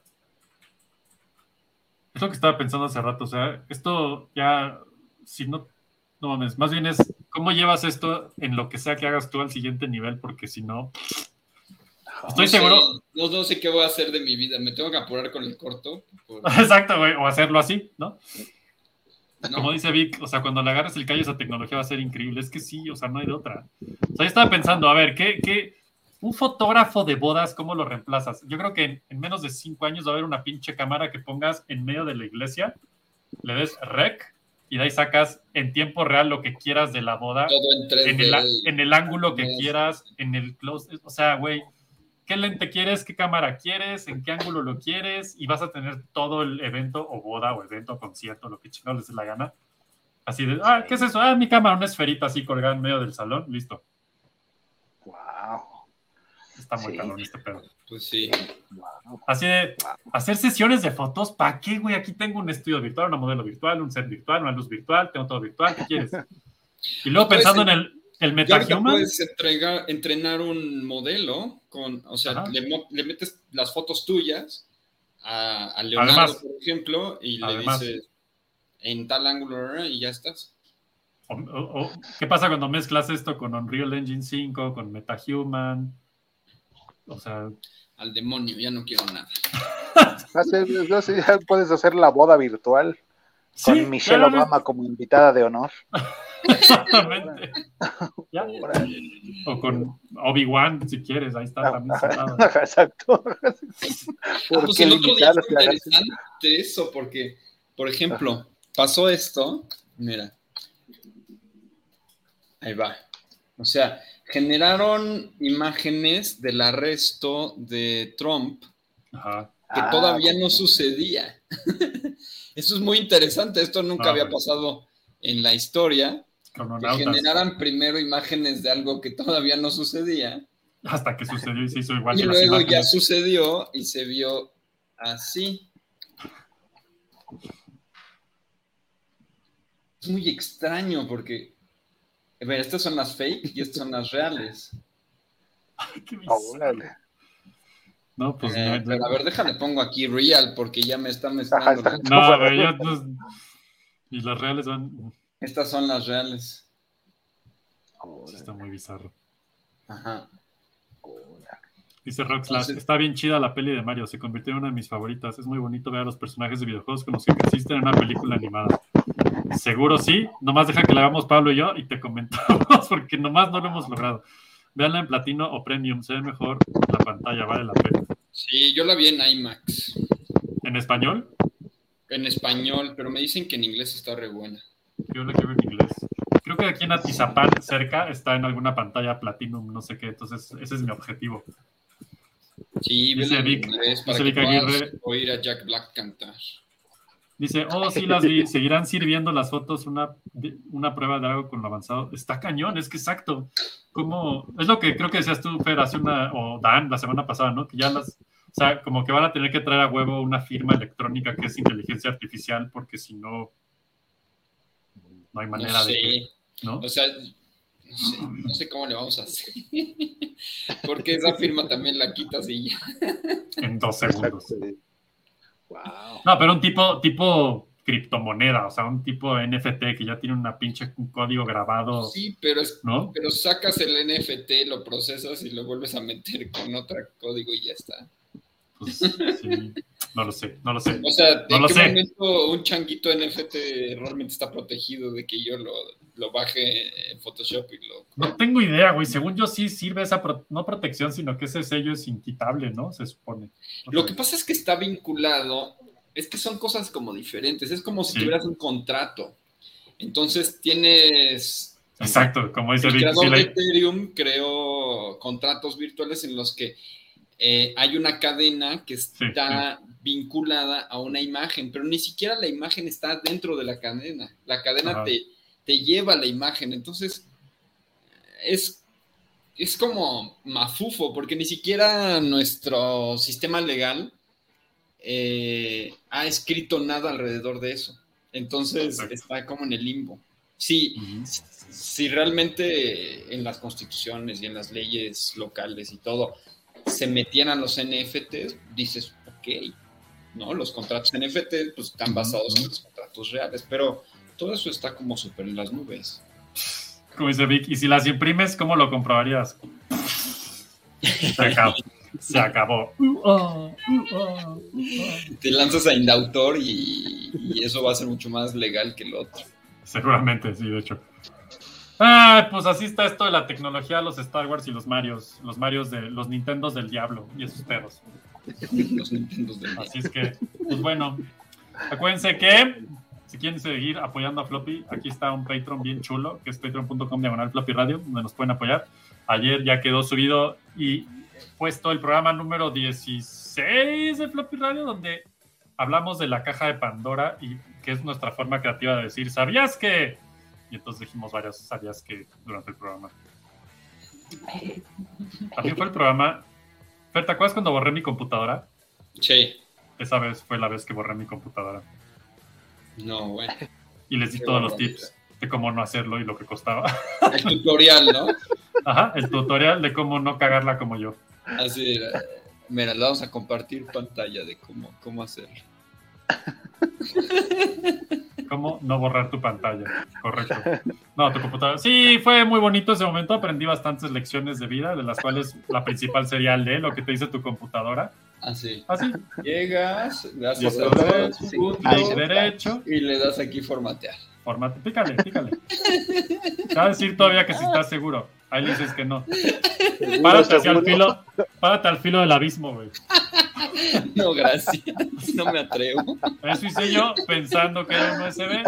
Es lo que estaba pensando hace rato, o sea, esto ya, si no mames, más bien es cómo llevas esto en lo que sea que hagas tú al siguiente nivel, porque si no, estoy seguro. No sé qué voy a hacer de mi vida, me tengo que apurar con el corto. Exacto, güey, o hacerlo así, ¿no? Como dice Vic, o sea, cuando le agarres el callo, esa tecnología va a ser increíble. Es que sí, o sea, no hay de otra. O sea, yo estaba pensando, a ver, un fotógrafo de bodas, ¿cómo lo reemplazas? Yo creo que en menos de 5 años va a haber una pinche cámara que pongas en medio de la iglesia, le des rec y de ahí sacas en tiempo real lo que quieras de la boda. Todo en 3D. En el ángulo que quieras, en el close. O sea, güey, ¿qué lente quieres? ¿Qué cámara quieres? ¿En qué ángulo lo quieres? Y vas a tener todo el evento o boda o evento o concierto, lo que chingados les dé la gana. Así de, ¿qué es eso? Mi cámara, una esferita así colgada en medio del salón. Listo. Wow. Está muy cabrón este pedo. Pues sí. Wow. Así de, hacer sesiones de fotos, ¿para qué, güey? Aquí tengo un estudio virtual, una modelo virtual, un set virtual, una luz virtual, tengo todo virtual, ¿qué quieres? Y luego pensando en el MetaHuman. Puedes entrenar un modelo o sea, le metes las fotos tuyas a Leonardo, además, por ejemplo, y le dices en tal ángulo y ya estás. ¿Qué pasa cuando mezclas esto con Unreal Engine 5, con MetaHuman? O sea, al demonio, ya no quiero nada. Ya puedes hacer la boda virtual con Michelle Obama como invitada de honor. Exactamente. ¿Ya? O con Obi-Wan, si quieres, ahí está también sentado. Exacto. Pues el otro día fue interesante eso, porque, por ejemplo, pasó esto, mira, ahí va. O sea, generaron imágenes del arresto de Trump que todavía no sucedía. Eso es muy interesante. Esto nunca había pasado en la historia. Que generaran primero imágenes de algo que todavía no sucedía. Hasta que sucedió y se hizo igual. Y luego ya sucedió y se vio así. Es muy extraño porque... A ver, estas son las fake y estas son las reales. Ay, qué bizarro. No, pues pero a ver, déjale, pongo aquí real porque ya me está mezclando. No, a ver, ya y las reales van. Estas son las reales. Está muy bizarro. Ajá. Dice Roxlash, está bien chida la peli de Mario, se convirtió en una de mis favoritas. Es muy bonito ver a los personajes de videojuegos como si existen en una película animada. Seguro sí, nomás deja que la hagamos Pablo y yo y te comentamos, porque nomás no lo hemos logrado. Véanla en platino o premium, se ve mejor la pantalla, vale la pena. Sí, yo la vi en IMAX. ¿En español? En español, pero me dicen que en inglés está re buena. Yo la quiero en inglés. Creo que aquí en Atizapán, cerca, está en alguna pantalla platinum, no sé qué, entonces ese es mi objetivo. Sí, dice Vic, para que puedas oír a Jack Black cantar. Dice, sí las vi, seguirán sirviendo las fotos una prueba de algo con lo avanzado. Está cañón, es que exacto. ¿Cómo? Es lo que creo que decías tú, Fer, o Dan, la semana pasada, ¿no? Que ya o sea, como que van a tener que traer a huevo una firma electrónica que es inteligencia artificial, porque si no, no hay manera de que, ¿no? O sea, no sé cómo le vamos a hacer. Porque esa firma también la quitas y ya. En 2 segundos. Wow. No, pero un tipo criptomoneda, o sea, un tipo NFT que ya tiene un código grabado. Sí, pero ¿no? Pero sacas el NFT, lo procesas y lo vuelves a meter con otro código y ya está. Pues sí, no lo sé. O sea, ¿en qué momento un changuito NFT realmente está protegido de que yo lo baje en Photoshop y lo... No tengo idea, güey. Según yo sí sirve esa, no protección, sino que ese sello es inquitable, ¿no? Se supone. Lo que pasa es que está vinculado, es que son cosas como diferentes. Es como si tuvieras un contrato. Entonces tienes... Exacto, como dice el creador de Ethereum creó contratos virtuales en los que hay una cadena que está vinculada a una imagen, pero ni siquiera la imagen está dentro de la cadena. La cadena te lleva a la imagen. Entonces, es como mafufo, porque ni siquiera nuestro sistema legal ha escrito nada alrededor de eso. Entonces, está como en el limbo. Sí, si realmente en las constituciones y en las leyes locales y todo se metieran los NFTs, dices, ok, ¿no? Los contratos NFT pues están basados en los contratos reales, pero todo eso está como súper en las nubes. Como dice Vic, y si las imprimes, ¿cómo lo comprobarías? Se acabó. Te lanzas a Indautor y eso va a ser mucho más legal que el otro. Seguramente, sí, de hecho. Pues así está esto de la tecnología, los Star Wars y los Marios de los Nintendos del diablo y esos perros. Los Nintendos del diablo. Así es que, pues bueno, acuérdense que si quieren seguir apoyando a Floppy, aquí está un Patreon bien chulo, que es patreon.com/Floppy Radio, donde nos pueden apoyar. Ayer ya quedó subido y puesto el programa número 16 de Floppy Radio, donde hablamos de la caja de Pandora y que es nuestra forma creativa de decir, ¿sabías que? Y entonces dijimos varias ¿sabías que? Durante el programa. También fue el programa... Fer, ¿te acuerdas cuando borré mi computadora? Sí. Esa vez fue la vez que borré mi computadora. No, güey. Y les di todos los tips de cómo no hacerlo y lo que costaba. El tutorial, ¿no? Ajá, el tutorial de cómo no cagarla como yo. Así era. Mira, le vamos a compartir pantalla de cómo hacerlo. ¿Cómo no borrar tu pantalla? Correcto. No, tu computadora. Sí, fue muy bonito ese momento. Aprendí bastantes lecciones de vida, de las cuales la principal sería lee lo que te dice tu computadora. Así. Así. Llegas, le das derecho y le das aquí formatear. Pícale. Te va a decir todavía que si estás seguro. Ahí le dices que no. Párate al filo del abismo, güey. No, gracias. No me atrevo. Eso hice yo pensando que era un USB.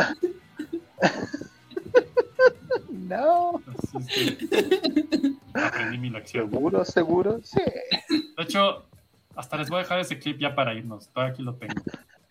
No. Así es que aprendí mi lección. ¿Seguro? Sí. De hecho, hasta les voy a dejar ese clip ya para irnos. Todavía aquí lo tengo.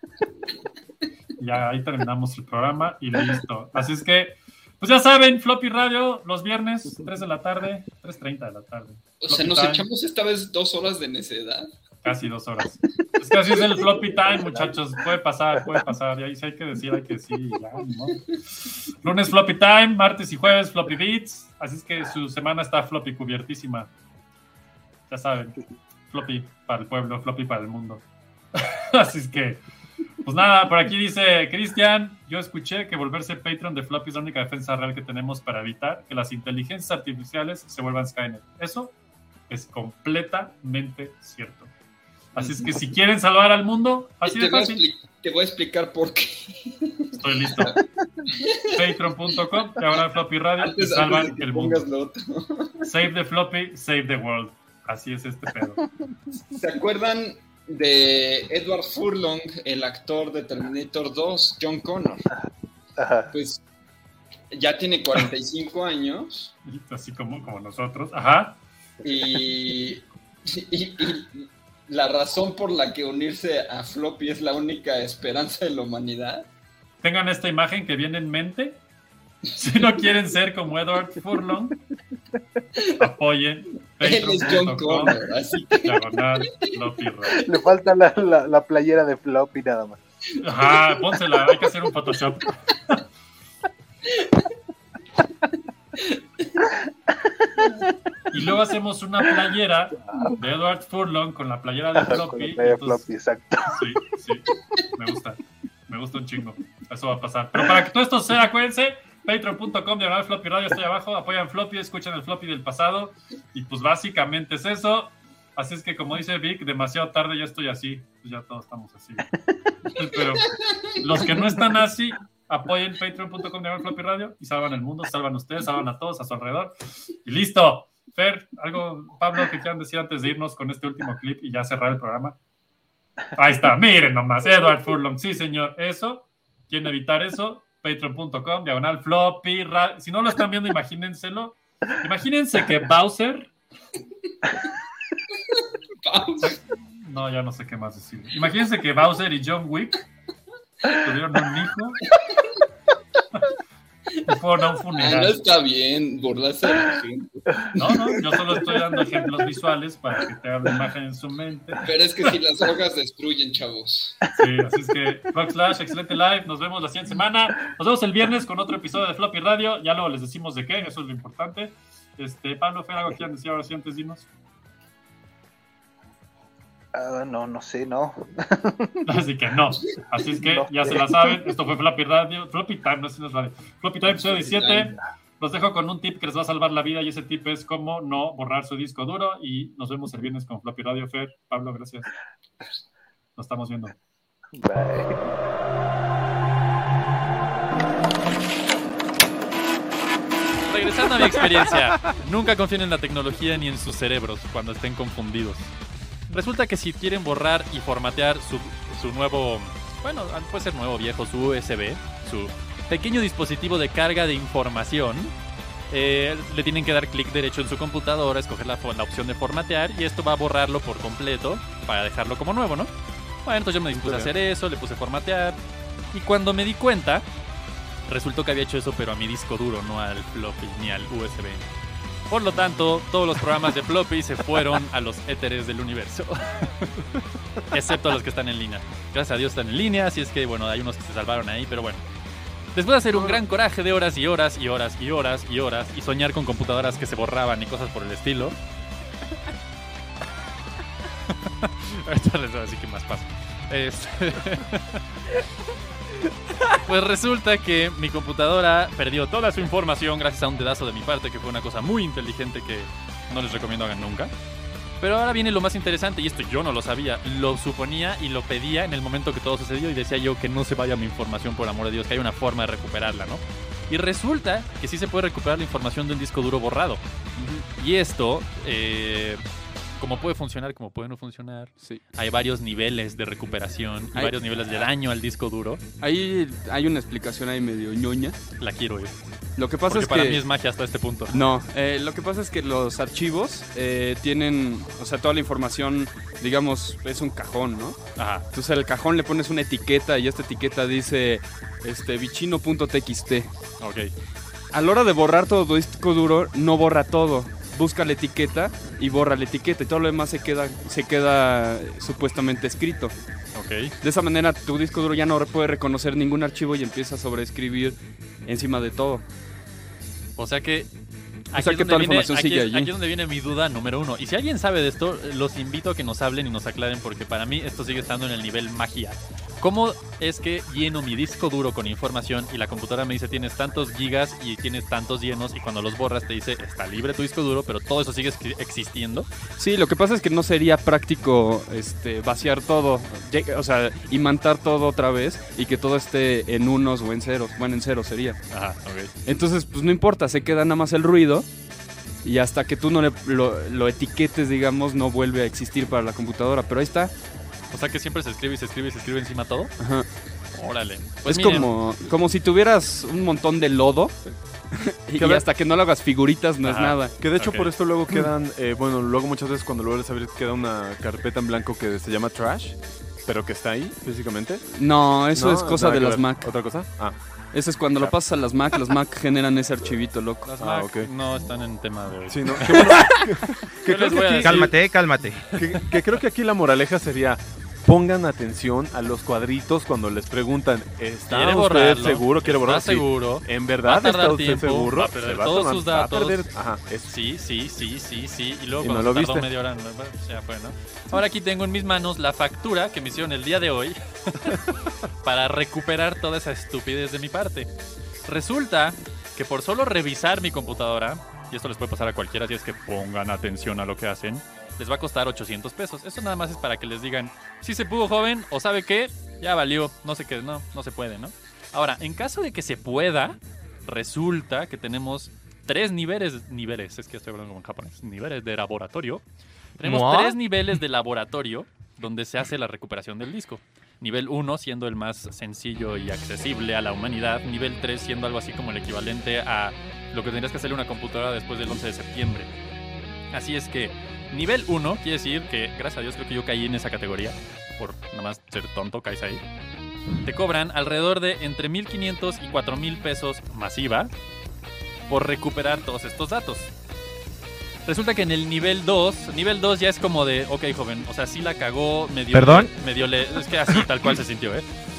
Ya ahí terminamos el programa y listo. Así es que, pues ya saben, Floppy Radio, los viernes, 3 de la tarde, 3:30 de la tarde. O sea, nos echamos esta vez 2 horas de necedad. Casi 2 horas. Es que así es el Floppy Time, muchachos. Puede pasar. Y ahí sí hay que decir. Ya, ¿no? Lunes Floppy Time, martes y jueves Floppy Beats. Así es que su semana está Floppy cubiertísima. Ya saben, Floppy para el pueblo, Floppy para el mundo. Así es que, pues nada, por aquí dice Cristian, yo escuché que volverse Patreon de Floppy es la única defensa real que tenemos para evitar que las inteligencias artificiales se vuelvan Skynet. Eso es completamente cierto. Así es que si quieren salvar al mundo, así de fácil. Te voy a explicar por qué. Estoy listo. Patreon.com, Floppy Radio, y salvan el mundo. Save the Floppy, save the world. Así es este pedo. ¿Se acuerdan de Edward Furlong, el actor de Terminator 2, John Connor? Ajá. Pues ya tiene 45 años. Así como nosotros. Ajá. Y la razón por la que unirse a Floppy es la única esperanza de la humanidad. Tengan esta imagen que viene en mente. Si no quieren ser como Edward Furlong, apoyen. Él es John Connor, así que... Floppy Radio. Le falta la playera de Floppy nada más. Ajá, pónsela, hay que hacer un Photoshop. Y luego hacemos una playera de Edward Furlong con la playera de Floppy. Floppy, exacto. Sí, me gusta un chingo. Eso va a pasar. Pero para que todo esto sea, acuérdense, patreon.com/Floppy Radio, estoy abajo, apoyan Floppy, escuchan el Floppy del pasado. Y pues básicamente es eso. Así es que como dice Vic, demasiado tarde ya estoy así. Pues ya todos estamos así. Pero los que no están así, apoyen patreon.com/Floppy Radio y salvan el mundo, salvan ustedes, salvan a todos a su alrededor. Y listo. Fer, algo, Pablo, que quieran decir antes de irnos con este último clip y ya cerrar el programa. Ahí está, miren nomás, Edward Furlong, sí señor, eso, quieren evitar eso, patreon.com/Floppy Radio. Si no lo están viendo, imagínenselo. Imagínense que Bowser. No, ya no sé qué más decir. Imagínense que Bowser y John Wick tuvieron un hijo. Fueron a un funeral. No está bien burlarse de la gente. No, yo solo estoy dando ejemplos visuales para que te hagan una imagen en su mente. Pero es que si las drogas destruyen, chavos. Sí, así es que Rockslash, excelente live. Nos vemos la siguiente semana. Nos vemos el viernes con otro episodio de Floppy Radio. Ya luego les decimos de qué, eso es lo importante. Pablo, Fer, algo que quieran decir ahora sí antes, dinos. No sé, no. Así que no. Así es que no, ya se la saben. Esto fue Floppy Radio. Floppy Time, no es radio. Floppy Time, episodio 17. Los dejo con un tip que les va a salvar la vida y ese tip es cómo no borrar su disco duro y nos vemos el viernes con Floppy Radio. Fer, Pablo, gracias. Nos estamos viendo. Bye. Regresando a mi experiencia, nunca confíen en la tecnología ni en sus cerebros cuando estén confundidos. Resulta que si quieren borrar y formatear su nuevo, bueno, puede ser nuevo, viejo, su USB, su pequeño dispositivo de carga de información, le tienen que dar clic derecho en su computadora, escoger la opción de formatear y esto va a borrarlo por completo para dejarlo como nuevo, ¿no? Bueno, entonces yo me dispuse a hacer eso, le puse formatear y cuando me di cuenta, resultó que había hecho eso pero a mi disco duro, no al floppy ni al USB. Por lo tanto, todos los programas de floppy se fueron a los éteres del universo. Excepto los que están en línea. Gracias a Dios están en línea, así es que bueno, hay unos que se salvaron ahí, pero bueno. Después de hacer un gran coraje de horas y horas y horas y horas y horas y soñar con computadoras que se borraban y cosas por el estilo. Ahorita les voy a decir qué más pasa. Pues resulta que mi computadora perdió toda su información gracias a un dedazo de mi parte, que fue una cosa muy inteligente que no les recomiendo hagan nunca. Pero ahora viene lo más interesante, y esto yo no lo sabía, lo suponía y lo pedía en el momento que todo sucedió y decía yo que no se vaya mi información, por amor de Dios, que hay una forma de recuperarla, ¿no? Y resulta que sí se puede recuperar la información de un disco duro borrado. Y esto, como puede funcionar, como puede no funcionar. Sí. Hay varios niveles de recuperación, varios niveles de daño al disco duro. Ahí hay una explicación ahí medio ñoña. La quiero oír. Lo que pasa porque es que... para mí es magia hasta este punto. No, lo que pasa es que los archivos tienen, o sea, toda la información, digamos, es un cajón, ¿no? Ajá. Entonces al cajón le pones una etiqueta y esta etiqueta dice bichino.txt. Ok. A la hora de borrar todo tu disco duro, no borra todo. Busca la etiqueta y borra la etiqueta y todo lo demás se queda supuestamente escrito. Okay. De esa manera tu disco duro ya no puede reconocer ningún archivo y empieza a sobreescribir encima de todo. O sea que toda la información sigue allí. Aquí es donde viene mi duda número uno. Y si alguien sabe de esto, los invito a que nos hablen y nos aclaren porque para mí esto sigue estando en el nivel magia. ¿Cómo es que lleno mi disco duro con información y la computadora me dice tienes tantos gigas y tienes tantos llenos y cuando los borras te dice está libre tu disco duro, pero todo eso sigue existiendo? Sí, lo que pasa es que no sería práctico vaciar todo, o sea, imantar todo otra vez y que todo esté en unos o en ceros. Bueno, en ceros sería. Ajá, ok. Entonces, pues no importa, se queda nada más el ruido y hasta que tú no lo etiquetes, digamos, no vuelve a existir para la computadora, pero ahí está. O sea que siempre se escribe y se escribe y se escribe encima todo. Ajá. Órale. Pues es como si tuvieras un montón de lodo y hasta que no lo hagas figuritas no es nada. Que de hecho por esto luego quedan, luego muchas veces cuando lo vuelves a ver queda una carpeta en blanco que se llama trash, pero que está ahí físicamente. No, eso es cosa de las Mac. ¿Otra cosa? Ah. Eso es cuando lo pasas a las Mac generan ese archivito loco. Las Mac no están en tema de hoy. Sí, no. Qué bueno. Cálmate. Que creo que aquí la moraleja sería pongan atención a los cuadritos cuando les preguntan ¿está usted seguro? ¿Quiere borrarlo? ¿Está seguro? ¿En verdad está usted seguro? Va a perder todos sus datos. Ajá, sí. Y luego ¿Y cuando no lo tardó viste? media hora, ya fue, ¿no? Ahora aquí tengo en mis manos la factura que me hicieron el día de hoy para recuperar toda esa estupidez de mi parte. Resulta que por solo revisar mi computadora, y esto les puede pasar a cualquiera si es que pongan atención a lo que hacen, les va a costar 800 pesos. Eso nada más es para que les digan, si se pudo, joven, o sabe qué, ya valió, no sé qué, no se puede, ¿no? Ahora, en caso de que se pueda, resulta que tenemos 3 niveles, es que estoy hablando como en japonés, niveles de laboratorio. Tenemos 3 niveles de laboratorio donde se hace la recuperación del disco. Nivel 1 siendo el más sencillo y accesible a la humanidad. Nivel 3 siendo algo así como el equivalente a lo que tendrías que hacerle una computadora después del 11 de septiembre. Así es que nivel 1 quiere decir que, gracias a Dios, creo que yo caí en esa categoría. Por nada más ser tonto, caes ahí. Te cobran alrededor de entre 1,500 y 4,000 pesos masiva por recuperar todos estos datos. Resulta que en el nivel 2 ya es como de, ok, joven, o sea, sí la cagó, ¿Perdón? Es que así, tal cual se sintió,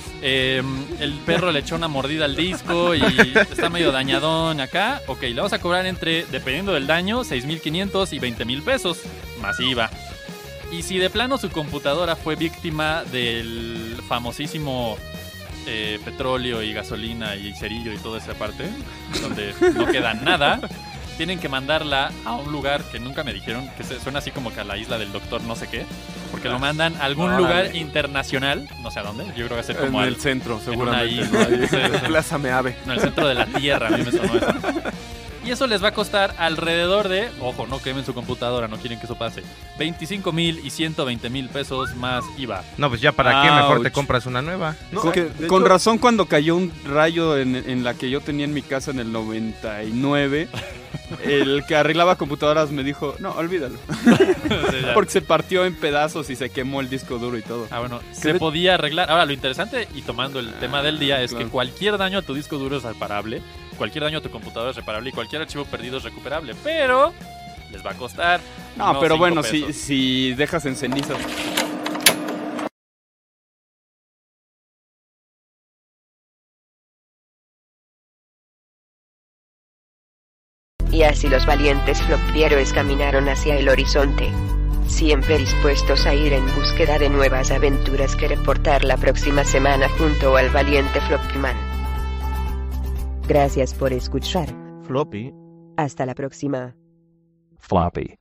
el perro le echó una mordida al disco y está medio dañadón acá. Ok, le vamos a cobrar dependiendo del daño, 6,500 y 20,000 pesos, masiva. Y si de plano su computadora fue víctima del famosísimo petróleo y gasolina y cerillo y toda esa parte, donde no queda nada, tienen que mandarla a un lugar que nunca me dijeron, que suena así como que a la isla del doctor no sé qué, porque lo mandan a algún lugar internacional, no sé a dónde, yo creo que va a ser como en el centro, seguramente. Plaza Meave. En el centro de la Tierra, a mí me sonó eso. Y eso les va a costar alrededor de, ojo, no quemen su computadora, no quieren que eso pase, 25,000 y 120,000 pesos más IVA. No, pues ya para qué, mejor te compras una nueva. No, con razón, cuando cayó un rayo en la que yo tenía en mi casa en el 99, el que arreglaba computadoras me dijo, no, olvídalo. Porque se partió en pedazos y se quemó el disco duro y todo. Bueno, se podía arreglar. Ahora, lo interesante, y tomando el tema del día, es que cualquier daño a tu disco duro es reparable, cualquier daño a tu computadora es reparable y cualquier archivo perdido es recuperable, pero les va a costar. No, pero bueno, si dejas en cenizas. Y así los valientes flopieros caminaron hacia el horizonte, siempre dispuestos a ir en búsqueda de nuevas aventuras que reportar la próxima semana junto al valiente Floppyman. Gracias por escuchar. Floppy. Hasta la próxima. Floppy.